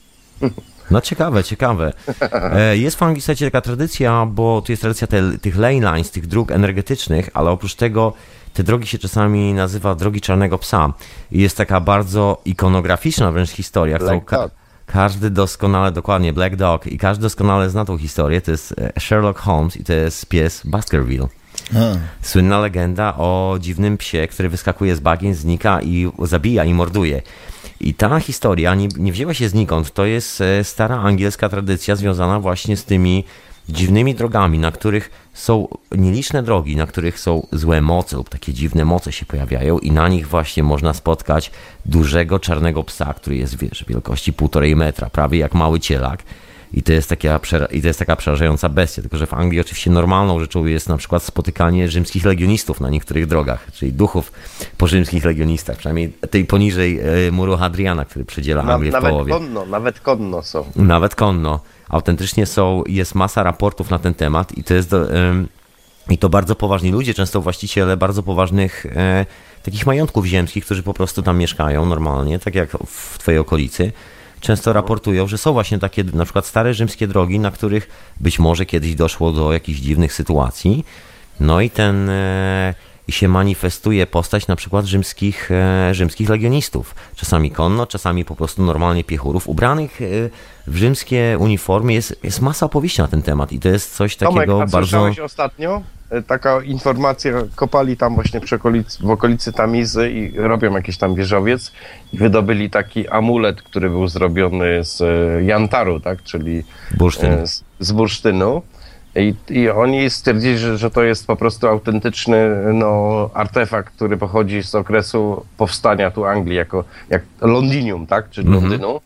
No ciekawe, ciekawe. Jest w Anglii, słuchajcie, taka tradycja, bo tu jest tradycja te, tych lane lines, tych dróg energetycznych, ale oprócz tego te drogi się czasami nazywa drogi Czarnego Psa. I jest taka bardzo ikonograficzna wręcz historia, którą ka- każdy doskonale, dokładnie, Black Dog, i każdy doskonale zna tą historię. To jest Sherlock Holmes i to jest pies Baskerville. A. Słynna legenda o dziwnym psie, który wyskakuje z bagien, znika i zabija i morduje. I ta historia nie, nie wzięła się znikąd. To jest stara angielska tradycja związana właśnie z tymi dziwnymi drogami, na których są nieliczne drogi, na których są złe moce lub takie dziwne moce się pojawiają i na nich właśnie można spotkać dużego czarnego psa, który jest, wiesz, wielkości półtorej metra, prawie jak mały cielak. I to jest taka, i to jest taka przerażająca bestia, tylko że w Anglii oczywiście normalną rzeczą jest na przykład spotykanie rzymskich legionistów na niektórych drogach, czyli duchów po rzymskich legionistach, przynajmniej tej poniżej e, muru Hadriana, który przedziela Anglię na, w połowie. Nawet konno, nawet konno są. Nawet konno. Autentycznie są, jest masa raportów na ten temat i to jest do, ym, i to bardzo poważni ludzie, często właściciele bardzo poważnych e, takich majątków ziemskich, którzy po prostu tam mieszkają normalnie, tak jak w twojej okolicy. Często raportują, że są właśnie takie na przykład stare rzymskie drogi, na których być może kiedyś doszło do jakichś dziwnych sytuacji. No i ten e, i się manifestuje postać na przykład rzymskich, e, rzymskich legionistów. Czasami konno, czasami po prostu normalnie piechurów ubranych e, w rzymskie uniformy. Jest, jest masa opowieści na ten temat i to jest coś takiego Tomek, a bardzo... słyszałeś ostatnio? Taka informacja, kopali tam właśnie przy okolicy, w okolicy Tamizy i robią jakiś tam wieżowiec i wydobyli taki amulet, który był zrobiony z jantaru, tak, czyli bursztynu. Z, z bursztynu. I, I oni stwierdzili, że, że to jest po prostu autentyczny no, artefakt, który pochodzi z okresu powstania tu Anglii, jako jak Londinium, tak, czyli mm-hmm. Londynu.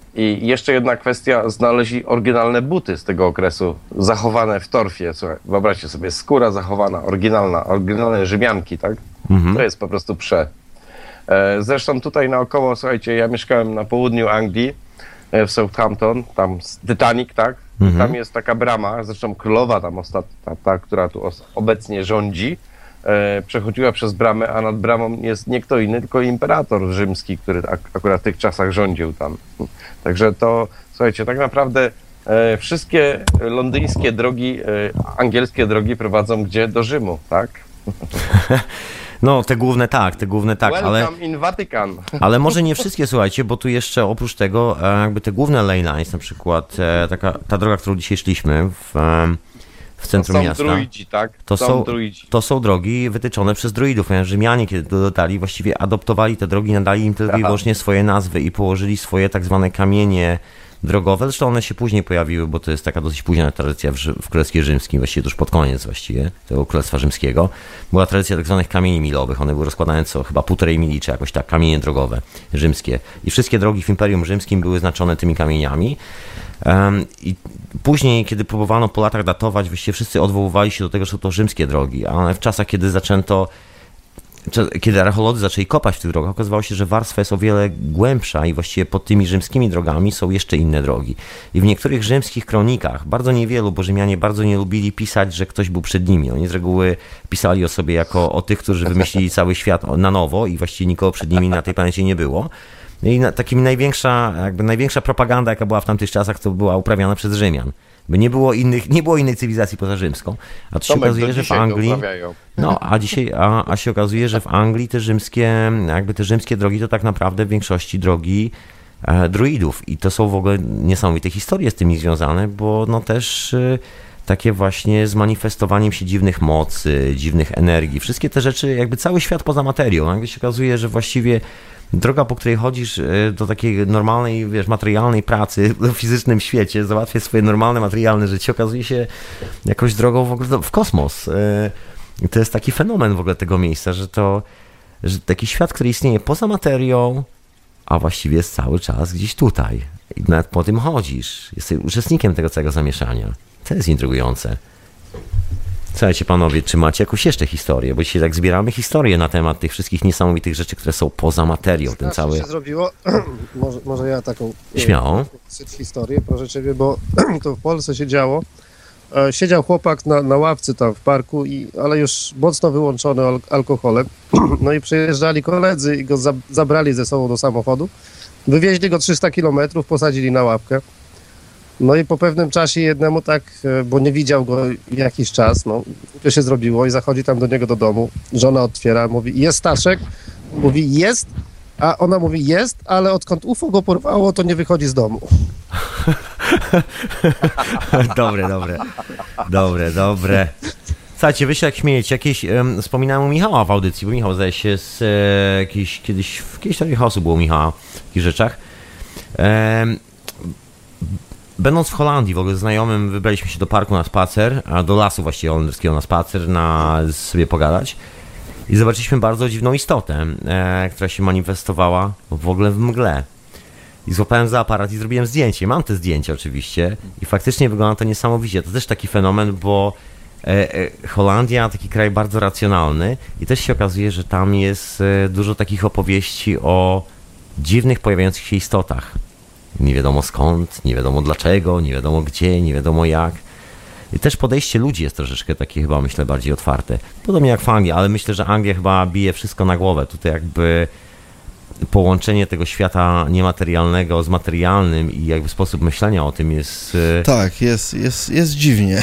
I jeszcze jedna kwestia, znaleźli oryginalne buty z tego okresu, zachowane w torfie. Słuchaj, wyobraźcie sobie, skóra zachowana, oryginalna, oryginalne Rzymianki, tak? Mhm. To jest po prostu prze. Zresztą tutaj naokoło, słuchajcie, ja mieszkałem na południu Anglii, w Southampton, tam Titanic, tak? Mhm. Tam jest taka brama, zresztą królowa tam ostatnia, ta, ta, która tu obecnie rządzi, przechodziła przez bramę, a nad bramą jest nie kto inny, tylko imperator rzymski, który ak- akurat w tych czasach rządził tam. Także to, słuchajcie, tak naprawdę e, wszystkie londyńskie drogi, e, angielskie drogi prowadzą gdzie? Do Rzymu, tak? No, te główne tak, te główne tak, Welcome ale... in Vatican. Ale może nie wszystkie, słuchajcie, bo tu jeszcze oprócz tego jakby te główne lane lines, na przykład taka, ta droga, którą dzisiaj szliśmy w... w centrum to są miasta. Druidzi, tak? To są, są, druidzi. to są drogi wytyczone przez druidów, ponieważ Rzymianie, kiedy dotarli, właściwie adoptowali te drogi, nadali im tylko i wyłącznie swoje nazwy i położyli swoje tak zwane kamienie drogowe. Zresztą one się później pojawiły, bo to jest taka dosyć późna tradycja w, w Królestwie Rzymskim, właściwie tuż pod koniec właściwie tego Królestwa Rzymskiego. Była tradycja tak zwanych kamieni milowych. One były rozkładane co chyba półtorej mili, czy jakoś tak, kamienie drogowe rzymskie. I wszystkie drogi w Imperium Rzymskim były znaczone tymi kamieniami. Um, I później, kiedy próbowano po latach datować, właściwie wszyscy odwoływali się do tego, że są to rzymskie drogi, ale w czasach, kiedy zaczęto, kiedy archeolodzy zaczęli kopać w tych drogach, okazywało się, że warstwa jest o wiele głębsza i właściwie pod tymi rzymskimi drogami są jeszcze inne drogi. I w niektórych rzymskich kronikach, bardzo niewielu, bo Rzymianie bardzo nie lubili pisać, że ktoś był przed nimi. Oni z reguły pisali o sobie jako o tych, którzy wymyślili cały świat na nowo i właściwie nikogo przed nimi na tej planecie nie było. I takim największa, jakby największa propaganda, jaka była w tamtych czasach, to była uprawiana przez Rzymian. By nie było innych, nie było innej cywilizacji poza rzymską. A to się Tomek, okazuje, że w Anglii. No, a dzisiaj, a, a się okazuje, że w Anglii te rzymskie, jakby te rzymskie drogi to tak naprawdę w większości drogi e, druidów. I to są w ogóle niesamowite historie z tymi związane, bo no też e, takie właśnie z manifestowaniem się dziwnych mocy, dziwnych energii. Wszystkie te rzeczy, jakby cały świat poza materią. Nagle się okazuje, że właściwie droga, po której chodzisz do takiej normalnej, wiesz, materialnej pracy w fizycznym świecie, załatwiać swoje normalne, materialne życie, okazuje się jakąś drogą w ogóle w kosmos. I to jest taki fenomen w ogóle tego miejsca, że to, że taki świat, który istnieje poza materią, a właściwie jest cały czas gdzieś tutaj. I nawet po tym chodzisz. Jesteś uczestnikiem tego całego zamieszania. To jest intrygujące. Słuchajcie panowie, czy macie jakąś jeszcze historię? Bo dzisiaj tak zbieramy historię na temat tych wszystkich niesamowitych rzeczy, które są poza materią. Ten Znaczy cały... się zrobiło, może, może ja taką Śmiało. historię, proszę ciebie, bo to w Polsce się działo. Siedział chłopak na, na ławce tam w parku, i, ale już mocno wyłączony al alkoholem. No i przyjeżdżali koledzy i go za, zabrali ze sobą do samochodu. Wywieźli go trzysta kilometrów, posadzili na ławkę. No i po pewnym czasie jednemu tak, bo nie widział go jakiś czas, no to się zrobiło i zachodzi tam do niego do domu. Żona otwiera, mówi, jest Staszek? Mówi, jest, a ona mówi, jest, ale odkąd U F O go porwało, to nie wychodzi z domu. Dobre, dobre. Dobre, dobre. Słuchajcie, wy się jak śmiejecie, jakieś, um, wspominałem u Michała w audycji, bo Michał zdaje się z e, jakiejś, kiedyś, w kiedyś takich osób było u Michała w takich rzeczach. E, będąc w Holandii, w ogóle z znajomym, wybraliśmy się do parku na spacer, a do lasu właściwie holenderskiego na spacer, na sobie pogadać. I zobaczyliśmy bardzo dziwną istotę, e, która się manifestowała w ogóle w mgle. I złapałem za aparat i zrobiłem zdjęcie. Mam te zdjęcia oczywiście i faktycznie wygląda to niesamowicie. To też taki fenomen, bo e, e, Holandia, taki kraj bardzo racjonalny i też się okazuje, że tam jest e, dużo takich opowieści o dziwnych pojawiających się istotach. Nie wiadomo skąd, nie wiadomo dlaczego, nie wiadomo gdzie, nie wiadomo jak. I też podejście ludzi jest troszeczkę takie chyba, myślę, bardziej otwarte. Podobnie jak w Anglii, ale myślę, że Anglia chyba bije wszystko na głowę. Tutaj jakby połączenie tego świata niematerialnego z materialnym i jakby sposób myślenia o tym jest... Tak, jest, jest, jest dziwnie.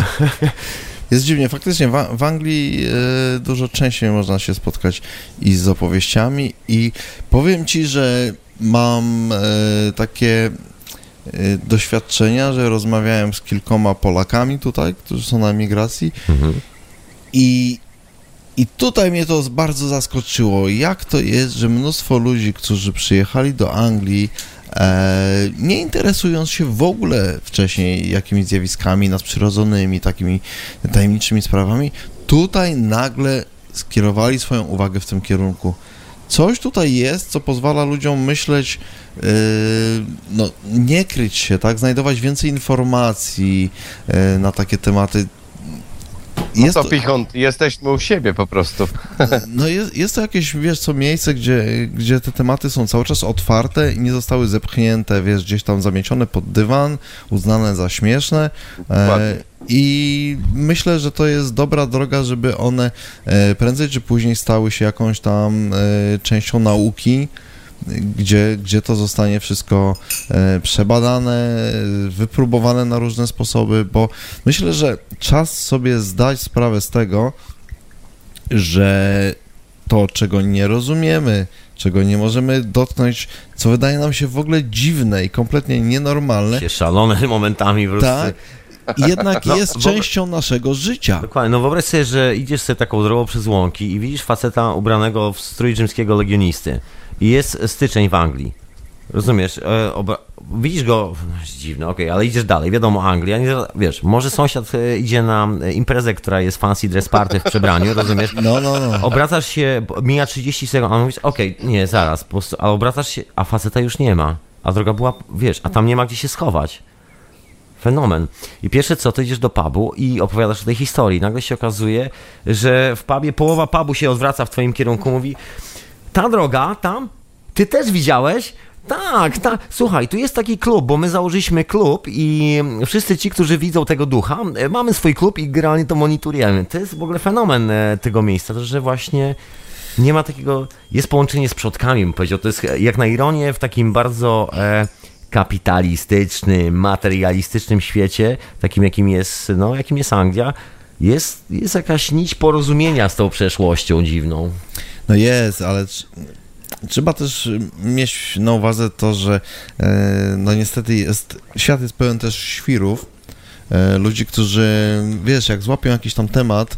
Jest dziwnie. Faktycznie w, w Anglii y, dużo częściej można się spotkać i z opowieściami i powiem ci, że mam y, takie y, doświadczenia, że rozmawiałem z kilkoma Polakami tutaj, którzy są na emigracji mhm. i I tutaj mnie to bardzo zaskoczyło, jak to jest, że mnóstwo ludzi, którzy przyjechali do Anglii, e, nie interesując się w ogóle wcześniej jakimiś zjawiskami nadprzyrodzonymi, takimi tajemniczymi sprawami, tutaj nagle skierowali swoją uwagę w tym kierunku. Coś tutaj jest, co pozwala ludziom myśleć, yy, no nie kryć się, tak, znajdować więcej informacji yy, na takie tematy. Jest no to Pichont, jesteśmy u siebie po prostu. No jest, jest to jakieś, wiesz co, miejsce, gdzie, gdzie te tematy są cały czas otwarte i nie zostały zepchnięte, wiesz, gdzieś tam zamiecione pod dywan, uznane za śmieszne. E, I myślę, że to jest dobra droga, żeby one e, prędzej czy później stały się jakąś tam e, częścią nauki, gdzie, gdzie to zostanie wszystko e, przebadane, wypróbowane na różne sposoby, bo myślę, że czas sobie zdać sprawę z tego, że to, czego nie rozumiemy, czego nie możemy dotknąć, co wydaje nam się w ogóle dziwne i kompletnie nienormalne. Się szalone momentami po prostu. Tak. Jednak no, jest częścią naszego życia. Dokładnie, no wyobraź sobie, że idziesz sobie taką drogą przez łąki i widzisz faceta ubranego w strój rzymskiego legionisty. I jest styczeń w Anglii. Rozumiesz? E, obra- widzisz go, dziwne, okej, okay, ale idziesz dalej, wiadomo, Anglia, nie, wiesz, może sąsiad e, idzie na imprezę, która jest fancy dress party w przebraniu, rozumiesz? No, no, no. Obracasz się, mija trzydzieści sekund, a mówisz, okej, okay, nie, zaraz, po prostu, a obracasz się, a faceta już nie ma, a droga była, wiesz, a tam nie ma gdzie się schować. Fenomen. I pierwsze co, to idziesz do pubu i opowiadasz o tej historii. Nagle się okazuje, że w pubie połowa pubu się odwraca w twoim kierunku, mówi, ta droga, tam, ty też widziałeś? Tak, tak. Słuchaj, tu jest taki klub, bo my założyliśmy klub i wszyscy ci, którzy widzą tego ducha, mamy swój klub i generalnie to monitorujemy. To jest w ogóle fenomen tego miejsca, że właśnie nie ma takiego, jest połączenie z przodkami, bym powiedział. To jest jak na ironię w takim bardzo e, kapitalistycznym, materialistycznym świecie, takim jakim jest, no, jakim jest Anglia, jest, jest jakaś nić porozumienia z tą przeszłością dziwną. No jest, ale trzeba też mieć na uwadze to, że no niestety jest, świat jest pełen też świrów, e, ludzi, którzy, wiesz, jak złapią jakiś tam temat,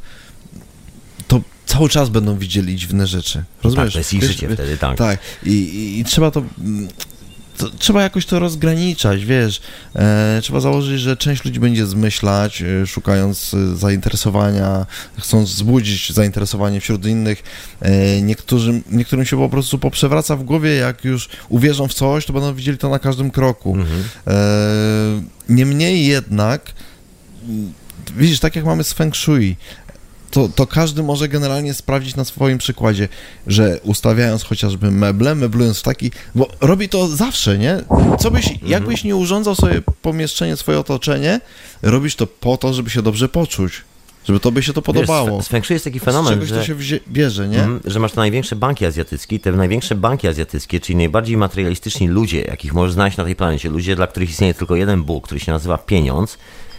to cały czas będą widzieli dziwne rzeczy. Rozumiesz? Tak, to jest ich życie wiesz, wtedy, tak. Tak, i, i, i trzeba to... To, trzeba jakoś to rozgraniczać, wiesz, e, trzeba założyć, że część ludzi będzie zmyślać, e, szukając e, zainteresowania, chcąc wzbudzić zainteresowanie wśród innych, e, Niektórzy, niektórym się po prostu poprzewraca w głowie, jak już uwierzą w coś, to będą widzieli to na każdym kroku. Mhm. E, niemniej jednak, widzisz, tak jak mamy z Feng Shui, To, to każdy może generalnie sprawdzić na swoim przykładzie, że ustawiając chociażby meble, meblując w taki, bo robi to zawsze, nie? Co byś, mhm. jakbyś nie urządzał sobie pomieszczenie, swoje otoczenie, robisz to po to, żeby się dobrze poczuć, żeby tobie się to podobało. Wiesz, z Feng Shui jest taki fenomen, z czegoś że, to się wzie- bierze, nie? Mm, że masz te największe banki azjatyckie, te największe banki azjatyckie, czyli najbardziej materialistyczni ludzie, jakich możesz znaleźć na tej planecie, ludzie, dla których istnieje tylko jeden Bóg, który się nazywa pieniądz.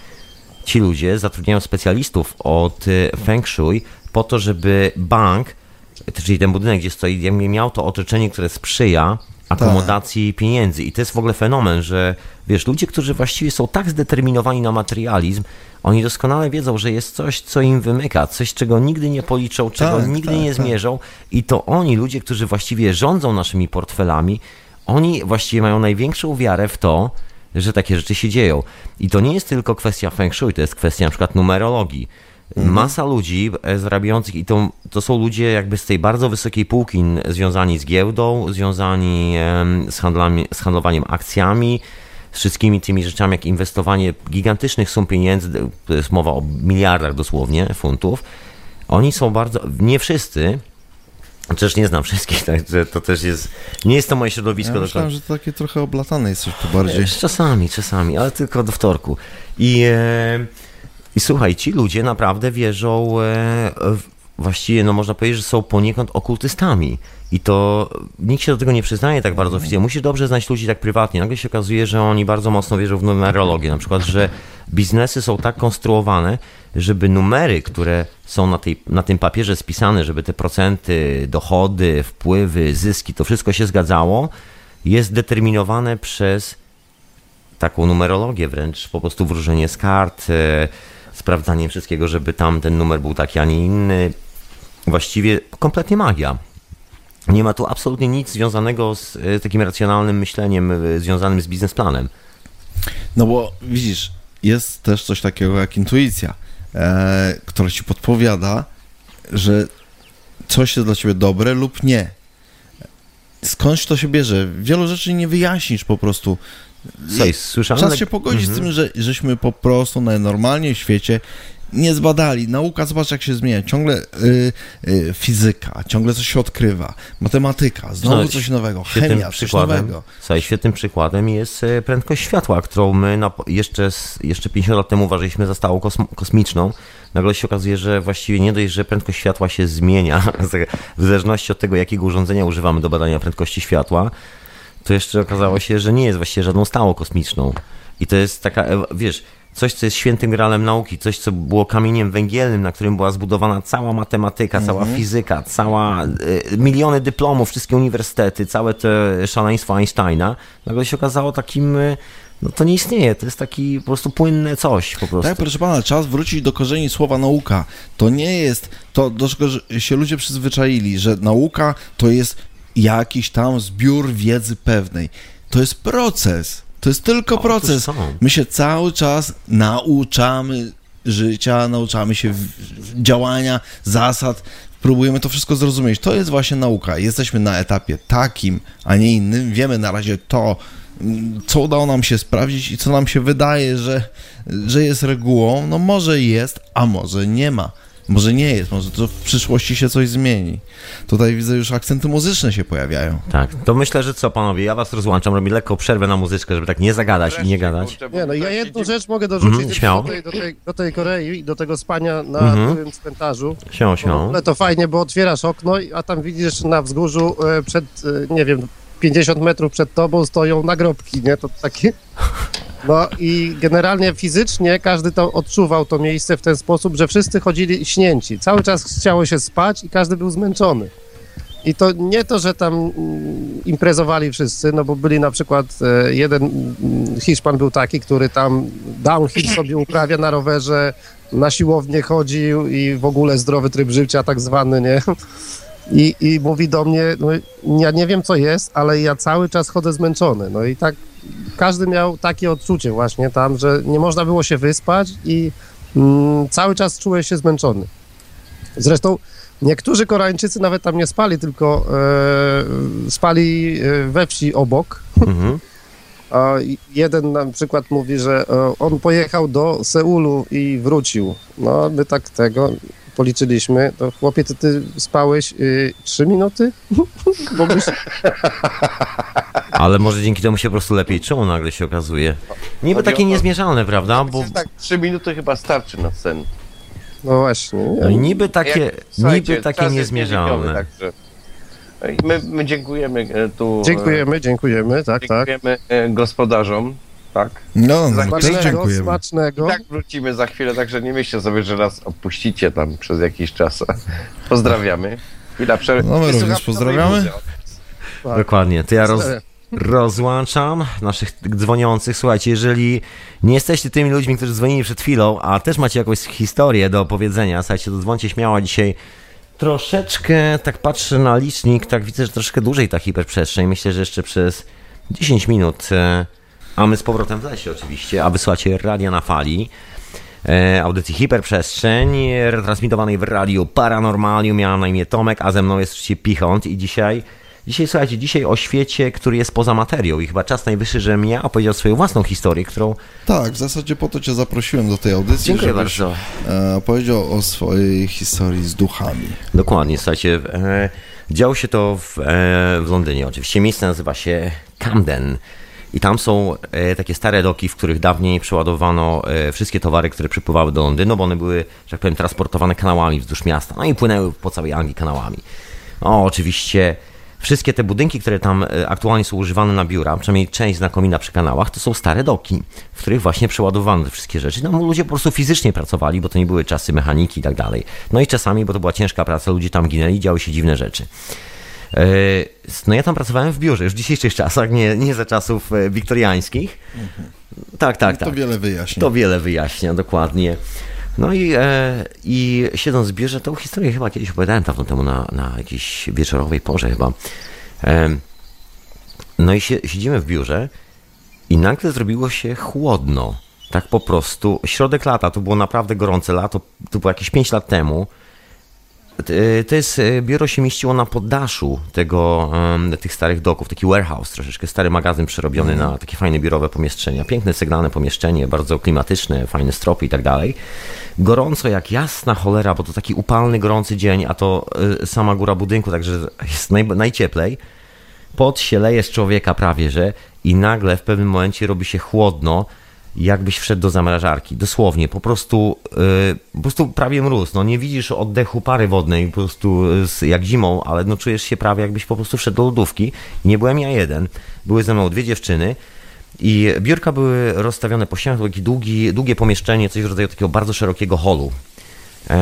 Ci ludzie zatrudniają specjalistów od Feng Shui po to, żeby bank, czyli ten budynek, gdzie stoi, miał to otoczenie, które sprzyja akomodacji pieniędzy. I to jest w ogóle fenomen, że wiesz, ludzie, którzy właściwie są tak zdeterminowani na materializm, oni doskonale wiedzą, że jest coś, co im wymyka, coś, czego nigdy nie policzą, czego tak, nigdy tak, nie tak. zmierzą. I to oni, ludzie, którzy właściwie rządzą naszymi portfelami, oni właściwie mają największą wiarę w to, że takie rzeczy się dzieją. I to nie jest tylko kwestia Feng Shui, to jest kwestia na przykład numerologii. Mhm. Masa ludzi zarabiających, i to, to są ludzie jakby z tej bardzo wysokiej półki związani z giełdą, związani z, handlami, z handlowaniem akcjami, z wszystkimi tymi rzeczami, jak inwestowanie gigantycznych sum pieniędzy, to jest mowa o miliardach dosłownie funtów. Oni są bardzo, nie wszyscy, Przecież nie znam wszystkich, także to też jest, nie jest to moje środowisko. Ja myślałem, że to takie trochę oblatane jesteś tu bardziej. Czasami, czasami, ale tylko do wtorku. I, e, i słuchaj, ci ludzie naprawdę wierzą, e, właściwie no można powiedzieć, że są poniekąd okultystami. I to nikt się do tego nie przyznaje tak bardzo oficjalnie. Musisz dobrze znać ludzi tak prywatnie. Nagle się okazuje, że oni bardzo mocno wierzą w numerologię. Na przykład, że biznesy są tak konstruowane, żeby numery, które są na, tej, na tym papierze spisane, żeby te procenty, dochody, wpływy, zyski, to wszystko się zgadzało, jest determinowane przez taką numerologię, wręcz po prostu wróżenie z kart, e, sprawdzanie wszystkiego, żeby tam ten numer był taki, a nie inny. Właściwie kompletnie magia. Nie ma tu absolutnie nic związanego z e, takim racjonalnym myśleniem e, związanym z biznesplanem. No bo widzisz, jest też coś takiego jak intuicja, e, która ci podpowiada, że coś jest dla ciebie dobre lub nie. Skądś to się bierze? Wielu rzeczy nie wyjaśnisz po prostu. Coś, słyszałem, Czas się pogodzić mhm. z tym, że żeśmy po prostu najnormalniej w świecie nie zbadali. Nauka, zobacz jak się zmienia. Ciągle y, y, fizyka, ciągle coś się odkrywa. Matematyka, znowu no, coś nowego. Chemia, coś nowego. Słuchaj, świetnym przykładem jest prędkość światła, którą my na, jeszcze, jeszcze pięćdziesiąt lat temu uważaliśmy za stałą kosm kosmiczną. Nagle się okazuje, że właściwie nie dość, że prędkość światła się zmienia w zależności od tego, jakiego urządzenia używamy do badania prędkości światła, to jeszcze okazało się, że nie jest właściwie żadną stałą kosmiczną. I to jest taka, wiesz, coś, co jest świętym gralem nauki, coś, co było kamieniem węgielnym, na którym była zbudowana cała matematyka, mm-hmm. cała fizyka, cała, y, miliony dyplomów, wszystkie uniwersytety, całe to szaleństwo Einsteina, nagle się okazało takim, y, no to nie istnieje, to jest taki po prostu płynne coś po prostu. Tak, proszę pana, czas wrócić do korzeni słowa nauka. To nie jest to, do czego się ludzie przyzwyczaili, że nauka to jest jakiś tam zbiór wiedzy pewnej. To jest proces. To jest tylko o, proces. My się cały czas nauczamy życia, nauczamy się działania, zasad, próbujemy to wszystko zrozumieć. To jest właśnie nauka. Jesteśmy na etapie takim, a nie innym. Wiemy na razie to, co udało nam się sprawdzić i co nam się wydaje, że, że jest regułą. No może jest, a może nie ma. Może nie jest, może to w przyszłości się coś zmieni. Tutaj widzę, już akcenty muzyczne się pojawiają. Tak, to myślę, że co panowie, ja was rozłączam, robię lekką przerwę na muzyczkę, żeby tak nie zagadać i nie gadać. Nie, no ja jedną rzecz mogę dorzucić mm, śmiało. Do, tej, do, tej, do tej Korei i do tego spania na mm-hmm. tym cmentarzu. Śmiało, śmiało. Ale to fajnie, bo otwierasz okno, a tam widzisz na wzgórzu przed, nie wiem, pięćdziesiąt metrów przed tobą stoją nagrobki, nie? To takie... No i generalnie fizycznie każdy to odczuwał to miejsce w ten sposób, że wszyscy chodzili śnięci. Cały czas chciało się spać i każdy był zmęczony. I to nie to, że tam imprezowali wszyscy, no bo byli na przykład, jeden Hiszpan był taki, który tam downhill sobie uprawia na rowerze, na siłownię chodził i w ogóle zdrowy tryb życia tak zwany, nie? I, i mówi do mnie, no ja nie wiem co jest, ale ja cały czas chodzę zmęczony. No i tak każdy miał takie odczucie właśnie tam, że nie można było się wyspać i mm, cały czas czułeś się zmęczony. Zresztą niektórzy Koreańczycy nawet tam nie spali, tylko e, spali we wsi obok. Mhm. A jeden na przykład mówi, że e, on pojechał do Seulu i wrócił. No my tak tego policzyliśmy. To chłopie, ty, ty spałeś y, trzy minuty? Bo byś... Ale może dzięki temu się po prostu lepiej czuł, nagle się okazuje. Niby takie niezmierzalne, prawda? Bo... Tak, trzy minuty chyba starczy na sen. No właśnie. No i niby takie, Jak, niby takie niezmierzalne. Także my, my dziękujemy tu. Dziękujemy, dziękujemy, tak, dziękujemy tak. gospodarzom, tak. No, no smacznego, też dziękujemy. Smacznego. I tak wrócimy za chwilę, także nie myślcie sobie, że nas opuścicie tam przez jakiś czas. Pozdrawiamy. Chwila przerwy. No my również pozdrawiamy. Tak. Dokładnie, to ja roz... rozłączam naszych dzwoniących. Słuchajcie, jeżeli nie jesteście tymi ludźmi, którzy dzwonili przed chwilą, a też macie jakąś historię do opowiedzenia, słuchajcie, to dzwońcie śmiało dzisiaj. Troszeczkę, tak patrzę na licznik, tak widzę, że troszkę dłużej ta hiperprzestrzeń. Myślę, że jeszcze przez dziesięć minut, a my z powrotem w lesie oczywiście, a wysłuchacie Radia na Fali. Audycji Hiperprzestrzeń, retransmitowanej w Radiu Paranormalium. Miałem na imię Tomek, a ze mną jest oczywiście Pichont i dzisiaj Dzisiaj, słuchajcie, dzisiaj o świecie, który jest poza materią i chyba czas najwyższy, żebym ja opowiedział swoją własną historię, którą... Tak, w zasadzie po to cię zaprosiłem do tej audycji, Dziękuję żebyś bardzo. E, opowiedział o swojej historii z duchami. Dokładnie, słuchajcie, e, działo się to w, e, w Londynie oczywiście. Miejsce nazywa się Camden i tam są e, takie stare doki, w których dawniej przeładowano e, wszystkie towary, które przypływały do Londynu, bo one były, że tak powiem, transportowane kanałami wzdłuż miasta, no i płynęły po całej Anglii kanałami. No, oczywiście... Wszystkie te budynki, które tam aktualnie są używane na biura, przynajmniej część znakomita przy kanałach, to są stare doki, w których właśnie przeładowano te wszystkie rzeczy. No ludzie po prostu fizycznie pracowali, bo to nie były czasy mechaniki i tak dalej. No i czasami, bo to była ciężka praca, ludzie tam ginęli, działy się dziwne rzeczy. No ja tam pracowałem w biurze już w dzisiejszych czasach, nie, nie za czasów wiktoriańskich. Mhm. Tak, tak, tak. To wiele wyjaśnia. To wiele wyjaśnia, dokładnie. No i, e, i siedząc w biurze, tą historię chyba kiedyś opowiadałem dawno temu na, na jakiejś wieczorowej porze chyba. E, no i się, siedzimy w biurze i nagle zrobiło się chłodno. Tak po prostu. Środek lata, to było naprawdę gorące lato, to było jakieś pięć lat temu. To jest, biuro się mieściło na poddaszu tego, tych starych doków, taki warehouse, troszeczkę stary magazyn przerobiony mm. na takie fajne biurowe pomieszczenia. Piękne, sygnalne pomieszczenie, bardzo klimatyczne, fajne stropy i tak dalej. Gorąco jak jasna cholera, bo to taki upalny, gorący dzień, a to sama góra budynku, także jest naj, najcieplej. Pot się leje z człowieka prawie, że i nagle w pewnym momencie robi się chłodno, jakbyś wszedł do zamrażarki, dosłownie, po prostu, yy, po prostu prawie mróz, no nie widzisz oddechu pary wodnej, po prostu yy, jak zimą, ale no czujesz się prawie jakbyś po prostu wszedł do lodówki. I nie byłem ja jeden, były ze mną dwie dziewczyny i biurka były rozstawione po ścianach, to takie długi, długie pomieszczenie, coś w rodzaju takiego bardzo szerokiego holu. Yy,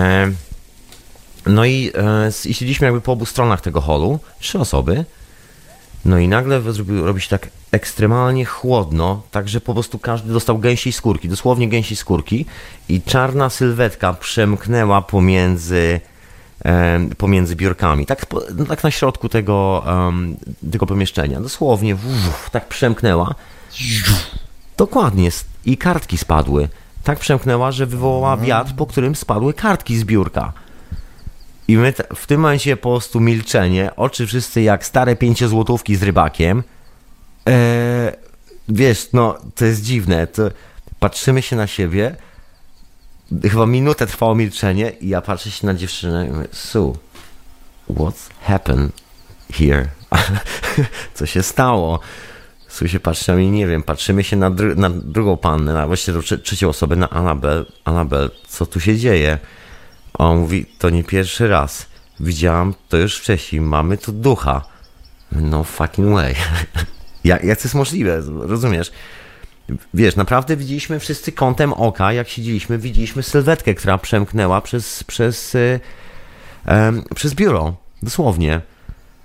no i, yy, i siedzieliśmy jakby po obu stronach tego holu, trzy osoby. No i nagle robi się tak ekstremalnie chłodno, tak że po prostu każdy dostał gęsiej skórki, dosłownie gęsiej skórki i czarna sylwetka przemknęła pomiędzy, e, pomiędzy biurkami, tak, no, tak na środku tego, um, tego pomieszczenia, dosłownie uf, tak przemknęła, dokładnie i kartki spadły, tak przemknęła, że wywołała wiatr, po którym spadły kartki z biurka. I my t- w tym momencie po prostu milczenie, oczy wszyscy jak stare pięciozłotówki z rybakiem. Eee, wiesz, no to jest dziwne, to patrzymy się na siebie, chyba minutę trwało milczenie i ja patrzę się na dziewczynę i mówię, Sue, what's happened here? Co się stało? Sue się patrzy na mnie, nie wiem, patrzymy się na, dru- na drugą pannę, na właściwie tr- trzecią osobę, na Annabel. Annabel, co tu się dzieje? A on mówi, to nie pierwszy raz. Widziałam to już wcześniej, mamy tu ducha. No fucking way. jak, jak to jest możliwe, rozumiesz? Wiesz, naprawdę widzieliśmy wszyscy kątem oka, jak siedzieliśmy, widzieliśmy sylwetkę, która przemknęła przez, przez, yy, yy, przez biuro. Dosłownie.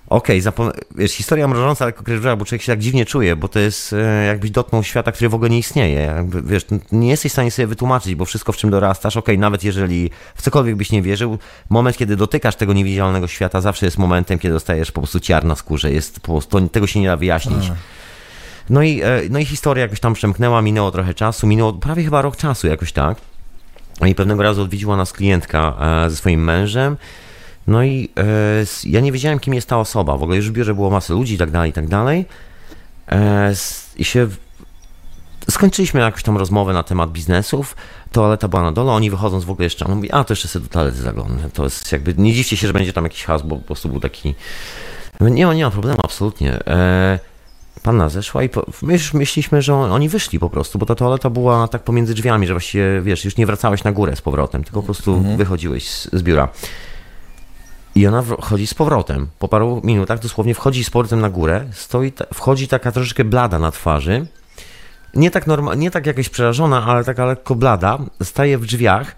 Okej, okay, zapom- wiesz, historia mrożąca, lekko krew, bo człowiek się tak dziwnie czuje, bo to jest e, jakbyś dotknął świata, który w ogóle nie istnieje. Jakby, wiesz, nie jesteś w stanie sobie wytłumaczyć, bo wszystko, w czym dorastasz, okej, okay, nawet jeżeli w cokolwiek byś nie wierzył, moment, kiedy dotykasz tego niewidzialnego świata, zawsze jest momentem, kiedy dostajesz po prostu ciar na skórze. Jest po prostu, tego się nie da wyjaśnić. No i, e, no i historia jakoś tam przemknęła, minęło trochę czasu, minęło prawie chyba rok czasu jakoś tak. I pewnego razu odwiedziła nas klientka e, ze swoim mężem. No i e, ja nie wiedziałem, kim jest ta osoba. W ogóle już w biurze było masę ludzi i tak dalej, i tak dalej. E, I się skończyliśmy jakąś tam rozmowę na temat biznesów. Toaleta była na dole, oni wychodząc w ogóle jeszcze, on mówi, a to jeszcze sobie do toalety zaglądnę. To jest jakby, nie dziwcie się, że będzie tam jakiś chaos, bo po prostu był taki... Nie, nie ma problemu, absolutnie. E, Panna zeszła i po, my już myśleliśmy, że on, oni wyszli po prostu, bo ta toaleta była tak pomiędzy drzwiami, że właściwie, wiesz, już nie wracałeś na górę z powrotem, tylko po prostu mhm. wychodziłeś z, z biura. I ona wchodzi z powrotem. Po paru minutach dosłownie wchodzi z powrotem na górę, stoi, wchodzi taka troszeczkę blada na twarzy. Nie tak norma- nie tak jakaś przerażona, ale taka lekko blada. Staje w drzwiach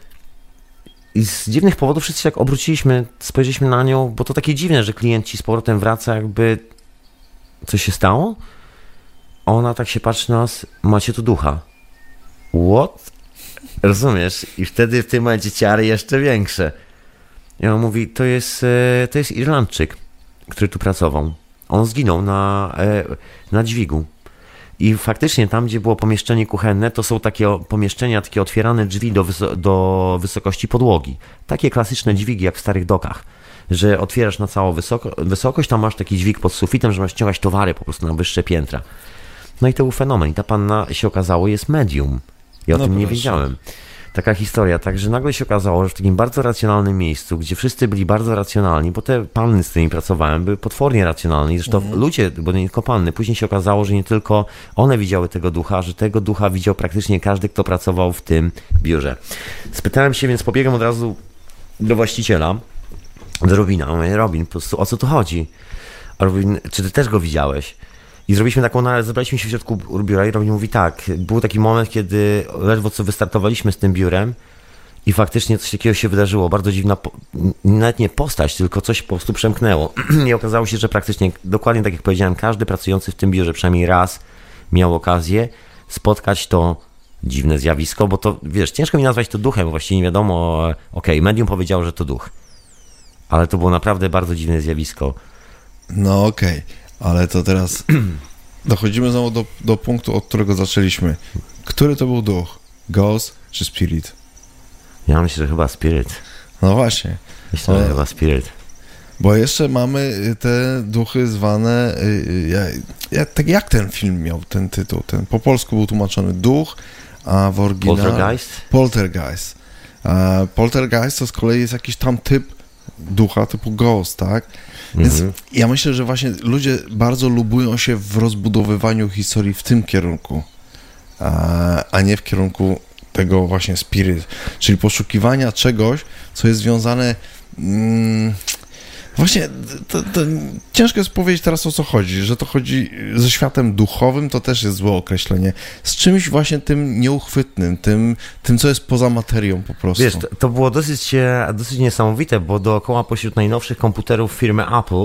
i z dziwnych powodów wszyscy jak obróciliśmy, spojrzeliśmy na nią, bo to takie dziwne, że klienci z powrotem wraca, jakby coś się stało. Ona tak się patrzy na nas, macie tu ducha. What? Rozumiesz? I wtedy w tym momencie ciary jeszcze większe. I on mówi, to jest, to jest Irlandczyk, który tu pracował. On zginął na, na dźwigu. I faktycznie tam, gdzie było pomieszczenie kuchenne, to są takie pomieszczenia, takie otwierane drzwi do, wyso- do wysokości podłogi. Takie klasyczne dźwigi, jak w starych dokach. Że otwierasz na całą wysoko- wysokość, tam masz taki dźwig pod sufitem, że masz ściągać towary po prostu na wyższe piętra. No i to był fenomen. I ta panna, się okazało, jest medium. Ja o no tym proszę. nie wiedziałem. Taka historia, także nagle się okazało, że w takim bardzo racjonalnym miejscu, gdzie wszyscy byli bardzo racjonalni, bo te panny, z którymi pracowałem, były potwornie racjonalne. Zresztą mhm. ludzie, bo nie tylko panny, później się okazało, że nie tylko one widziały tego ducha, że tego ducha widział praktycznie każdy, kto pracował w tym biurze. Spytałem się, więc pobiegłem od razu do właściciela, do Robina. Mówię, Robin, po prostu o co tu chodzi? A Robin, czy ty też go widziałeś? I zrobiliśmy taką, zebraliśmy się w środku biura i Robin mówi tak, był taki moment, kiedy ledwo co wystartowaliśmy z tym biurem i faktycznie coś takiego się wydarzyło, bardzo dziwna, nawet nie postać, tylko coś po prostu przemknęło. I okazało się, że praktycznie, dokładnie tak jak powiedziałem, każdy pracujący w tym biurze przynajmniej raz miał okazję spotkać to dziwne zjawisko, bo to, wiesz, ciężko mi nazwać to duchem, właściwie nie wiadomo, okej, okay, medium powiedziało, że to duch, ale to było naprawdę bardzo dziwne zjawisko. No okej. Okay. Ale to teraz dochodzimy znowu do, do punktu, od którego zaczęliśmy. Który to był duch? Ghost czy Spirit? Ja myślę, że chyba Spirit. No właśnie. Myślę, że chyba Spirit. Bo jeszcze mamy te duchy zwane... Ja, ja, tak jak ten film miał ten tytuł? Ten po polsku był tłumaczony duch, a w oryginale... Poltergeist? Poltergeist. A Poltergeist to z kolei jest jakiś tam typ ducha, typu ghost, tak? Więc mhm. ja myślę, że właśnie ludzie bardzo lubują się w rozbudowywaniu historii w tym kierunku, a, a nie w kierunku tego właśnie spirit, czyli poszukiwania czegoś, co jest związane... Mm, właśnie to, to ciężko jest powiedzieć teraz, o co chodzi, że to chodzi ze światem duchowym, to też jest złe określenie, z czymś właśnie tym nieuchwytnym, tym, tym co jest poza materią po prostu. Wiesz, to, to było dosyć, dosyć niesamowite, bo dookoła pośród najnowszych komputerów firmy Apple,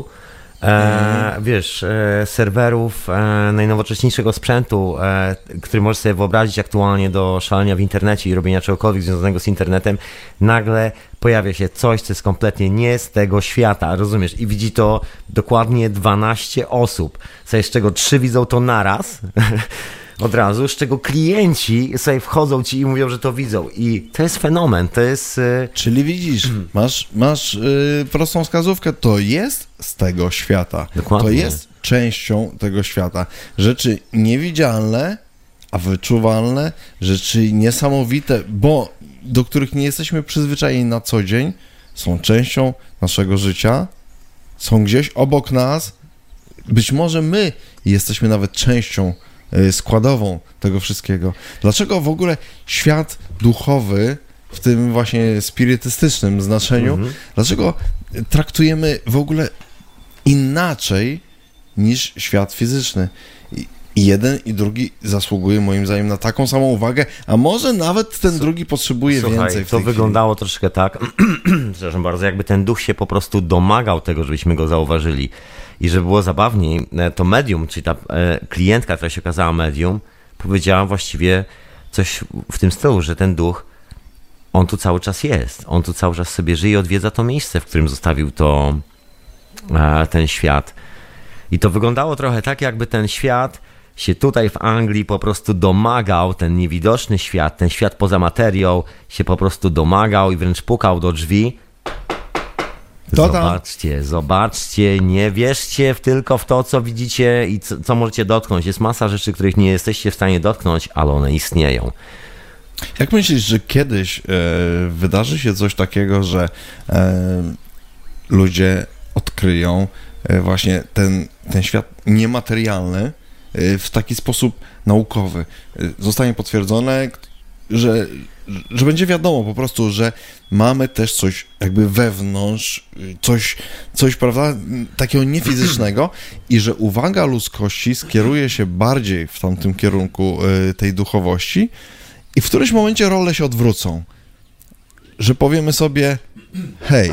e, mm. wiesz, e, serwerów, e, najnowocześniejszego sprzętu, e, który możesz sobie wyobrazić aktualnie do szalenia w internecie i robienia czegokolwiek związanego z internetem, nagle pojawia się coś, co jest kompletnie nie z tego świata, rozumiesz? I widzi to dokładnie dwanaście osób, z czego trzy widzą to naraz, od razu, z czego klienci sobie wchodzą ci i mówią, że to widzą. I to jest fenomen, to jest... Czyli widzisz, masz, masz yy, prostą wskazówkę, to jest z tego świata. Dokładnie. To jest częścią tego świata. Rzeczy niewidzialne, a wyczuwalne, rzeczy niesamowite, bo do których nie jesteśmy przyzwyczajeni na co dzień, są częścią naszego życia, są gdzieś obok nas, być może my jesteśmy nawet częścią składową tego wszystkiego. Dlaczego w ogóle świat duchowy, w tym właśnie spirytystycznym znaczeniu, mhm. dlaczego traktujemy w ogóle inaczej niż świat fizyczny? I, I jeden i drugi zasługuje moim zdaniem na taką samą uwagę, a może nawet ten drugi potrzebuje Słuchaj, więcej w to tej wyglądało chwili. Troszkę tak, przepraszam bardzo, jakby ten duch się po prostu domagał tego, żebyśmy go zauważyli. I żeby było zabawniej, to medium, czyli ta klientka, która się okazała medium, powiedziała właściwie coś w tym stylu, że ten duch, on tu cały czas jest, on tu cały czas sobie żyje i odwiedza to miejsce, w którym zostawił to ten świat. I to wyglądało trochę tak, jakby ten świat się tutaj w Anglii po prostu domagał, ten niewidoczny świat, ten świat poza materią się po prostu domagał i wręcz pukał do drzwi. Zobaczcie, zobaczcie, nie wierzcie w tylko w to, co widzicie i co, co możecie dotknąć. Jest masa rzeczy, których nie jesteście w stanie dotknąć, ale one istnieją. Jak myślisz, że kiedyś e, wydarzy się coś takiego, że e, ludzie odkryją e, właśnie ten, ten świat niematerialny e, w taki sposób naukowy? E, zostanie potwierdzone, że, że będzie wiadomo po prostu, że mamy też coś jakby wewnątrz, coś, coś prawda, takiego niefizycznego i że uwaga ludzkości skieruje się bardziej w tamtym kierunku e, tej duchowości, i w którymś momencie role się odwrócą, że powiemy sobie, hej,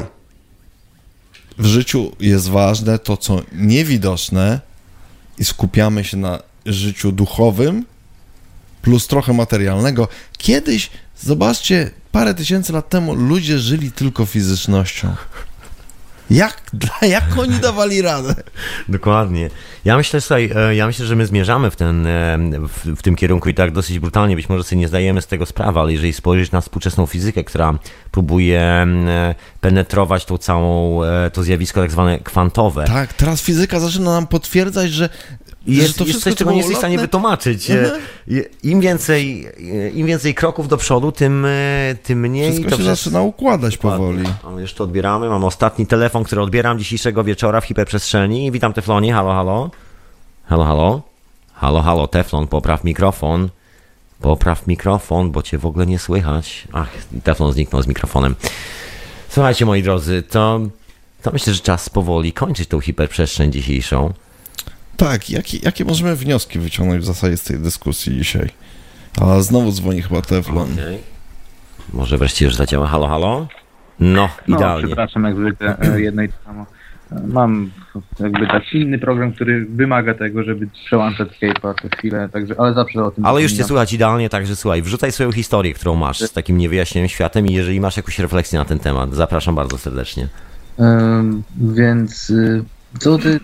w życiu jest ważne to, co niewidoczne i skupiamy się na życiu duchowym plus trochę materialnego. Kiedyś, zobaczcie, parę tysięcy lat temu ludzie żyli tylko fizycznością. Jak, jak oni dawali radę? Dokładnie. Ja myślę, słuchaj, ja myślę, że my zmierzamy w, ten, w, w tym kierunku i tak dosyć brutalnie, być może sobie nie zdajemy z tego sprawy, ale jeżeli spojrzysz na współczesną fizykę, która próbuje penetrować tą całą, to zjawisko tak zwane kwantowe. Tak, teraz fizyka zaczyna nam potwierdzać, że Jest, to jest coś, czego nie jesteś w stanie wytłumaczyć. Mhm. Im więcej, im więcej kroków do przodu, tym, tym mniej... Wszystko to się przez... zaczyna układać powoli. Mamy już to odbieramy. Mam ostatni telefon, który odbieram dzisiejszego wieczora w hiperprzestrzeni. Witam Teflonie. Halo, halo. Halo, halo. Halo, halo, Teflon, popraw mikrofon. Popraw mikrofon, bo cię w ogóle nie słychać. Ach, Teflon zniknął z mikrofonem. Słuchajcie, moi drodzy, to, to myślę, że czas powoli kończyć tą hiperprzestrzeń dzisiejszą. Tak, jakie, jakie możemy wnioski wyciągnąć w zasadzie z tej dyskusji dzisiaj? A znowu dzwoni chyba Teflon. Okay. Może wreszcie już zadziała. Halo, halo? No, no idealnie. Przepraszam, jak zwykle jedno i to samo. Mam jakby taki inny program, który wymaga tego, żeby przełączać Skype'a co chwilę, także, ale zawsze o tym... Ale już cię słychać idealnie, także słuchaj, wrzucaj swoją historię, którą masz z takim niewyjaśnionym światem i jeżeli masz jakąś refleksję na ten temat, zapraszam bardzo serdecznie. Um, więc co ty...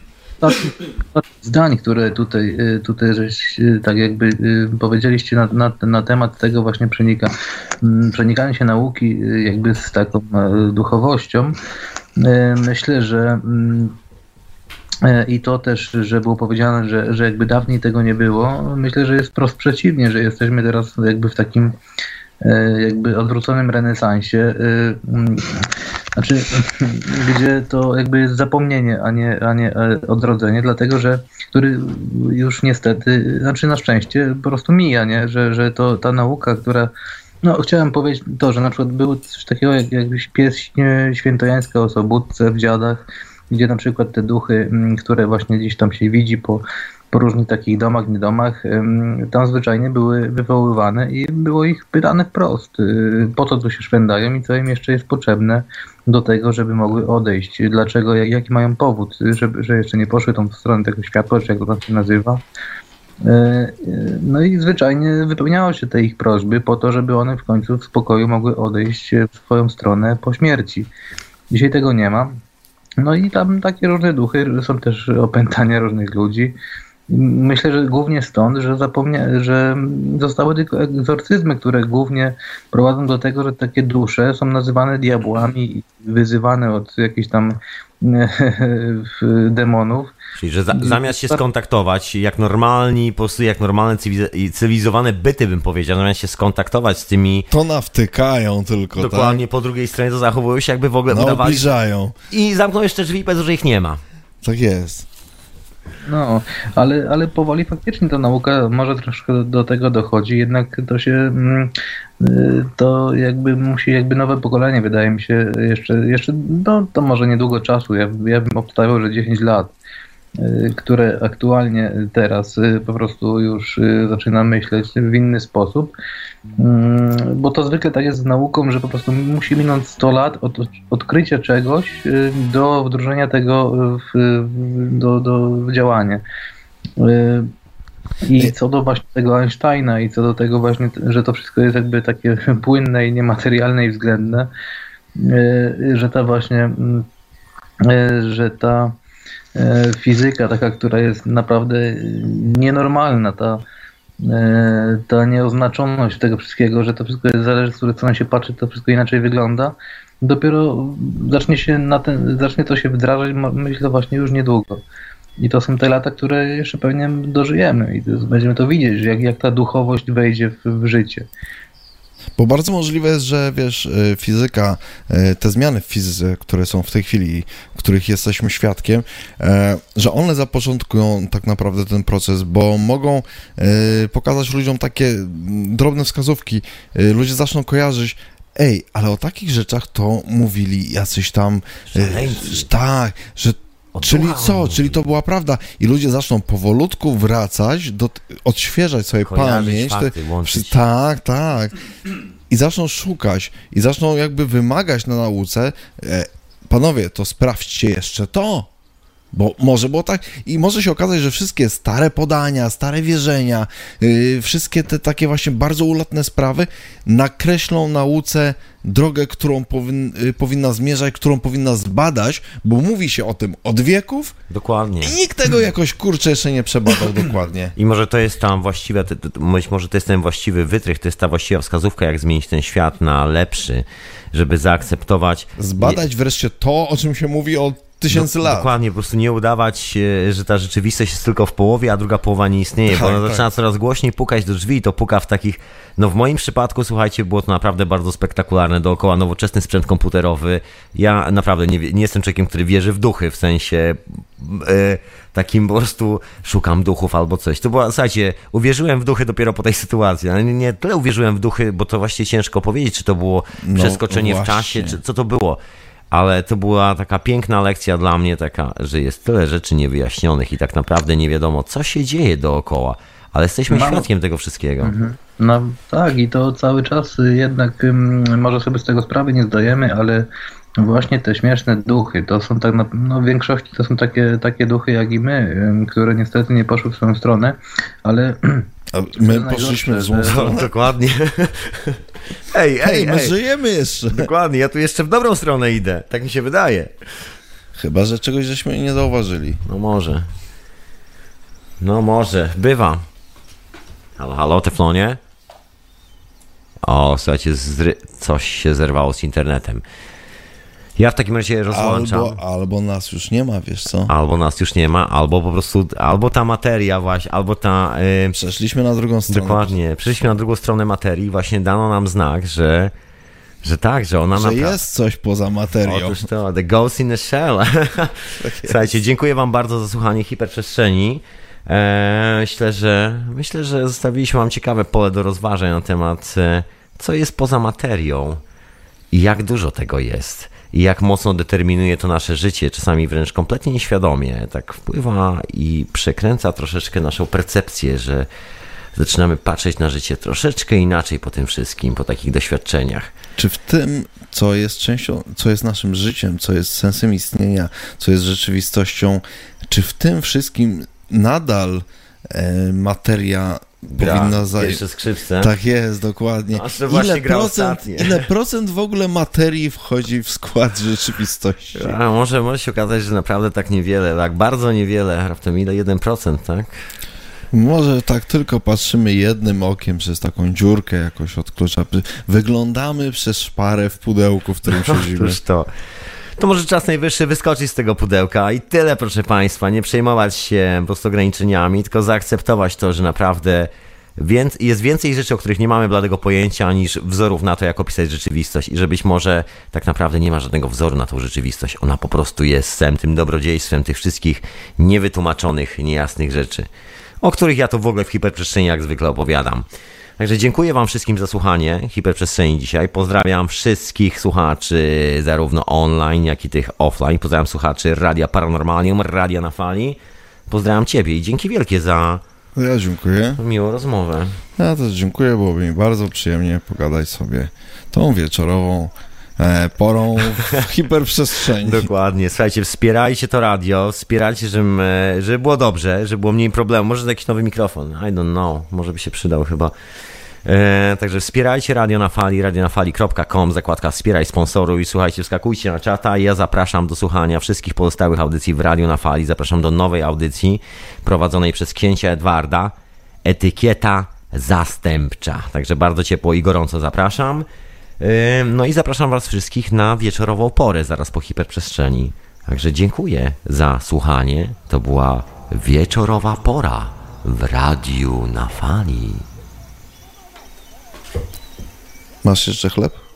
zdań, które tutaj, tutaj żeś, tak jakby powiedzieliście na, na, na temat tego właśnie przenika, przenikania się nauki jakby z taką duchowością. Myślę, że i to też, że było powiedziane, że, że jakby dawniej tego nie było. Myślę, że jest wprost przeciwnie, że jesteśmy teraz jakby w takim jakby odwróconym renesansie, znaczy, gdzie to jakby jest zapomnienie, a nie, a nie odrodzenie, dlatego że który już niestety, znaczy na szczęście po prostu mija, nie? Że, że to ta nauka, która, no chciałem powiedzieć to, że na przykład było coś takiego jak jakbyś pieśń świętojańska o Sobótce w Dziadach, gdzie na przykład te duchy, które właśnie gdzieś tam się widzi po po różnych takich domach, niedomach, tam zwyczajnie były wywoływane i było ich pytane wprost, po co tu się szwędają i co im jeszcze jest potrzebne do tego, żeby mogły odejść. Dlaczego, jak, jaki mają powód, żeby, że jeszcze nie poszły tą stronę tego światła, czy jak to tam się nazywa. No i zwyczajnie wypełniało się te ich prośby po to, żeby one w końcu w spokoju mogły odejść w swoją stronę po śmierci. Dzisiaj tego nie ma. No i tam takie różne duchy, są też opętania różnych ludzi. Myślę, że głównie stąd, że zapomnia, że zostały tylko egzorcyzmy, które głównie prowadzą do tego, że takie dusze są nazywane diabłami i wyzywane od jakichś tam demonów. Czyli, że za, zamiast się skontaktować, jak normalni, po prostu jak normalne cywilizowane byty, bym powiedział, zamiast się skontaktować z tymi... To nawtykają tylko, dokładnie, tak? Po drugiej stronie to zachowują się jakby w ogóle no, udawali... Ubliżają. I zamkną jeszcze drzwi i powiedzą, że ich nie ma. Tak jest. No, ale, ale powoli faktycznie ta nauka może troszkę do, do tego dochodzi, jednak to się, to jakby musi, jakby nowe pokolenie, wydaje mi się, jeszcze, jeszcze no to może niedługo czasu, ja, ja bym obstawiał, że dziesięć lat, które aktualnie teraz po prostu już zaczynam myśleć w inny sposób, bo to zwykle tak jest z nauką, że po prostu musi minąć sto lat od odkrycia czegoś do wdrożenia tego w, do, do działania. I co do właśnie tego Einsteina i co do tego właśnie, że to wszystko jest jakby takie płynne i niematerialne i względne, że ta właśnie, że ta fizyka taka, która jest naprawdę nienormalna, ta, ta nieoznaczoność tego wszystkiego, że to wszystko jest, zależy, z której strony się patrzy, to wszystko inaczej wygląda, dopiero zacznie się na ten, zacznie to się wdrażać, myślę, właśnie już niedługo. I to są te lata, które jeszcze pewnie dożyjemy i to, będziemy to widzieć, jak, jak ta duchowość wejdzie w, w życie. Bo bardzo możliwe jest, że wiesz, fizyka, te zmiany w fizyce, które są w tej chwili, których jesteśmy świadkiem, że one zapoczątkują tak naprawdę ten proces, bo mogą pokazać ludziom takie drobne wskazówki. Ludzie zaczną kojarzyć, ej, ale o takich rzeczach to mówili jacyś tam, Szaleńcy. tak, że Czyli co? Czyli to była prawda. I ludzie zaczną powolutku wracać, do, odświeżać sobie Kojarzyć pamięć. fakty, te, łączyć. tak, tak. I zaczną szukać. I zaczną jakby wymagać na nauce. E, panowie, to sprawdźcie jeszcze to. Bo może było tak. I może się okazać, że wszystkie stare podania, stare wierzenia, yy, wszystkie te takie właśnie bardzo ulotne sprawy nakreślą nauce drogę, którą powin, yy, powinna zmierzać, którą powinna zbadać, bo mówi się o tym od wieków. Dokładnie. I nikt tego jakoś, kurczę, jeszcze nie przebadał dokładnie. I może to jest tam właściwe, być może to jest ten właściwy wytrych, to jest ta właściwa wskazówka, jak zmienić ten świat na lepszy, żeby zaakceptować. Zbadać wreszcie to, o czym się mówi od tysięcy Do, lat. Dokładnie, po prostu nie udawać, że ta rzeczywistość jest tylko w połowie, a druga połowa nie istnieje, tak, bo ona tak. zaczyna coraz głośniej pukać do drzwi i to puka w takich, no w moim przypadku, słuchajcie, było to naprawdę bardzo spektakularne, dookoła nowoczesny sprzęt komputerowy. Ja naprawdę nie, nie jestem człowiekiem, który wierzy w duchy, w sensie yy, takim po prostu szukam duchów albo coś. To była, słuchajcie, uwierzyłem w duchy dopiero po tej sytuacji, ale nie, nie tyle uwierzyłem w duchy, bo to właściwie ciężko powiedzieć, czy to było no, przeskoczenie właśnie. w czasie, czy co to było. Ale to była taka piękna lekcja dla mnie, taka, że jest tyle rzeczy niewyjaśnionych i tak naprawdę nie wiadomo, co się dzieje dookoła, ale jesteśmy Mam... świadkiem tego wszystkiego. Mhm. No tak, i to cały czas jednak um, może sobie z tego sprawy nie zdajemy, ale właśnie te śmieszne duchy, to są tak, na, no w większości to są takie, takie duchy jak i my, um, które niestety nie poszły w swoją stronę, ale... A my poszliśmy w złą stronę. No, dokładnie. Ej, ej, Hej, my ej. żyjemy jeszcze. Dokładnie, ja tu jeszcze w dobrą stronę idę, tak mi się wydaje. Chyba, że czegoś żeśmy nie zauważyli. No może. No może, bywa. Halo, halo, Teflonie? O, słuchajcie, zry... coś się zerwało z internetem. Ja w takim razie rozłączam. Albo, albo nas już nie ma, wiesz co? Albo nas już nie ma, albo po prostu, albo ta materia właśnie, albo ta... Yy, Przeszliśmy na drugą stronę. dokładnie, przeszliśmy na drugą stronę materii i właśnie dano nam znak, że, że tak, że ona Że napra- jest coś poza materią. Otóż to, the ghost in the shell. Słuchajcie, dziękuję wam bardzo za słuchanie Hiperprzestrzeni. Eee, myślę, że myślę, że zostawiliśmy wam ciekawe pole do rozważań na temat, e, co jest poza materią i jak dużo tego jest. I jak mocno determinuje to nasze życie, czasami wręcz kompletnie nieświadomie, tak wpływa i przekręca troszeczkę naszą percepcję, że zaczynamy patrzeć na życie troszeczkę inaczej po tym wszystkim, po takich doświadczeniach. Czy w tym, co jest częścią, co jest naszym życiem, co jest sensem istnienia, co jest rzeczywistością, czy w tym wszystkim nadal e, materia Gra powinna zająć... pierwsze skrzypce. Tak jest, dokładnie. Nasze właśnie Ile gra procent, ostatnie. ile procent w ogóle materii wchodzi w skład rzeczywistości? A może, może się okazać, że naprawdę tak niewiele, tak bardzo niewiele, raptem ile? jeden procent, tak? Może tak tylko patrzymy jednym okiem przez taką dziurkę jakoś od klucza. Wyglądamy przez szparę w pudełku, w którym siedzimy. Otóż to. To może czas najwyższy wyskoczyć z tego pudełka i tyle, proszę Państwa, nie przejmować się po prostu ograniczeniami, tylko zaakceptować to, że naprawdę więc- jest więcej rzeczy, o których nie mamy bladego pojęcia, niż wzorów na to, jak opisać rzeczywistość i że być może tak naprawdę nie ma żadnego wzoru na tą rzeczywistość. Ona po prostu jest sem tym dobrodziejstwem tych wszystkich niewytłumaczonych, niejasnych rzeczy, o których ja to w ogóle w Hiperprzestrzeni jak zwykle opowiadam. Także dziękuję wam wszystkim za słuchanie Hiperprzestrzeni dzisiaj. Pozdrawiam wszystkich słuchaczy zarówno online, jak i tych offline. Pozdrawiam słuchaczy Radia Paranormalium, Radia na Fali. pozdrawiam ciebie i dzięki wielkie za Ja dziękuję. miłą rozmowę. Ja też dziękuję, byłoby mi bardzo przyjemnie pogadać sobie tą wieczorową e, porą w hiperprzestrzeni. Dokładnie. Słuchajcie, wspierajcie to radio, wspierajcie, żeby, żeby było dobrze, żeby było mniej problemu. Może jakiś nowy mikrofon, I don't know, może by się przydał chyba. E, także wspierajcie Radio na Fali, radionafali kropka com, zakładka wspieraj, sponsoruj. Słuchajcie, wskakujcie na czata. Ja zapraszam do słuchania wszystkich pozostałych audycji w Radio na Fali. Zapraszam do nowej audycji prowadzonej przez księcia Edwarda, Etykieta Zastępcza. Także bardzo ciepło i gorąco zapraszam. E, no i zapraszam was wszystkich na wieczorową porę zaraz po hiperprzestrzeni. Także dziękuję za słuchanie. To była wieczorowa pora w Radiu na Fali. Masz jeszcze chleb?